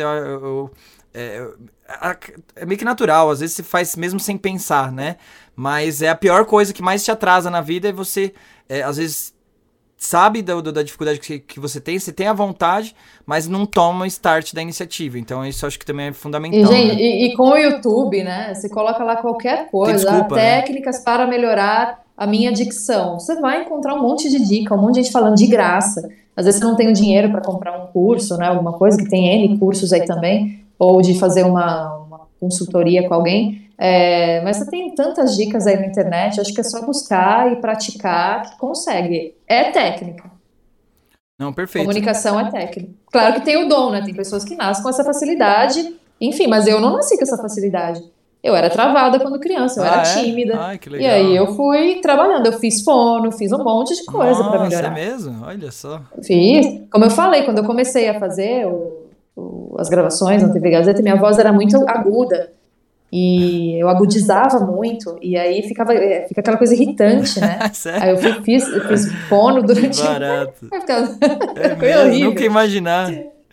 é meio que natural, às vezes se faz mesmo sem pensar, né? Mas é a pior coisa que mais te atrasa na vida, é você, às vezes, sabe da dificuldade que você tem a vontade, mas não toma o start da iniciativa. Então isso eu acho que também é fundamental. E, gente, né? e com o YouTube, né? Você coloca lá qualquer coisa, desculpa, né? técnicas para melhorar a minha dicção. Você vai encontrar um monte de dica, um monte de gente falando de graça. Às vezes você não tem o dinheiro para comprar um curso, né? Alguma coisa, que tem N cursos aí também, ou de fazer uma consultoria com alguém. Mas você tem tantas dicas aí na internet, acho que é só buscar e praticar que consegue. É técnica. Não, perfeito. Comunicação é técnica. Claro que tem o dom, né? Tem pessoas que nascem com essa facilidade, enfim, mas eu não nasci com essa facilidade. Eu era travada quando criança, eu era tímida. Ai, que legal. E aí eu fui trabalhando, eu fiz fono, fiz um monte de coisa para melhorar. Nossa, é mesmo? Olha só. Fiz. Como eu falei, quando eu comecei a fazer as gravações na TV Gazeta, minha voz era muito aguda. E eu agudizava muito, e aí fica aquela coisa irritante, né? Aí eu fiz fono durante... Barato. Foi mesmo, horrível. Nunca imaginar.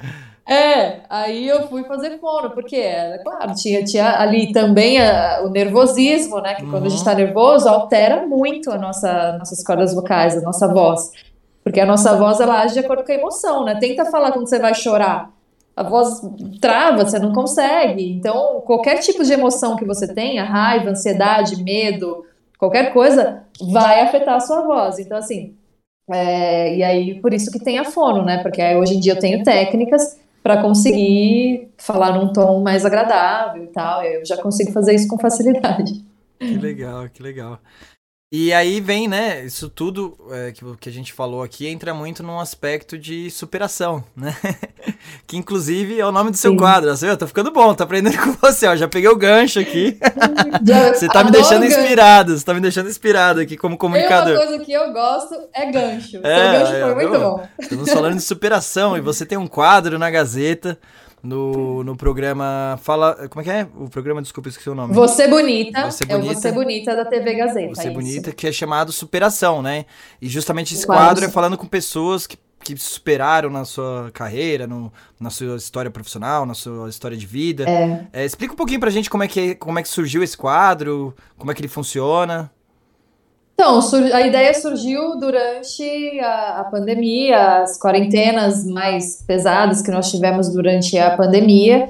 Aí eu fui fazer fono, porque claro, tinha ali também o nervosismo, né? Que quando a gente tá nervoso, altera muito nossas cordas vocais, a nossa voz. Porque a nossa voz, ela age de acordo com a emoção, né? Tenta falar quando você vai chorar. A voz trava, você não consegue. Então, qualquer tipo de emoção que você tenha, raiva, ansiedade, medo, qualquer coisa, vai afetar a sua voz. Então, assim, e aí por isso que tem a fono, né? Porque hoje em dia eu tenho técnicas para conseguir falar num tom mais agradável e tal. Eu já consigo fazer isso com facilidade. Que legal, que legal. E aí vem, né, isso tudo que a gente falou aqui entra muito num aspecto de superação, né? Que inclusive é o nome do seu quadro. Assim, eu tô ficando bom, tô aprendendo com você, ó. Já peguei o gancho aqui. Você tá me deixando inspirado, você tá me deixando inspirado aqui como comunicador. Uma coisa que eu gosto é gancho. Seu gancho foi muito bom. Estamos falando de superação e você tem um quadro na Gazeta. No programa como é que é? O programa, desculpa, esqueci o nome. Você Bonita. Você Bonita. É o Você Bonita da TV Gazeta. Você Bonita, que é chamado Superação, né? E justamente esse quadro é falando com pessoas que superaram na sua carreira, na sua história profissional, na sua história de vida. Explica um pouquinho pra gente como é que surgiu esse quadro, como é que ele funciona. Então, a ideia surgiu durante a pandemia, as quarentenas mais pesadas que nós tivemos durante a pandemia,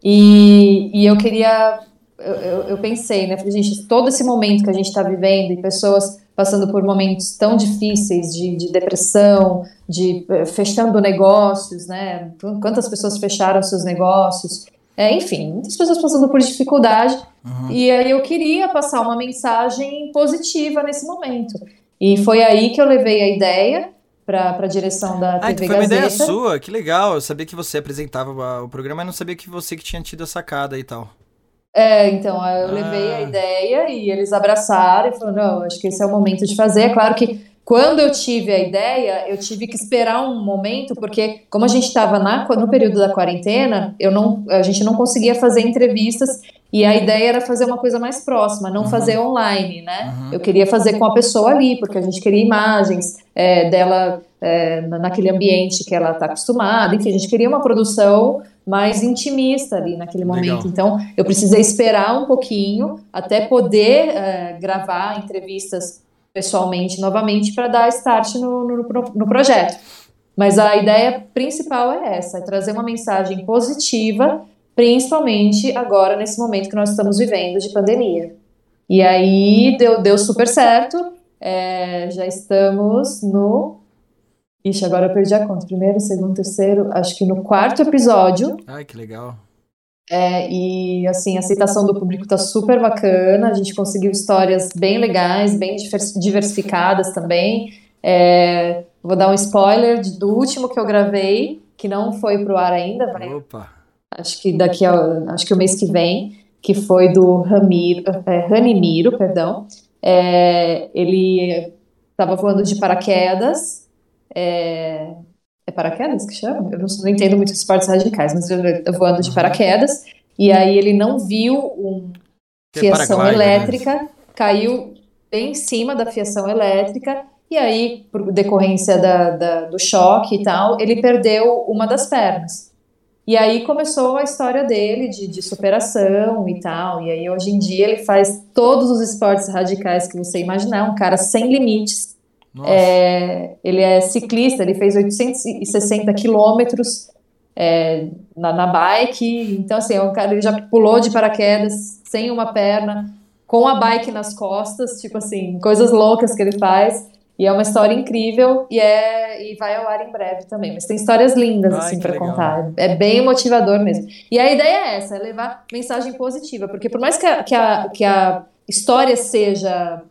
e eu queria, eu pensei, né, falei, gente, todo esse momento que a gente está vivendo, e pessoas passando por momentos tão difíceis de depressão, fechando negócios, né, quantas pessoas fecharam seus negócios, enfim, muitas pessoas passando por dificuldade. E aí eu queria passar uma mensagem positiva nesse momento. E foi aí que eu levei a ideia para a direção da TV Gazeta. Foi uma ideia sua, que legal. Eu sabia que você apresentava o programa, mas não sabia que você que tinha tido a sacada e tal. Então eu levei a ideia e eles abraçaram e falaram, não, acho que esse é o momento de fazer. É claro que quando eu tive a ideia, eu tive que esperar um momento, porque como a gente estava no período da quarentena, a gente não conseguia fazer entrevistas e a ideia era fazer uma coisa mais próxima, não fazer online, né? Eu queria fazer com a pessoa ali, porque a gente queria imagens dela naquele ambiente que ela está acostumada, enfim, a gente queria uma produção mais intimista ali naquele momento. Então, eu precisei esperar um pouquinho até poder gravar entrevistas pessoalmente novamente para dar start no projeto. Mas a ideia principal é essa, é trazer uma mensagem positiva, principalmente agora nesse momento que nós estamos vivendo de pandemia. E aí deu super certo, já estamos no... Ixi, agora eu perdi a conta, primeiro, segundo, terceiro, acho que no 4º episódio. Ai, que legal. E assim, a aceitação do público tá super bacana, a gente conseguiu histórias bem legais, bem diversificadas também. Vou dar um spoiler do último que eu gravei, que não foi pro ar ainda, Opa. acho que o mês que vem, que foi do Ranimiro, perdão. Ele estava voando de paraquedas. É, é paraquedas que chama? Eu não entendo muito de esportes radicais, mas ele tá voando de paraquedas. E aí ele não viu uma Que é fiação paraglider, né? elétrica, caiu bem em cima da fiação elétrica. E aí, por decorrência do choque e tal, ele perdeu uma das pernas. E aí começou a história dele de superação e tal. E aí hoje em dia ele faz todos os esportes radicais que você imaginar, é um cara sem limites. Nossa. Ele é ciclista, ele fez 860 quilômetros na bike. Então, assim, é um cara, ele já pulou de paraquedas sem uma perna, com a bike nas costas, tipo assim, coisas loucas que ele faz. E é uma história incrível e vai ao ar em breve também. Mas tem histórias lindas, Ai, assim, que para legal. contar. É bem motivador mesmo. E a ideia é essa, é levar mensagem positiva. Porque por mais que a história seja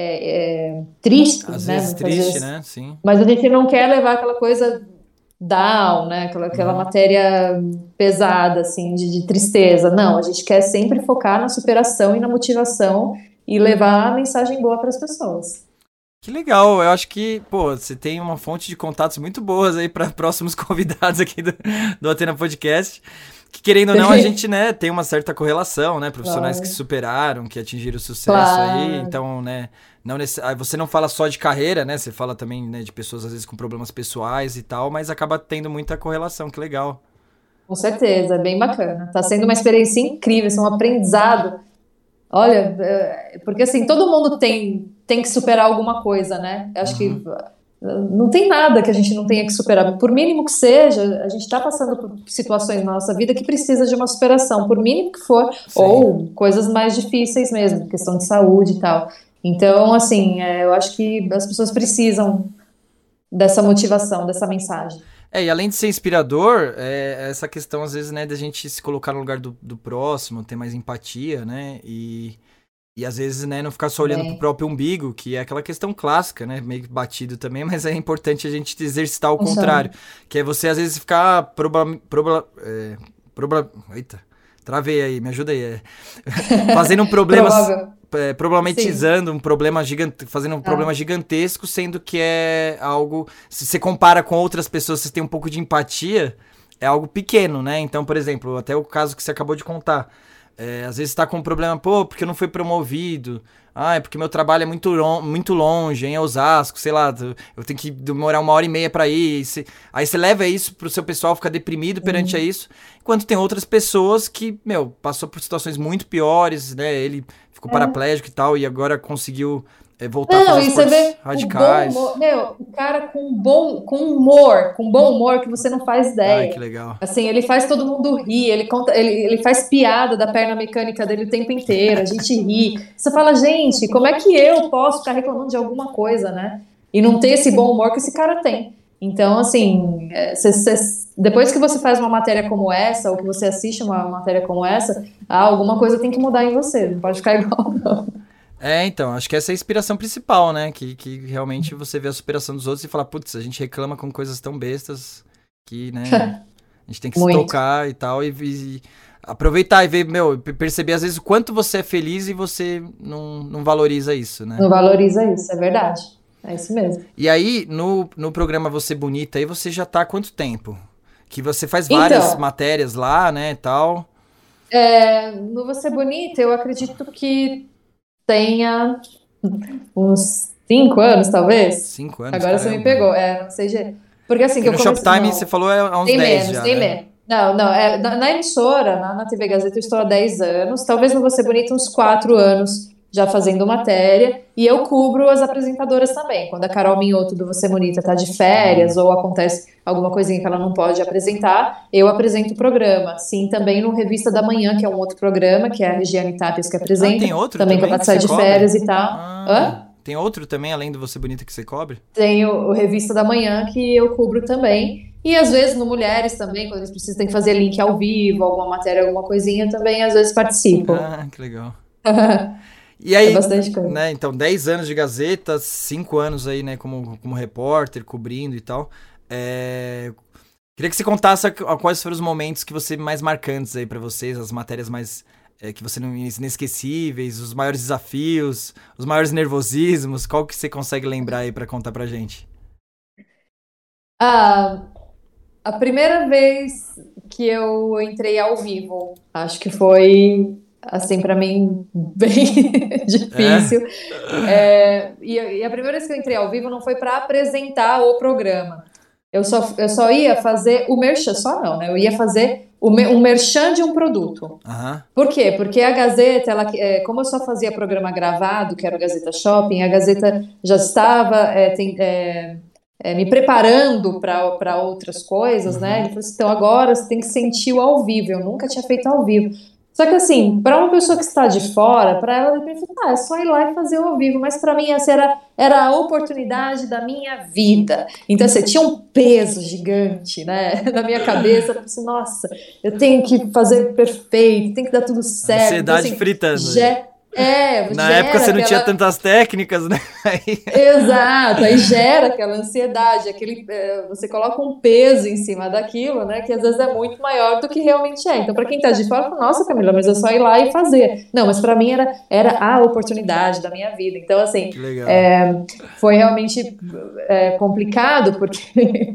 triste, Às né, vezes muitas triste, vezes, né? Sim. mas a gente não quer levar aquela coisa down, né, aquela matéria pesada, assim, de tristeza. Não, a gente quer sempre focar na superação e na motivação e levar a mensagem boa para as pessoas. Que legal, eu acho que, pô, você tem uma fonte de contatos muito boas aí para próximos convidados aqui do Athena Podcast. Que querendo ou não, a gente, né, tem uma certa correlação, né? Profissionais que se Claro, superaram, que atingiram sucesso aí. claro. Então, né, você não fala só de carreira, né? Você fala também, né, de pessoas às vezes com problemas pessoais e tal, mas acaba tendo muita correlação, que legal. Com certeza, é bem bacana. Está sendo uma experiência incrível, é um aprendizado. Olha, porque assim, todo mundo tem que superar alguma coisa, né? Eu acho que Uhum. não tem nada que a gente não tenha que superar. Por mínimo que seja, a gente está passando por situações na nossa vida que precisa de uma superação, por mínimo que for, Sim. ou coisas mais difíceis mesmo, questão de saúde e tal. Então, assim, eu acho que as pessoas precisam dessa motivação, dessa mensagem. E além de ser inspirador, essa questão, às vezes, né, da gente se colocar no lugar do próximo, ter mais empatia, né? E às vezes, né, não ficar só olhando pro Também, próprio umbigo, que é aquela questão clássica, né? Meio que batido também, mas é importante a gente exercitar o contrário. funciona. Que é você, às vezes, ficar eita, travei aí, me ajuda aí. Fazendo problemas. Provável. Sim. Problematizando um problema gigante, fazendo um problema Ah, gigantesco, sendo que é algo. Se você compara com outras pessoas, você tem um pouco de empatia, é algo pequeno, né? Então, por exemplo, até o caso que você acabou de contar. Às vezes tá com um problema, pô, porque eu não fui promovido. Ah, é porque meu trabalho é muito longe, em Osasco, sei lá, eu tenho que demorar 1 hora e meia pra ir. Aí você leva isso pro seu pessoal, fica deprimido perante a sim. isso. Enquanto tem outras pessoas que, meu, passou por situações muito piores, né? Ele ficou É. paraplégico e tal, e agora conseguiu voltar a fazer Não, e você esportes vê o bom radicais. humor, meu, o cara com bom humor que você não faz Ai, que ideia. legal. Assim, ele faz todo mundo rir, ele faz piada da perna mecânica dele o tempo inteiro, a gente ri. Você fala, gente, como é que eu posso ficar reclamando de alguma coisa, né? E não ter esse bom humor que esse cara tem. Então, assim, depois que você faz uma matéria como essa, ou que você assiste uma matéria como essa, alguma coisa tem que mudar em você, não pode ficar igual, não. Então, acho que essa é a inspiração principal, né? Que realmente você vê a superação dos outros e fala, putz, a gente reclama com coisas tão bestas que, né, a gente tem que se Muito. tocar e tal, e aproveitar e ver, meu, perceber às vezes o quanto você é feliz e você não valoriza isso, né? Não valoriza isso, é verdade. É isso mesmo. E aí, no programa Você Bonita, aí você já tá há quanto tempo? Que você faz várias Então, matérias lá, né, e tal. no Você Bonita, eu acredito que tenha uns 5 anos, talvez. 5 anos, Agora você me caramba. pegou. Não sei. Porque assim que Porque eu no comecei. Shoptime você Não, falou há uns tem 10 menos, já, tem né? menos. Não, não, na emissora, na TV Gazeta, eu estou há 10 anos. Talvez no Você Bonita, uns 4 anos já fazendo matéria. E eu cubro as apresentadoras também. Quando a Carol Minhoto do Você Bonita está de férias ou acontece alguma coisinha que ela não pode apresentar, eu apresento o programa. Sim, também no Revista da Manhã, que é um outro programa, que é a Regiane Tapias que Ah, apresenta, tem outro também também quando ela que sai você de cobre? férias e tal. Ah, Hã? tem outro também, além do Você Bonita, que você cobre? Tem o Revista da Manhã, que eu cubro também. E às vezes no Mulheres também, quando eles precisam, tem que fazer link ao vivo, alguma matéria, alguma coisinha, também às vezes participo. Ah, que legal. E É aí, bastante coisa. né, então, 10 anos de Gazeta, 5 anos aí, né, como repórter, cobrindo e tal. É, Queria que você contasse quais foram os momentos que você mais marcantes aí pra vocês, as matérias mais que você não inesquecíveis, os maiores desafios, os maiores nervosismos. Qual que você consegue lembrar aí pra contar pra gente? Ah, a primeira vez que eu entrei ao vivo, acho que foi, assim, para mim, bem É? difícil. E a primeira vez que eu entrei ao vivo não foi para apresentar o programa. Eu só ia fazer o merchan, só não, né? Eu ia fazer um merchan de um produto. Aham. Por quê? Porque a Gazeta, como eu só fazia programa gravado, que era o Gazeta Shopping, a Gazeta já estava me preparando para outras coisas, né? Ele Uhum. falou assim, então agora você tem que sentir o ao vivo. Eu nunca tinha feito ao vivo. Só que assim, para uma pessoa que está de fora, para ela, de repente, é só ir lá e fazer o ao vivo. Mas para mim, essa era a oportunidade da minha vida. Então, assim, tinha um peso gigante, né? Na minha cabeça. Eu falei assim, nossa, eu tenho que fazer perfeito, tem que dar tudo certo. Então, Ansiedade assim, fritando aí. já, Na época gera você não tinha aquela. tantas técnicas, né? Aí... Exato, aí gera aquela ansiedade, você coloca um peso em cima daquilo, né, que às vezes é muito maior do que realmente é. Então, para quem tá de fora, fala, nossa, Camila, mas é só ir lá e fazer. Não, mas para mim era a oportunidade da minha vida. Então, assim, Que legal. é, foi realmente complicado, porque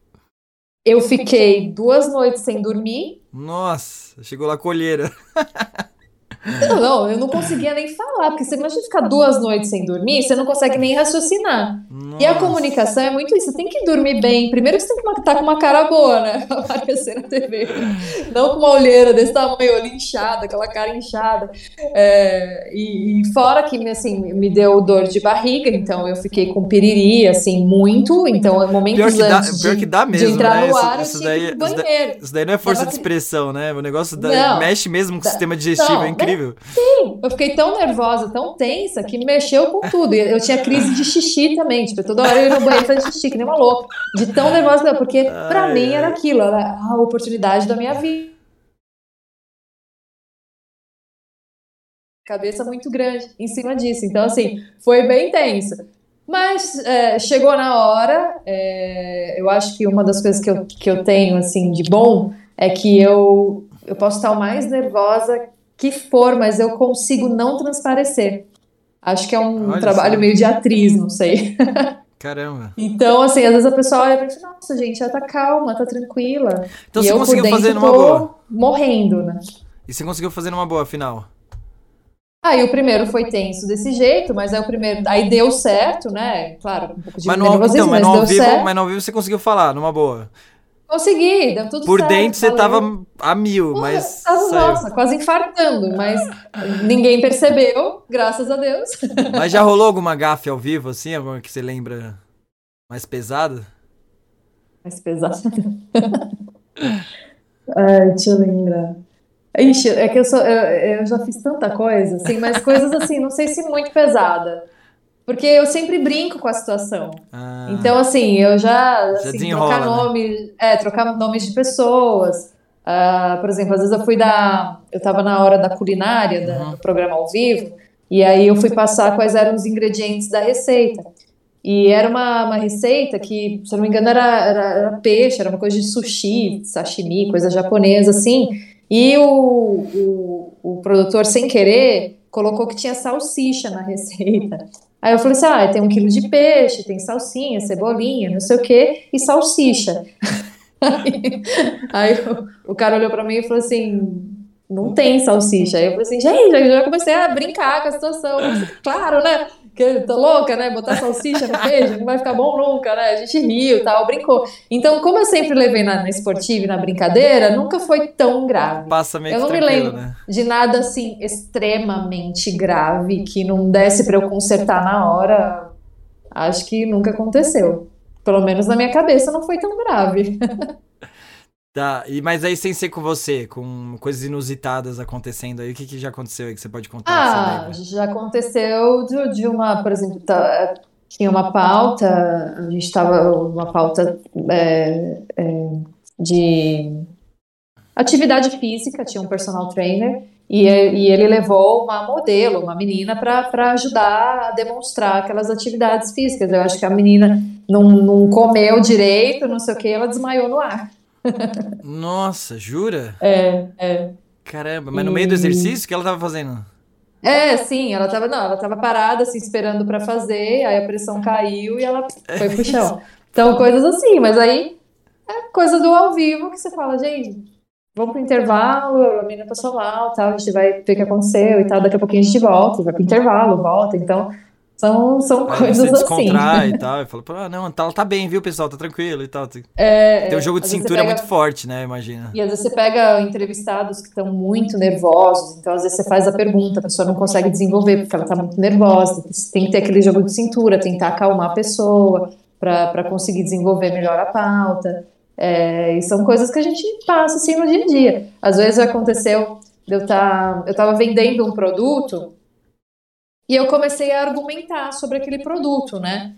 eu fiquei 2 noites sem dormir. Nossa, chegou lá a colheira. Não, eu não conseguia nem falar, porque você imagina ficar 2 noites sem dormir, você não consegue nem raciocinar. E a Nossa. comunicação é muito isso, você tem que dormir bem. Primeiro que você tem que estar com uma cara boa, né? Pra aparecer na TV. Não com uma olheira desse tamanho, olho inchada, aquela cara inchada. E fora que assim, me deu dor de barriga, então eu fiquei com piriri, assim, muito. Então, momentos antes Pior que dá de mesmo, entrar né? no ar, eu tinha que ir pro banheiro. Isso daí não é força Dava de aquele... expressão, né? O negócio Não, mexe mesmo com o sistema digestivo, é não, incrível. eu fiquei tão nervosa, tão tensa, que mexeu com tudo. E eu tinha crise de xixi também, tipo, toda hora eu ia no banheiro fazer xixi, que nem uma louca. De tão nervosa, porque pra Ai, mim era ai. aquilo, era a oportunidade da minha vida. Cabeça muito grande em cima disso. Então, assim, foi bem tenso. Mas chegou na hora, eu acho que uma das coisas que eu tenho, assim, de bom, é que eu posso estar o mais nervosa que for, mas eu consigo não transparecer. Acho que é um Olha trabalho só. meio de atriz, não sei. Caramba. Então, assim, às vezes a pessoa olha e fala, nossa, gente, ela tá calma, tá tranquila. Então E você eu por conseguiu fazer dentro numa boa. tô morrendo, né? E você conseguiu fazer numa boa, afinal. Aí o primeiro foi tenso desse jeito, mas aí o primeiro, aí deu certo, né? Claro, com um pouco de Então, nervosismo, mas deu mas certo. no ao vivo você conseguiu falar, numa boa. Consegui, deu tudo Por dentro certo, você tava valeu. a mil, mas Porra, tava, saiu. nossa, quase infartando, mas ninguém percebeu, graças a Deus. Mas já rolou alguma gafe ao vivo, assim? Alguma que você lembra mais pesada? Mas pesado. Ai, deixa eu lembrar. Ixi, é que eu já fiz tanta coisa, assim, mas coisas assim, não sei se muito pesada. Porque eu sempre brinco com a situação. Ah, Então, assim, eu já, já assim, trocar desenrola, né? nome, trocar nomes de pessoas. Por exemplo, às vezes eu tava na hora da culinária, Uhum. do programa ao vivo, e aí eu fui passar quais eram os ingredientes da receita. E era uma receita que, se eu não me engano, era peixe, era uma coisa de sushi, sashimi, coisa japonesa, assim. E o produtor, sem querer, colocou que tinha salsicha na receita. Aí eu falei assim: tem 1 quilo de peixe, tem salsinha, cebolinha, não sei o quê, e salsicha. Aí o cara olhou pra mim e falou assim: não tem salsicha. Aí eu falei assim: gente, eu já comecei a brincar com a situação. Eu falei assim, claro, né? Que eu tô louca, né? Botar salsicha no peixe não vai ficar bom nunca, né? A gente riu e tal, brincou. Então, como eu sempre levei na esportiva e na brincadeira, nunca foi tão grave. Passa meio Eu que não me tranquilo, lembro né? de nada assim extremamente grave que não desse pra eu consertar na hora. Acho que nunca aconteceu. Pelo menos na minha cabeça não foi tão grave. Tá, mas aí sem ser com você, com coisas inusitadas acontecendo aí, o que que já aconteceu aí que você pode contar que você lembra? Já aconteceu de uma, por exemplo, tinha uma pauta, a gente estava uma pauta de atividade física, tinha um personal trainer, e ele levou uma modelo, uma menina, para ajudar a demonstrar aquelas atividades físicas. Eu acho que a menina não comeu direito, não sei o que, ela desmaiou no ar. Nossa, jura? É. Caramba, mas no meio do E exercício, o que ela tava fazendo? sim, ela tava, não, ela tava parada, assim, esperando pra fazer, aí a pressão caiu e ela É foi pro mesmo? chão. Então, coisas assim, mas aí coisa do ao vivo que você fala, gente, vamos pro intervalo, a menina passou mal, tal, a gente vai ver o que aconteceu e tal, daqui a pouquinho a gente volta, vai pro intervalo, volta, então são Aí você coisas assim. descontrai e tal, e fala, pô, ah, não, ela tá bem, viu, pessoal, tá tranquilo e tal. Tem um jogo de Às vezes você cintura muito pega, forte, né, imagina. e às vezes você pega entrevistados que estão muito nervosos, então às vezes você faz a pergunta, a pessoa não consegue desenvolver porque ela tá muito nervosa, você tem que ter aquele jogo de cintura, tentar acalmar a pessoa para conseguir desenvolver melhor a pauta. E são coisas que a gente passa assim no dia a dia. Às vezes aconteceu eu estava vendendo um produto e eu comecei a argumentar sobre aquele produto, né?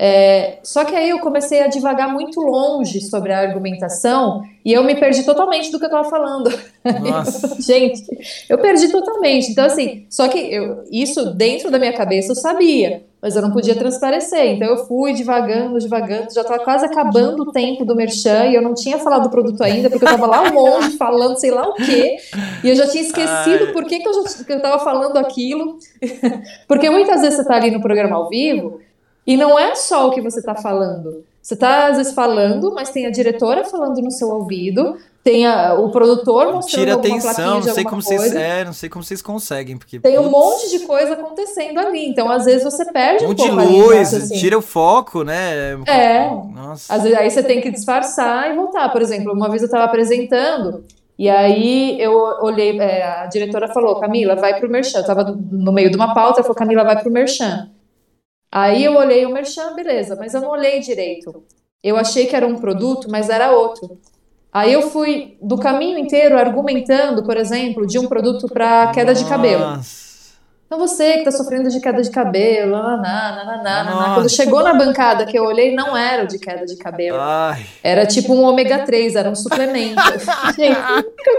Só que aí eu comecei a divagar muito longe sobre a argumentação e eu me perdi totalmente do que eu estava falando. Nossa. Gente, eu perdi totalmente. Então, assim, só que isso dentro da minha cabeça eu sabia, mas eu não podia transparecer. Então, eu fui divagando, divagando, já estava quase acabando o tempo do merchan e eu não tinha falado do produto ainda, porque eu estava lá longe falando sei lá o quê, e eu já tinha esquecido Ai, por que que eu estava falando aquilo. Porque muitas vezes você está ali no programa ao vivo. E não é só o que você está falando. Você está, às vezes, falando, mas tem a diretora falando no seu ouvido, tem o produtor mostrando tira alguma atenção, plaquinha não de sei alguma como vocês, coisa, não sei como vocês conseguem, porque, tem um monte de putz, coisa acontecendo ali. Então, às vezes, você perde um monte de pouco a linha de luz, raciocínio. tira o foco, né? É, às Nossa. vezes aí você tem que disfarçar e voltar. Por exemplo, uma vez eu estava apresentando, e aí eu olhei, a diretora falou, Camila, vai pro Merchan. Eu estava no meio de uma pauta, ela falou, Camila, vai pro Merchan. Aí eu olhei o merchan, beleza, mas eu não olhei direito. Eu achei que era um produto, mas era outro. Aí eu fui do caminho inteiro argumentando, por exemplo, de um produto para queda de cabelo. Nossa. Então você que está sofrendo de queda de cabelo, nananá, nananá, nananá. Quando Nossa. chegou na bancada que eu olhei, não era o de queda de cabelo. Ai. Era tipo um ômega 3, era um suplemento. Eu falei, gente,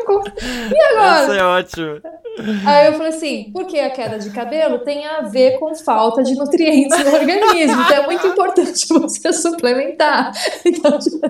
e Essa é agora? ótima. Aí eu falei assim, porque a queda de cabelo tem a ver com falta de nutrientes no organismo, então é muito importante você suplementar. Então, tipo,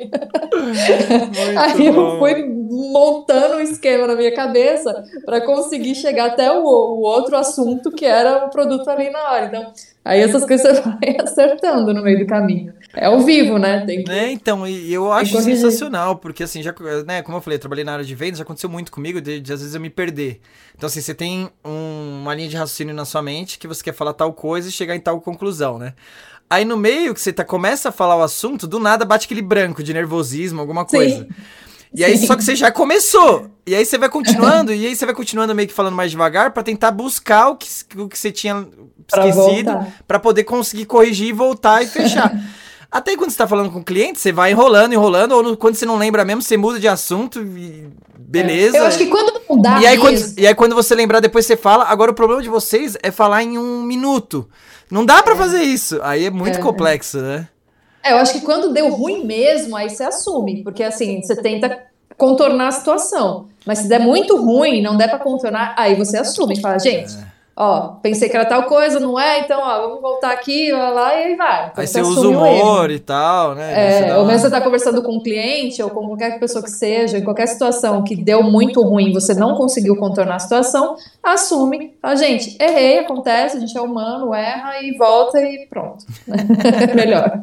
Muito aí eu bom. fui montando um esquema na minha cabeça para conseguir chegar até o outro assunto que era o produto ali na hora. Então, aí essas coisas você vai acertando no meio do caminho. É ao vivo, né? Né, então, e eu Tem que acho corrigir. sensacional, porque assim, já, né, como eu falei, eu trabalhei na área de vendas, já aconteceu muito comigo de às vezes eu me perder. Então, assim, você tem uma linha de raciocínio na sua mente que você quer falar tal coisa e chegar em tal conclusão, né? Aí no meio que você começa a falar o assunto, do nada bate aquele branco de nervosismo, alguma coisa. Sim, E aí, só que sim, você já começou. E aí você vai continuando, e aí você vai continuando meio que falando mais devagar pra tentar buscar o que você tinha para esquecido voltar. pra poder conseguir corrigir e voltar e fechar. Até aí, quando você tá falando com o cliente, você vai enrolando, enrolando, ou quando você não lembra mesmo, você muda de assunto e Eu acho beleza. que quando não dá E mesmo, aí quando você lembrar, depois você fala. Agora o problema de vocês é falar em 1 minuto. Não dá pra fazer isso. Aí é muito complexo, né? eu acho que quando deu ruim mesmo, aí você assume, porque assim, você tenta contornar a situação. Mas se der muito ruim, não der para contornar, aí você assume, fala, gente, ó, pensei que era tal coisa, não é? Então, ó, vamos voltar aqui, lá e aí vai. Então Aí você você usa assume o erro. humor e tal, né? Daí você dá Ou mesmo você uma. está conversando com um cliente ou com qualquer pessoa que seja, em qualquer situação que deu muito ruim, você não conseguiu contornar a situação, assume, fala, gente, errei, acontece, a gente é humano, erra e volta e pronto. Melhor.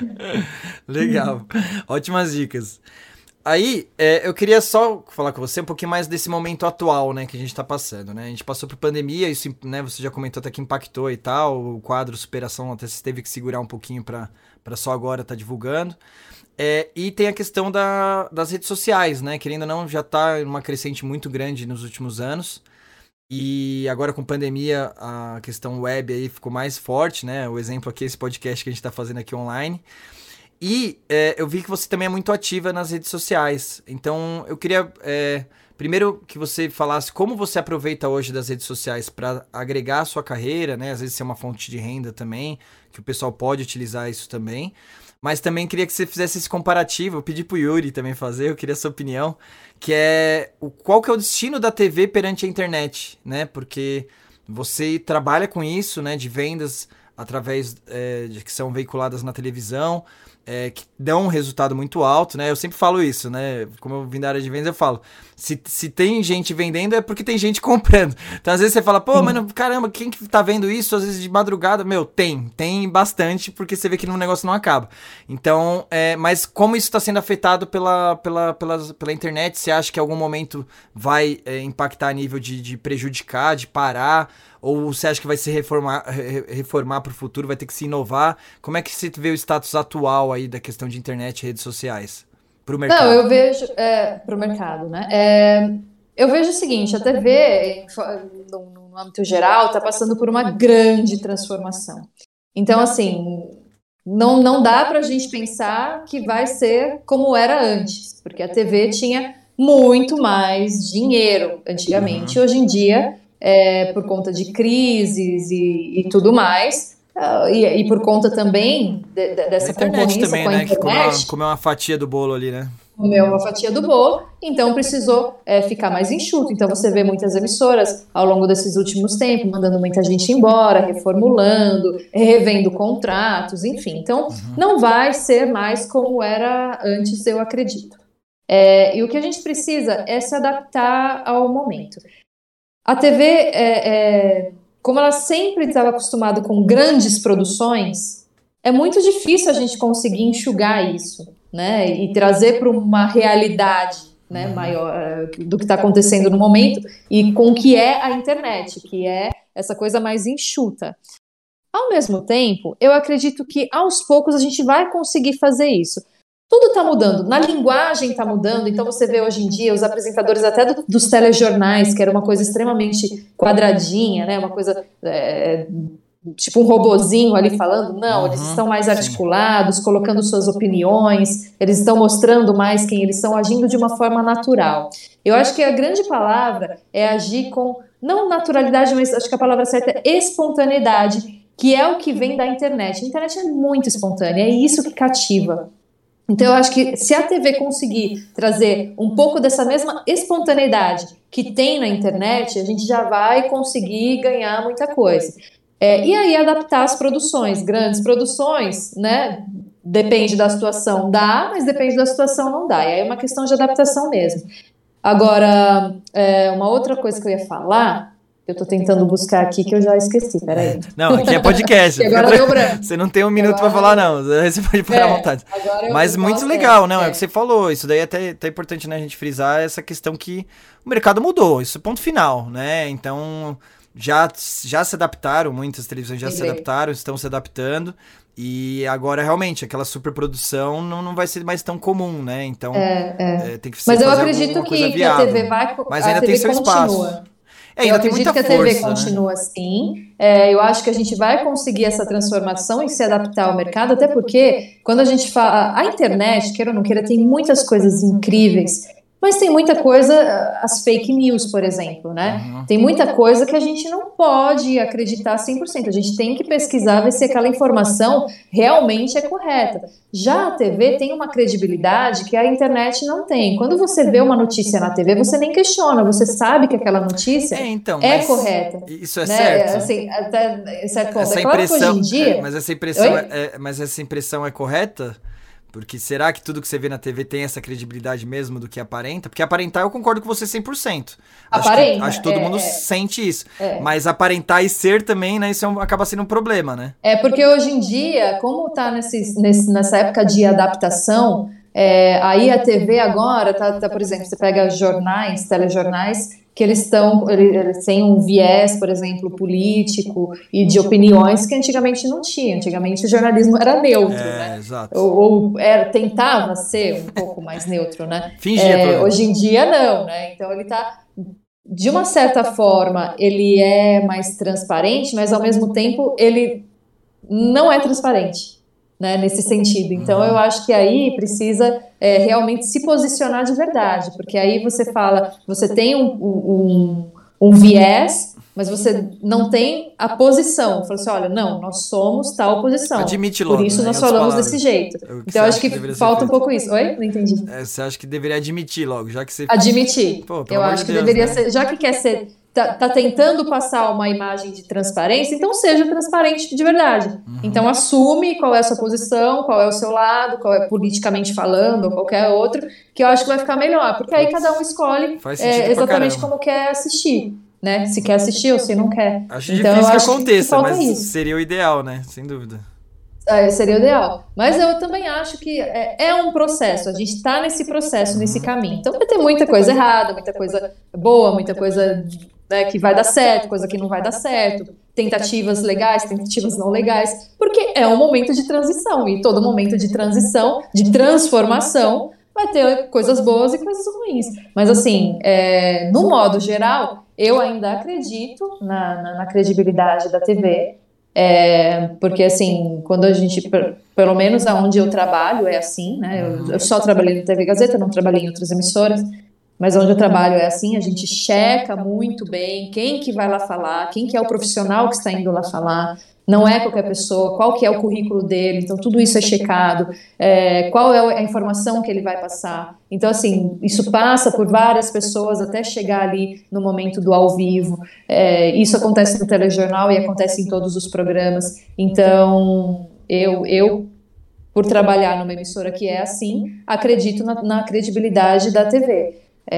Legal. Ótimas dicas. Aí, eu queria só falar com você um pouquinho mais desse momento atual, né, que a gente tá passando, né? A gente passou por pandemia, isso, né, você já comentou até que impactou e tal, o quadro Superação até você teve que segurar um pouquinho pra só agora tá divulgando. E tem a questão das redes sociais, né? Querendo ou não, já tá em uma crescente muito grande nos últimos anos. E agora com pandemia, a questão web aí ficou mais forte, né? O exemplo aqui é esse podcast que a gente tá fazendo aqui online. E eu vi que você também é muito ativa nas redes sociais. Então, eu queria primeiro que você falasse como você aproveita hoje das redes sociais para agregar a sua carreira, né? Às vezes ser uma fonte de renda também, que o pessoal pode utilizar isso também. Mas também queria que você fizesse esse comparativo. Eu pedi pro Yuri também fazer, eu queria a sua opinião, que é qual que é o destino da TV perante a internet, né? Porque você trabalha com isso, né? De vendas através de que são veiculadas na televisão, que dão um resultado muito alto, né? Eu sempre falo isso, né? Como eu vim da área de vendas, eu falo, se tem gente vendendo é porque tem gente comprando. Então, às vezes você fala, pô, mas caramba, quem que tá vendo isso? Às vezes de madrugada, meu, tem bastante, porque você vê que o negócio não acaba. Então, mas como isso está sendo afetado pela internet, você acha que em algum momento vai impactar a nível de prejudicar, de parar? Ou você acha que vai se reformar para o futuro, vai ter que se inovar? Como é que você vê o status atual aí da questão de internet e redes sociais para o mercado? Não, eu vejo para o mercado, né? Eu vejo o seguinte, a TV, no âmbito geral, está passando por uma grande transformação. Então, assim, não dá para a gente pensar que vai ser como era antes, porque a TV tinha muito mais dinheiro antigamente. Hoje em dia, por conta de crises e tudo mais, e por conta também dessa concorrência também, com a né? internet, Que comeu uma fatia do bolo ali, né? comeu uma fatia do bolo, então precisou ficar mais enxuto. Então você vê muitas emissoras ao longo desses últimos tempos, mandando muita gente embora, reformulando, revendo contratos, enfim. Então não vai ser mais como era antes, eu acredito. E o que a gente precisa é se adaptar ao momento. A TV, como ela sempre estava acostumada com grandes produções, é muito difícil a gente conseguir enxugar isso, né? E trazer para uma realidade, né, maior do que está acontecendo no momento e com o que é a internet, que é essa coisa mais enxuta. Ao mesmo tempo, eu acredito que aos poucos a gente vai conseguir fazer isso. Tudo está mudando, na linguagem está mudando, então você vê hoje em dia os apresentadores até dos telejornais, que era uma coisa extremamente quadradinha, né? Uma coisa tipo um robozinho ali falando, não, eles estão mais articulados, colocando suas opiniões, eles estão mostrando mais quem eles são, agindo de uma forma natural. Eu acho que a grande palavra é agir com, não naturalidade, mas acho que a palavra certa é espontaneidade, que é o que vem da internet. A internet é muito espontânea, é isso que cativa. Então eu acho que se a TV conseguir trazer um pouco dessa mesma espontaneidade que tem na internet, a gente já vai conseguir ganhar muita coisa. E aí adaptar as produções, grandes produções, né? Depende da situação, dá, mas depende da situação, não dá. E aí é uma questão de adaptação mesmo. Agora, uma outra coisa que eu ia falar, eu tô tentando buscar aqui que eu já esqueci, peraí. Não, aqui é podcast. Agora deu branco. Você não tem um minuto pra falar, não. Você pode parar à vontade. Mas muito legal, não? É o que você falou. Isso daí é até importante, né, a gente frisar essa questão que o mercado mudou. Isso é ponto final, né? Então, já se adaptaram, muitas televisões já se adaptaram, estão se adaptando. E agora, realmente, aquela superprodução não vai ser mais tão comum, né? Então, tem que ser. Mas eu acredito que a TV vai... Mas ainda tem seu espaço. Eu acredito que a TV continua assim. Eu acho que a gente vai conseguir essa transformação e se adaptar ao mercado, até porque quando a gente fala... A internet, queira ou não queira, tem muitas coisas incríveis, mas tem muita coisa, as fake news, por exemplo, né? Tem muita coisa que a gente não pode acreditar 100%. A gente tem que pesquisar, ver se aquela informação realmente é correta. Já a TV tem uma credibilidade que a internet não tem. Quando você vê uma notícia na TV, você nem questiona, você sabe que aquela notícia é correta. Isso é certo? Assim, até certo ponto. Essa claro que hoje em dia... Mas essa impressão é correta? Porque será que tudo que você vê na TV tem essa credibilidade mesmo do que aparenta? Porque aparentar eu concordo com você 100%. Acho que todo mundo sente isso. Mas aparentar e ser também, né? Isso acaba sendo um problema, né? Porque hoje em dia, como tá nessa época de adaptação, aí a TV agora tá, por exemplo, você pega jornais, telejornais, que eles têm um viés, por exemplo, político e de opiniões que antigamente não tinha. Antigamente o jornalismo era neutro, né? Exato. Ou tentava ser um pouco mais neutro, né? Fingia. Hoje em dia não, né? Então ele tá, de uma certa forma, ele é mais transparente, mas ao mesmo tempo ele não é transparente, né, nesse sentido. Então eu acho que aí precisa realmente se posicionar de verdade, porque aí você fala, você tem um viés, mas você não tem a posição. Fala assim, olha, não, nós somos tal posição. Admite logo, por isso, né, nós falamos desse jeito. Então eu acho que falta um pouco isso. Oi? Não entendi. Você acha que deveria admitir logo, já que você... Admitir. Pô, eu acho que deveria ser, já que quer ser tá tentando passar uma imagem de transparência, então seja transparente de verdade. Então assume qual é a sua posição, qual é o seu lado, qual é politicamente falando, ou qualquer outro, que eu acho que vai ficar melhor, porque aí cada um escolhe exatamente como quer assistir, né? Se quer assistir ou se não quer. Acho então, difícil que aconteça, mas isso seria o ideal, né? Sem dúvida. Seria o ideal. Mas eu também acho que é um processo, a gente está nesse processo, nesse caminho. Então vai ter muita coisa errada, muita coisa boa, muita coisa, né, que vai dar certo, coisa que não vai dar certo, tentativas legais, tentativas não legais, porque é um momento de transição, e todo momento de transição, de transformação, vai ter coisas boas e coisas ruins. Mas assim, no modo geral, eu ainda acredito na credibilidade da TV, porque assim, quando a gente, pelo menos aonde eu trabalho é assim, né? Eu só trabalhei na TV Gazeta, não trabalhei em outras emissoras, mas onde eu trabalho é assim, a gente checa muito bem quem que vai lá falar, quem que é o profissional que está indo lá falar, não é qualquer pessoa, qual que é o currículo dele, então tudo isso é checado, qual é a informação que ele vai passar. Então, assim, isso passa por várias pessoas até chegar ali no momento do ao vivo. Isso acontece no telejornal e acontece em todos os programas. Então, eu por trabalhar numa emissora que é assim, acredito na credibilidade da TV.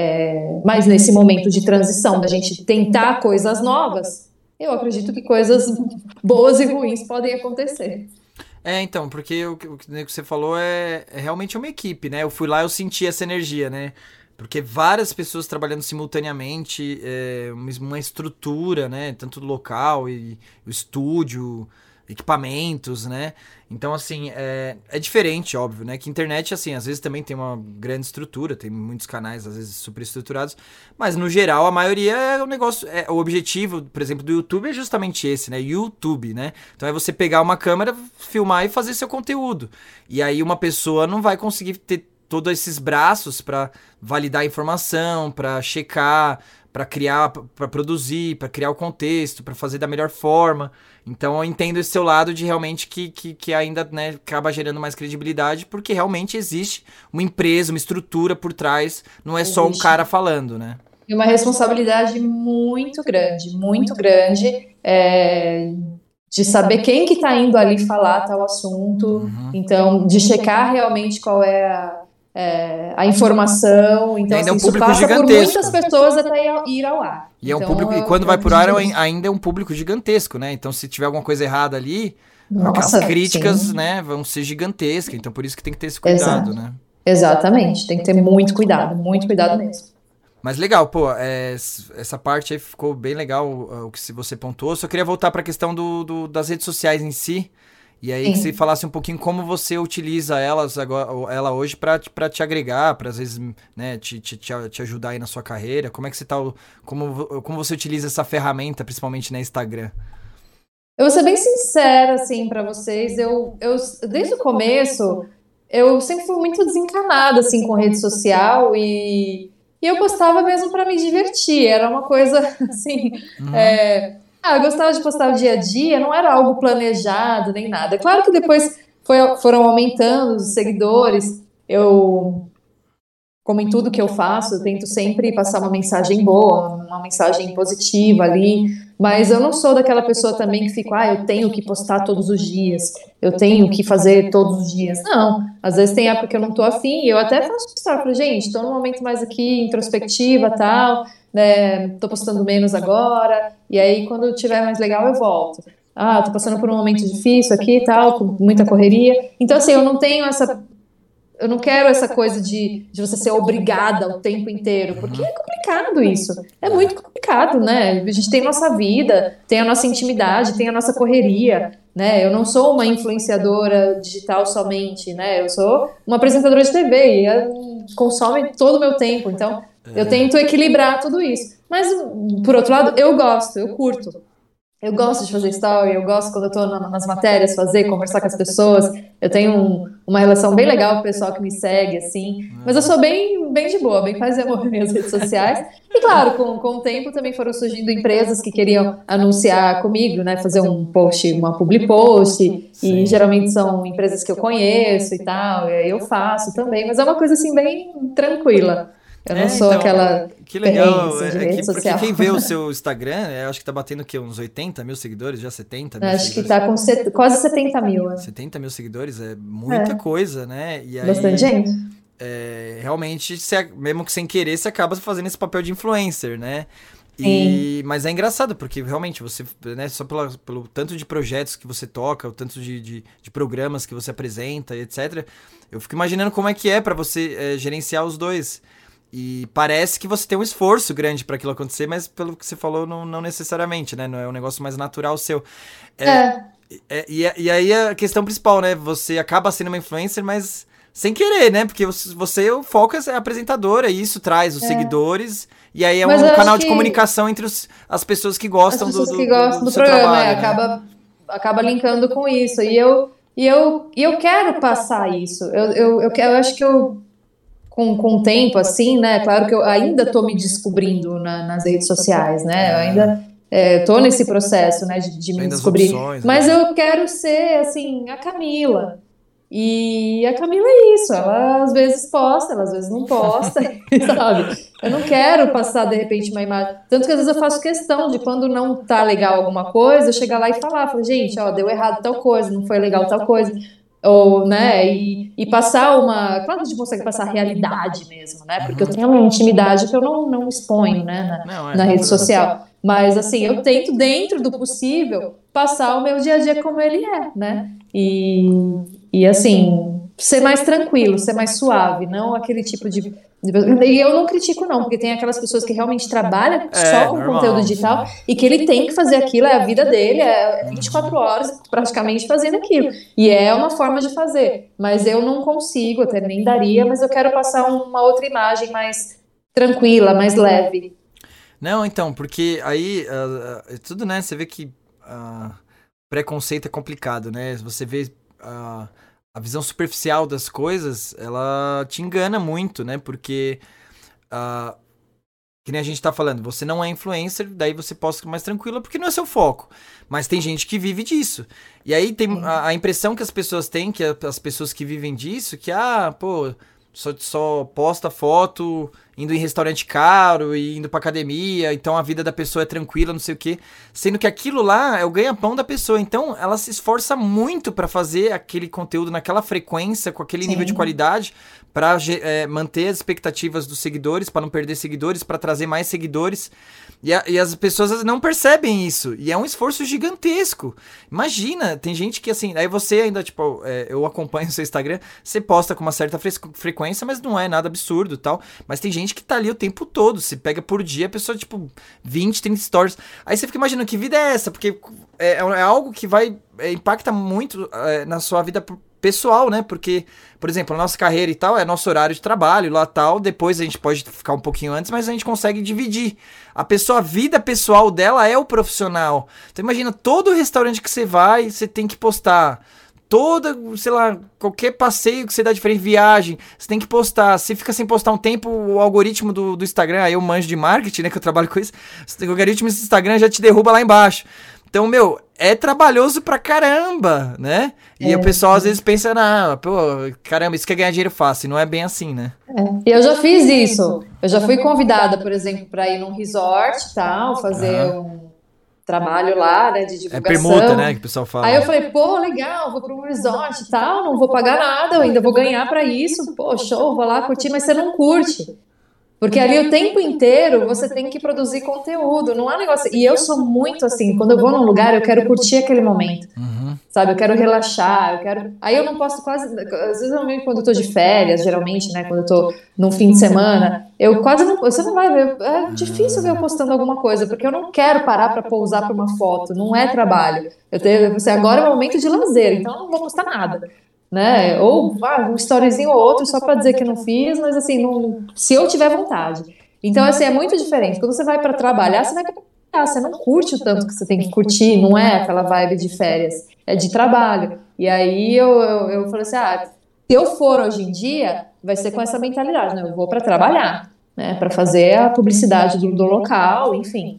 Mas nesse momento de transição, da gente tentar coisas novas, eu acredito que coisas boas e ruins podem acontecer. Então, porque o que você falou é realmente uma equipe, né? Eu fui lá e eu senti essa energia, né? Porque várias pessoas trabalhando simultaneamente, uma estrutura, né? Tanto do local e o estúdio, equipamentos, né? Então, assim, é diferente, óbvio, né? Que internet, assim, às vezes também tem uma grande estrutura, tem muitos canais, às vezes, super estruturados, mas, no geral, a maioria é o negócio... o objetivo, por exemplo, do YouTube é justamente esse, né? YouTube, né? Então, é você pegar uma câmera, filmar e fazer seu conteúdo. E aí, uma pessoa não vai conseguir ter todos esses braços para validar a informação, para checar, para criar, para produzir, para criar o contexto, para fazer da melhor forma. Então eu entendo esse seu lado de realmente que ainda, né, acaba gerando mais credibilidade, porque realmente existe uma empresa, uma estrutura por trás, não é só um cara falando, né? É uma responsabilidade muito grande, de saber quem que está indo ali falar tal assunto, então de checar realmente qual é a informação, então assim, isso passa gigantesco por muitas pessoas até ir ao ar. E é um público, e quando vai pro ar ainda é um público gigantesco, né? Então se tiver alguma coisa errada ali, as críticas, né, vão ser gigantescas, então por isso que tem que ter esse cuidado, né? Exatamente, tem que ter muito cuidado mesmo. Mas legal, pô, essa parte aí ficou bem legal, o que você pontuou. Só queria voltar para a questão das redes sociais em si. E aí que você falasse um pouquinho como você utiliza ela hoje para te agregar, para às vezes, né, te ajudar aí na sua carreira. Como é que você tá, como você utiliza essa ferramenta, principalmente no Instagram? Eu vou ser bem sincera, assim, para vocês. Eu desde o começo, eu sempre fui muito desencanada, assim, com rede social e eu postava mesmo para me divertir. Era uma coisa, assim... eu gostava de postar o dia a dia, não era algo planejado nem nada. Claro que depois foram aumentando os seguidores. Como em tudo que eu faço, eu tento sempre passar uma mensagem boa, uma mensagem positiva ali. Mas eu não sou daquela pessoa também que fica, eu tenho que postar todos os dias, eu tenho que fazer todos os dias. Não, às vezes tem época que eu não tô afim, eu até faço story, falo, gente, tô num momento mais aqui, introspectiva e tal, né, tô postando menos agora, e aí quando tiver mais legal eu volto. Tô passando por um momento difícil aqui e tal, com muita correria. Então assim, eu não tenho eu não quero essa coisa de você ser obrigada o tempo inteiro, porque é complicado isso. É muito complicado, né? A gente tem nossa vida, tem a nossa intimidade, tem a nossa correria, né? Eu não sou uma influenciadora digital somente, né? Eu sou uma apresentadora de TV e consome todo o meu tempo. Então, eu tento equilibrar tudo isso. Mas, por outro lado, eu gosto, eu curto. Eu gosto de fazer story, eu gosto quando eu tô nas matérias, conversar com as pessoas. Eu tenho uma relação bem legal com o pessoal que me segue, assim. Mas eu sou bem de boa, bem paz e amor nas minhas redes sociais. E claro, com o tempo também foram surgindo empresas que queriam anunciar comigo, né? Fazer um post, uma public post. E geralmente são empresas que eu conheço e tal. E aí eu faço também. Mas é uma coisa assim bem tranquila. Eu não sou aquela que legal, de que rede porque social. quem vê o seu Instagram, eu acho que tá batendo o quê? Uns 80 mil seguidores, já 70 mil Acho que seguidores? tá com quase 70 mil. 70 mil seguidores é muita coisa, né? E Bastante aí, gente. realmente, mesmo que sem querer, você acaba fazendo esse papel de influencer, né? Sim. Mas é engraçado, porque realmente você, né, só pelo tanto de projetos que você toca, o tanto de programas que você apresenta, etc. Eu fico imaginando como é que é pra você gerenciar os dois. E parece que você tem um esforço grande pra aquilo acontecer, mas pelo que você falou, não necessariamente, né? Não é um negócio mais natural seu. E aí a questão principal, né? Você acaba sendo uma influencer, mas sem querer, né? Porque o foco é apresentadora, e isso traz os seguidores, e aí é Mas um eu acho canal de que comunicação entre as pessoas que as gostam pessoas que gostam do do seu programa, trabalho, né? acaba linkando com isso. E eu quero passar isso. Eu acho que com o tempo, assim, né? Claro que eu ainda estou me descobrindo nas redes sociais, né? Eu ainda estou nesse processo, né, de me Além das descobrir. opções, Mas né? eu quero ser, assim, a Camila. E a Camila é isso, ela às vezes posta, ela às vezes não posta, sabe? Eu não quero passar de repente uma imagem. Tanto que às vezes eu faço questão de quando não tá legal alguma coisa, eu chegar lá e falar, gente, ó, deu errado tal coisa, não foi legal tal coisa. Ou, né, e passar uma. Claro que a gente consegue passar a realidade mesmo, né? Porque eu tenho uma intimidade que eu não exponho, né, Não, na rede natural. social. Mas, assim, eu tento, dentro do possível, passar o meu dia a dia como ele é, né? E assim, ser mais tranquilo, ser mais suave, não aquele tipo de. E eu não critico, não, porque tem aquelas pessoas que realmente trabalham só com conteúdo Normal, digital sim. e que ele tem que fazer aquilo, é a vida dele, é 24 horas praticamente fazendo aquilo. E é uma forma de fazer, mas eu não consigo, até nem daria, mas eu quero passar uma outra imagem mais tranquila, mais leve. Não, então, porque aí, tudo, né, você vê que preconceito é complicado, né? Você vê a visão superficial das coisas, ela te engana muito, né? Porque, ah, que nem a gente tá falando, você não é influencer, daí você posta mais tranquila porque não é seu foco. Mas tem gente que vive disso. E aí tem a impressão que as pessoas têm, que as pessoas que vivem disso, que, pô, só posta foto indo em restaurante caro e indo pra academia, então a vida da pessoa é tranquila, não sei o quê. Sendo que aquilo lá é o ganha-pão da pessoa. Então ela se esforça muito pra fazer aquele conteúdo naquela frequência, com aquele nível de Sim. qualidade, pra manter as expectativas dos seguidores, pra não perder seguidores, pra trazer mais seguidores. E as pessoas não percebem isso. E é um esforço gigantesco. Imagina, tem gente que assim. Aí você ainda, tipo, eu acompanho o seu Instagram, você posta com uma certa frequência, mas não é nada absurdo e tal. Mas tem gente que tá ali o tempo todo. Se pega por dia, a pessoa, tipo, 20, 30 stories. Aí você fica imaginando que vida é essa? Porque é algo que vai. Impacta muito na sua vida pessoal, né? Porque, por exemplo, a nossa carreira e tal é nosso horário de trabalho lá tal. Depois a gente pode ficar um pouquinho antes, mas a gente consegue dividir. A pessoa, a vida pessoal dela é o profissional. Então imagina, todo restaurante que você vai, você tem que postar. Toda, sei lá, qualquer passeio que você dá diferente, viagem, você tem que postar. Se fica sem postar um tempo, o algoritmo do Instagram, aí eu manjo de marketing, né, que eu trabalho com isso, o algoritmo do Instagram já te derruba lá embaixo. Então, meu, é trabalhoso pra caramba, né? E o pessoal às vezes pensa, pô, caramba, isso quer ganhar dinheiro fácil. E não é bem assim, né? E eu já fiz isso. Eu já fui convidada, por exemplo, para ir num resort e tal, fazer um trabalho lá, né, de É permuta, divulgação. né, que o pessoal Aí fala. eu falei, pô, legal, vou para um resort e tal, não vou pagar nada, eu ainda vou ganhar para isso. Pô, show, vou lá curtir, mas você não curte. Porque ali o tempo inteiro você tem que produzir conteúdo, não há negócio. E eu sou muito assim, quando eu vou num lugar, eu quero curtir aquele momento. Uhum. Sabe, eu quero relaxar, eu quero. Aí eu não posso quase. Às vezes, normalmente, quando eu tô de férias, geralmente, né? Quando eu tô num fim de semana, eu quase não. Você não vai ver. É difícil ver eu postando alguma coisa, porque eu não quero parar para pousar para uma foto, não é trabalho. Agora é o momento de lazer, então eu não vou postar nada. Né? Ou um storyzinho ou outro só para dizer que não fiz, mas assim, se eu tiver vontade. Então, assim, é muito diferente. Quando você vai para trabalhar, você vai para trabalhar, você não curte o tanto que você tem que curtir, não é aquela vibe de férias, é de trabalho. E aí eu falei assim: se eu for hoje em dia, vai ser com essa mentalidade, né? Eu vou para trabalhar, né? Para fazer a publicidade do local, enfim.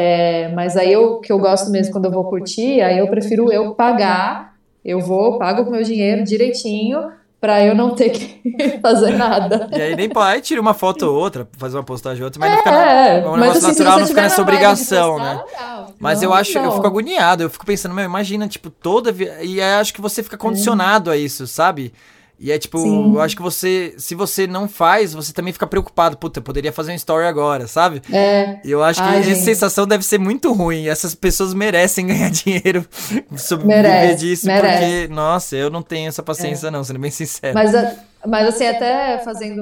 Mas aí o que eu gosto mesmo quando eu vou curtir, aí eu prefiro eu pagar. Eu vou, pago com meu dinheiro direitinho para eu não ter que fazer nada. E aí nem pode, tira uma foto ou outra, faz uma postagem ou outra, mas não fica um Mas negócio assim, natural, não fica nessa obrigação, postar, né? legal. Mas Não, eu fico não. agoniado, eu fico pensando, meu, imagina, tipo, e aí acho que você fica condicionado a isso, sabe? E é tipo, eu acho Sim, que se você não faz, você também fica preocupado, puta, eu poderia fazer um story agora, sabe? é. E eu acho que Ai, essa gente, sensação deve ser muito ruim. Essas pessoas merecem ganhar dinheiro, viver merece, disso, merece. porque, nossa, eu não tenho essa paciência não, sendo bem sincero. Mas assim, até fazendo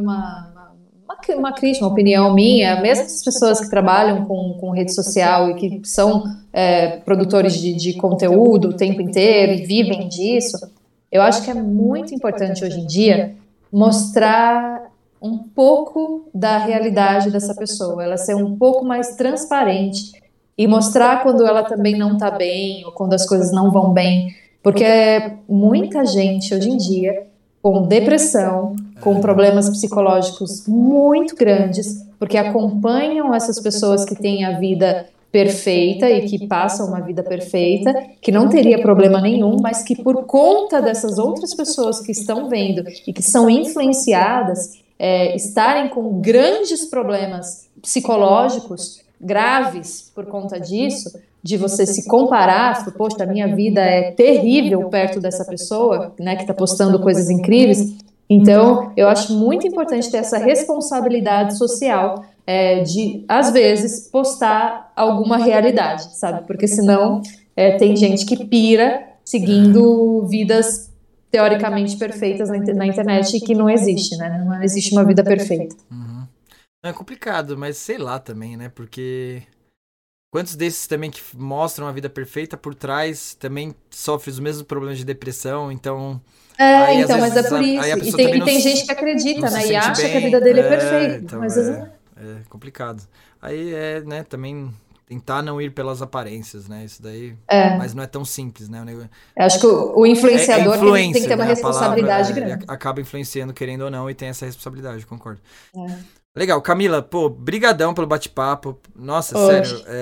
uma crítica, uma opinião minha, mesmo as pessoas que trabalham com rede social e que são produtores de conteúdo o tempo inteiro e vivem disso, eu acho que é muito importante hoje em dia mostrar um pouco da realidade dessa pessoa, ela ser um pouco mais transparente e mostrar quando ela também não está bem ou quando as coisas não vão bem, porque muita gente hoje em dia com depressão, com problemas psicológicos muito grandes, porque acompanham essas pessoas que têm a vida perfeita e que passam uma vida perfeita, que não teria problema nenhum, mas que por conta dessas outras pessoas que estão vendo e que são influenciadas, estarem com grandes problemas psicológicos graves por conta disso, de você se comparar, poxa, a minha vida é terrível perto dessa pessoa, né, que está postando coisas incríveis. Então, eu acho muito importante ter essa responsabilidade social de, às vezes, postar alguma realidade, sabe? Porque senão tem gente que pira seguindo vidas teoricamente perfeitas na internet e que não existe, né? Não existe uma vida perfeita. Uhum. É complicado, mas sei lá também, né? Porque quantos desses também que mostram a vida perfeita por trás também sofrem os mesmos problemas de depressão, então aí às Então, mas é vezes por aí a isso. pessoa também E tem gente que não acredita, se né? E sente acha que a bem, vida dele é perfeita. então Mas é complicado. Aí né, também tentar não ir pelas aparências, né? Isso daí, mas não é tão simples, né? acho que o É influenciador tem que ter influencer, uma né? A palavra responsabilidade ele grande. acaba influenciando querendo ou não e tem essa responsabilidade, concordo. Legal, Camila, pô, brigadão pelo bate-papo. Nossa, sério, Oxe.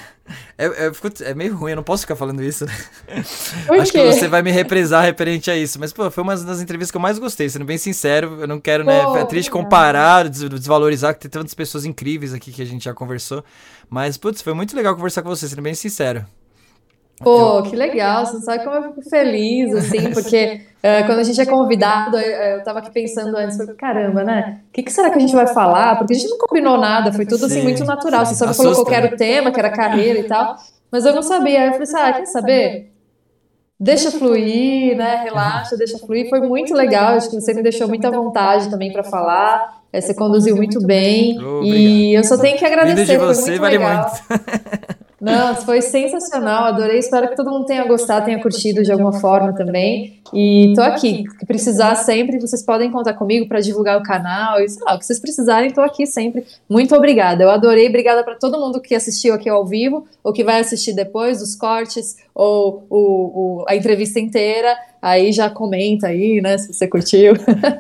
é meio ruim, eu não posso ficar falando isso, né? Por Acho que você quê? vai me represar referente a isso. Mas, pô, foi uma das entrevistas que eu mais gostei, sendo bem sincero. Eu não quero, né? É Pô, triste obrigada. comparar, desvalorizar, que tem tantas pessoas incríveis aqui que a gente já conversou. Mas, putz, foi muito legal conversar com você, sendo bem sincero. Eu. Pô, que legal. Você sabe como eu fico feliz, assim, porque quando a gente é convidado, eu tava aqui pensando antes, falei, caramba, né? O que será que a gente vai falar? Porque a gente não combinou nada, foi tudo assim muito Sim, natural. Você sim. só me colocou que Assusta, era né? o tema, que era carreira e tal, mas eu não sabia. Aí eu falei assim, quer saber? Deixa fluir, né? Relaxa, deixa fluir. Foi muito legal. Acho que você me deixou muita vontade também para falar. Você conduziu muito bem. Obrigado. E eu só tenho que Vindo de agradecer. Foi você, muito vale muito. legal. Não, foi sensacional. Adorei. Espero que todo mundo tenha gostado, tenha curtido de alguma forma também. E tô aqui. Se precisar sempre, vocês podem contar comigo para divulgar o canal. E sei lá, o que vocês precisarem, tô aqui sempre. Muito obrigada. Eu adorei. Obrigada para todo mundo que assistiu aqui ao vivo, ou que vai assistir depois, os cortes, ou a entrevista inteira. Aí já comenta aí, né, se você curtiu.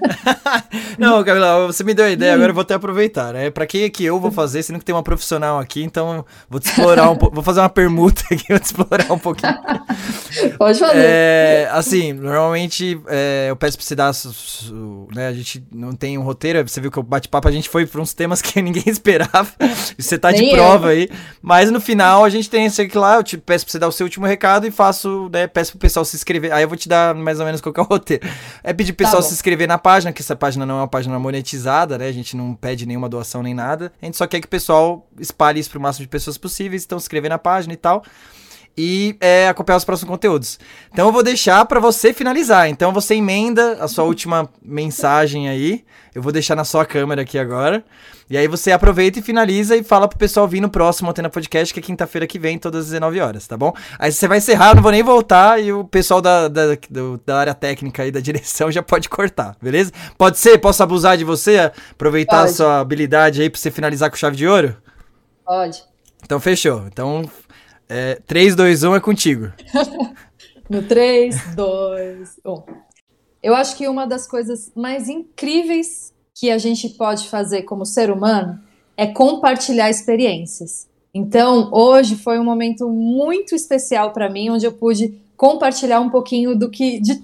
Não, Camila, você me deu a ideia, agora eu vou até aproveitar, né? Pra que é que eu vou fazer, sendo que tem uma profissional aqui, então vou te explorar um pouco, vou fazer uma permuta aqui, vou te explorar um pouquinho. Pode fazer. Assim, normalmente eu peço pra você dar, né, a gente não tem um roteiro, você viu que o bate-papo a gente foi pra uns temas que ninguém esperava, e você tá de Nem prova eu. aí, mas no final a gente tem isso aqui lá, eu te peço pra você dar o seu último recado e faço, né, peço pro pessoal se inscrever, aí eu vou te dar mais ou menos qual que é o roteiro. É pedir pro Tá pessoal se bom. inscrever na página, que essa página não é uma página monetizada, né, a gente não pede nenhuma doação nem nada, a gente só quer que o pessoal espalhe isso pro máximo de pessoas possíveis, então se inscrever na página e tal, e acompanhar os próximos conteúdos. Então eu vou deixar para você finalizar. Então você emenda a sua última mensagem aí. Eu vou deixar na sua câmera aqui agora. E aí você aproveita e finaliza e fala pro pessoal vir no próximo Antena Podcast, que é quinta-feira que vem, todas as 19 horas, tá bom? Aí você vai encerrar, eu não vou nem voltar e o pessoal da área técnica aí, da direção, já pode cortar, beleza? Pode ser? Posso abusar de você? Aproveitar a Pode, sua habilidade aí pra você finalizar com chave de ouro? pode. Então fechou. Então 3, 2, 1 é contigo. No 3, 2, 1. Eu acho que uma das coisas mais incríveis que a gente pode fazer como ser humano é compartilhar experiências. Então, hoje foi um momento muito especial para mim, onde eu pude compartilhar um pouquinho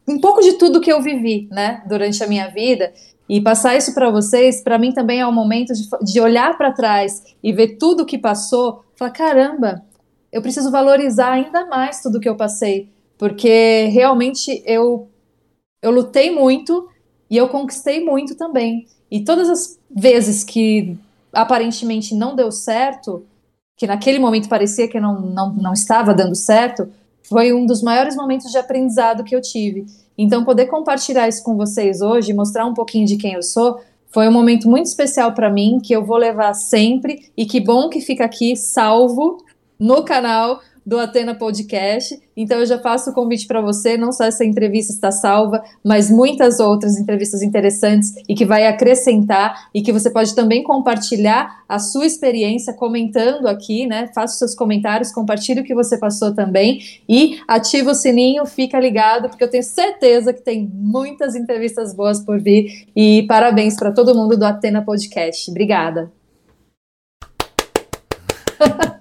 um pouco de tudo que eu vivi, né, durante a minha vida. E passar isso para vocês, para mim também é um momento de olhar para trás e ver tudo que passou, falar, caramba, eu preciso valorizar ainda mais tudo que eu passei, porque realmente eu lutei muito e eu conquistei muito também. E todas as vezes que aparentemente não deu certo, que naquele momento parecia que não estava dando certo, foi um dos maiores momentos de aprendizado que eu tive. Então, poder compartilhar isso com vocês hoje, mostrar um pouquinho de quem eu sou, foi um momento muito especial para mim, que eu vou levar sempre, e que bom que fica aqui salvo no canal do Athena Podcast. Então eu já faço o convite para você, não só essa entrevista está salva, mas muitas outras entrevistas interessantes e que vai acrescentar, e que você pode também compartilhar a sua experiência comentando aqui, né? Faça os seus comentários, compartilhe o que você passou também e ativa o sininho, fica ligado, porque eu tenho certeza que tem muitas entrevistas boas por vir, e parabéns para todo mundo do Athena Podcast. Obrigada.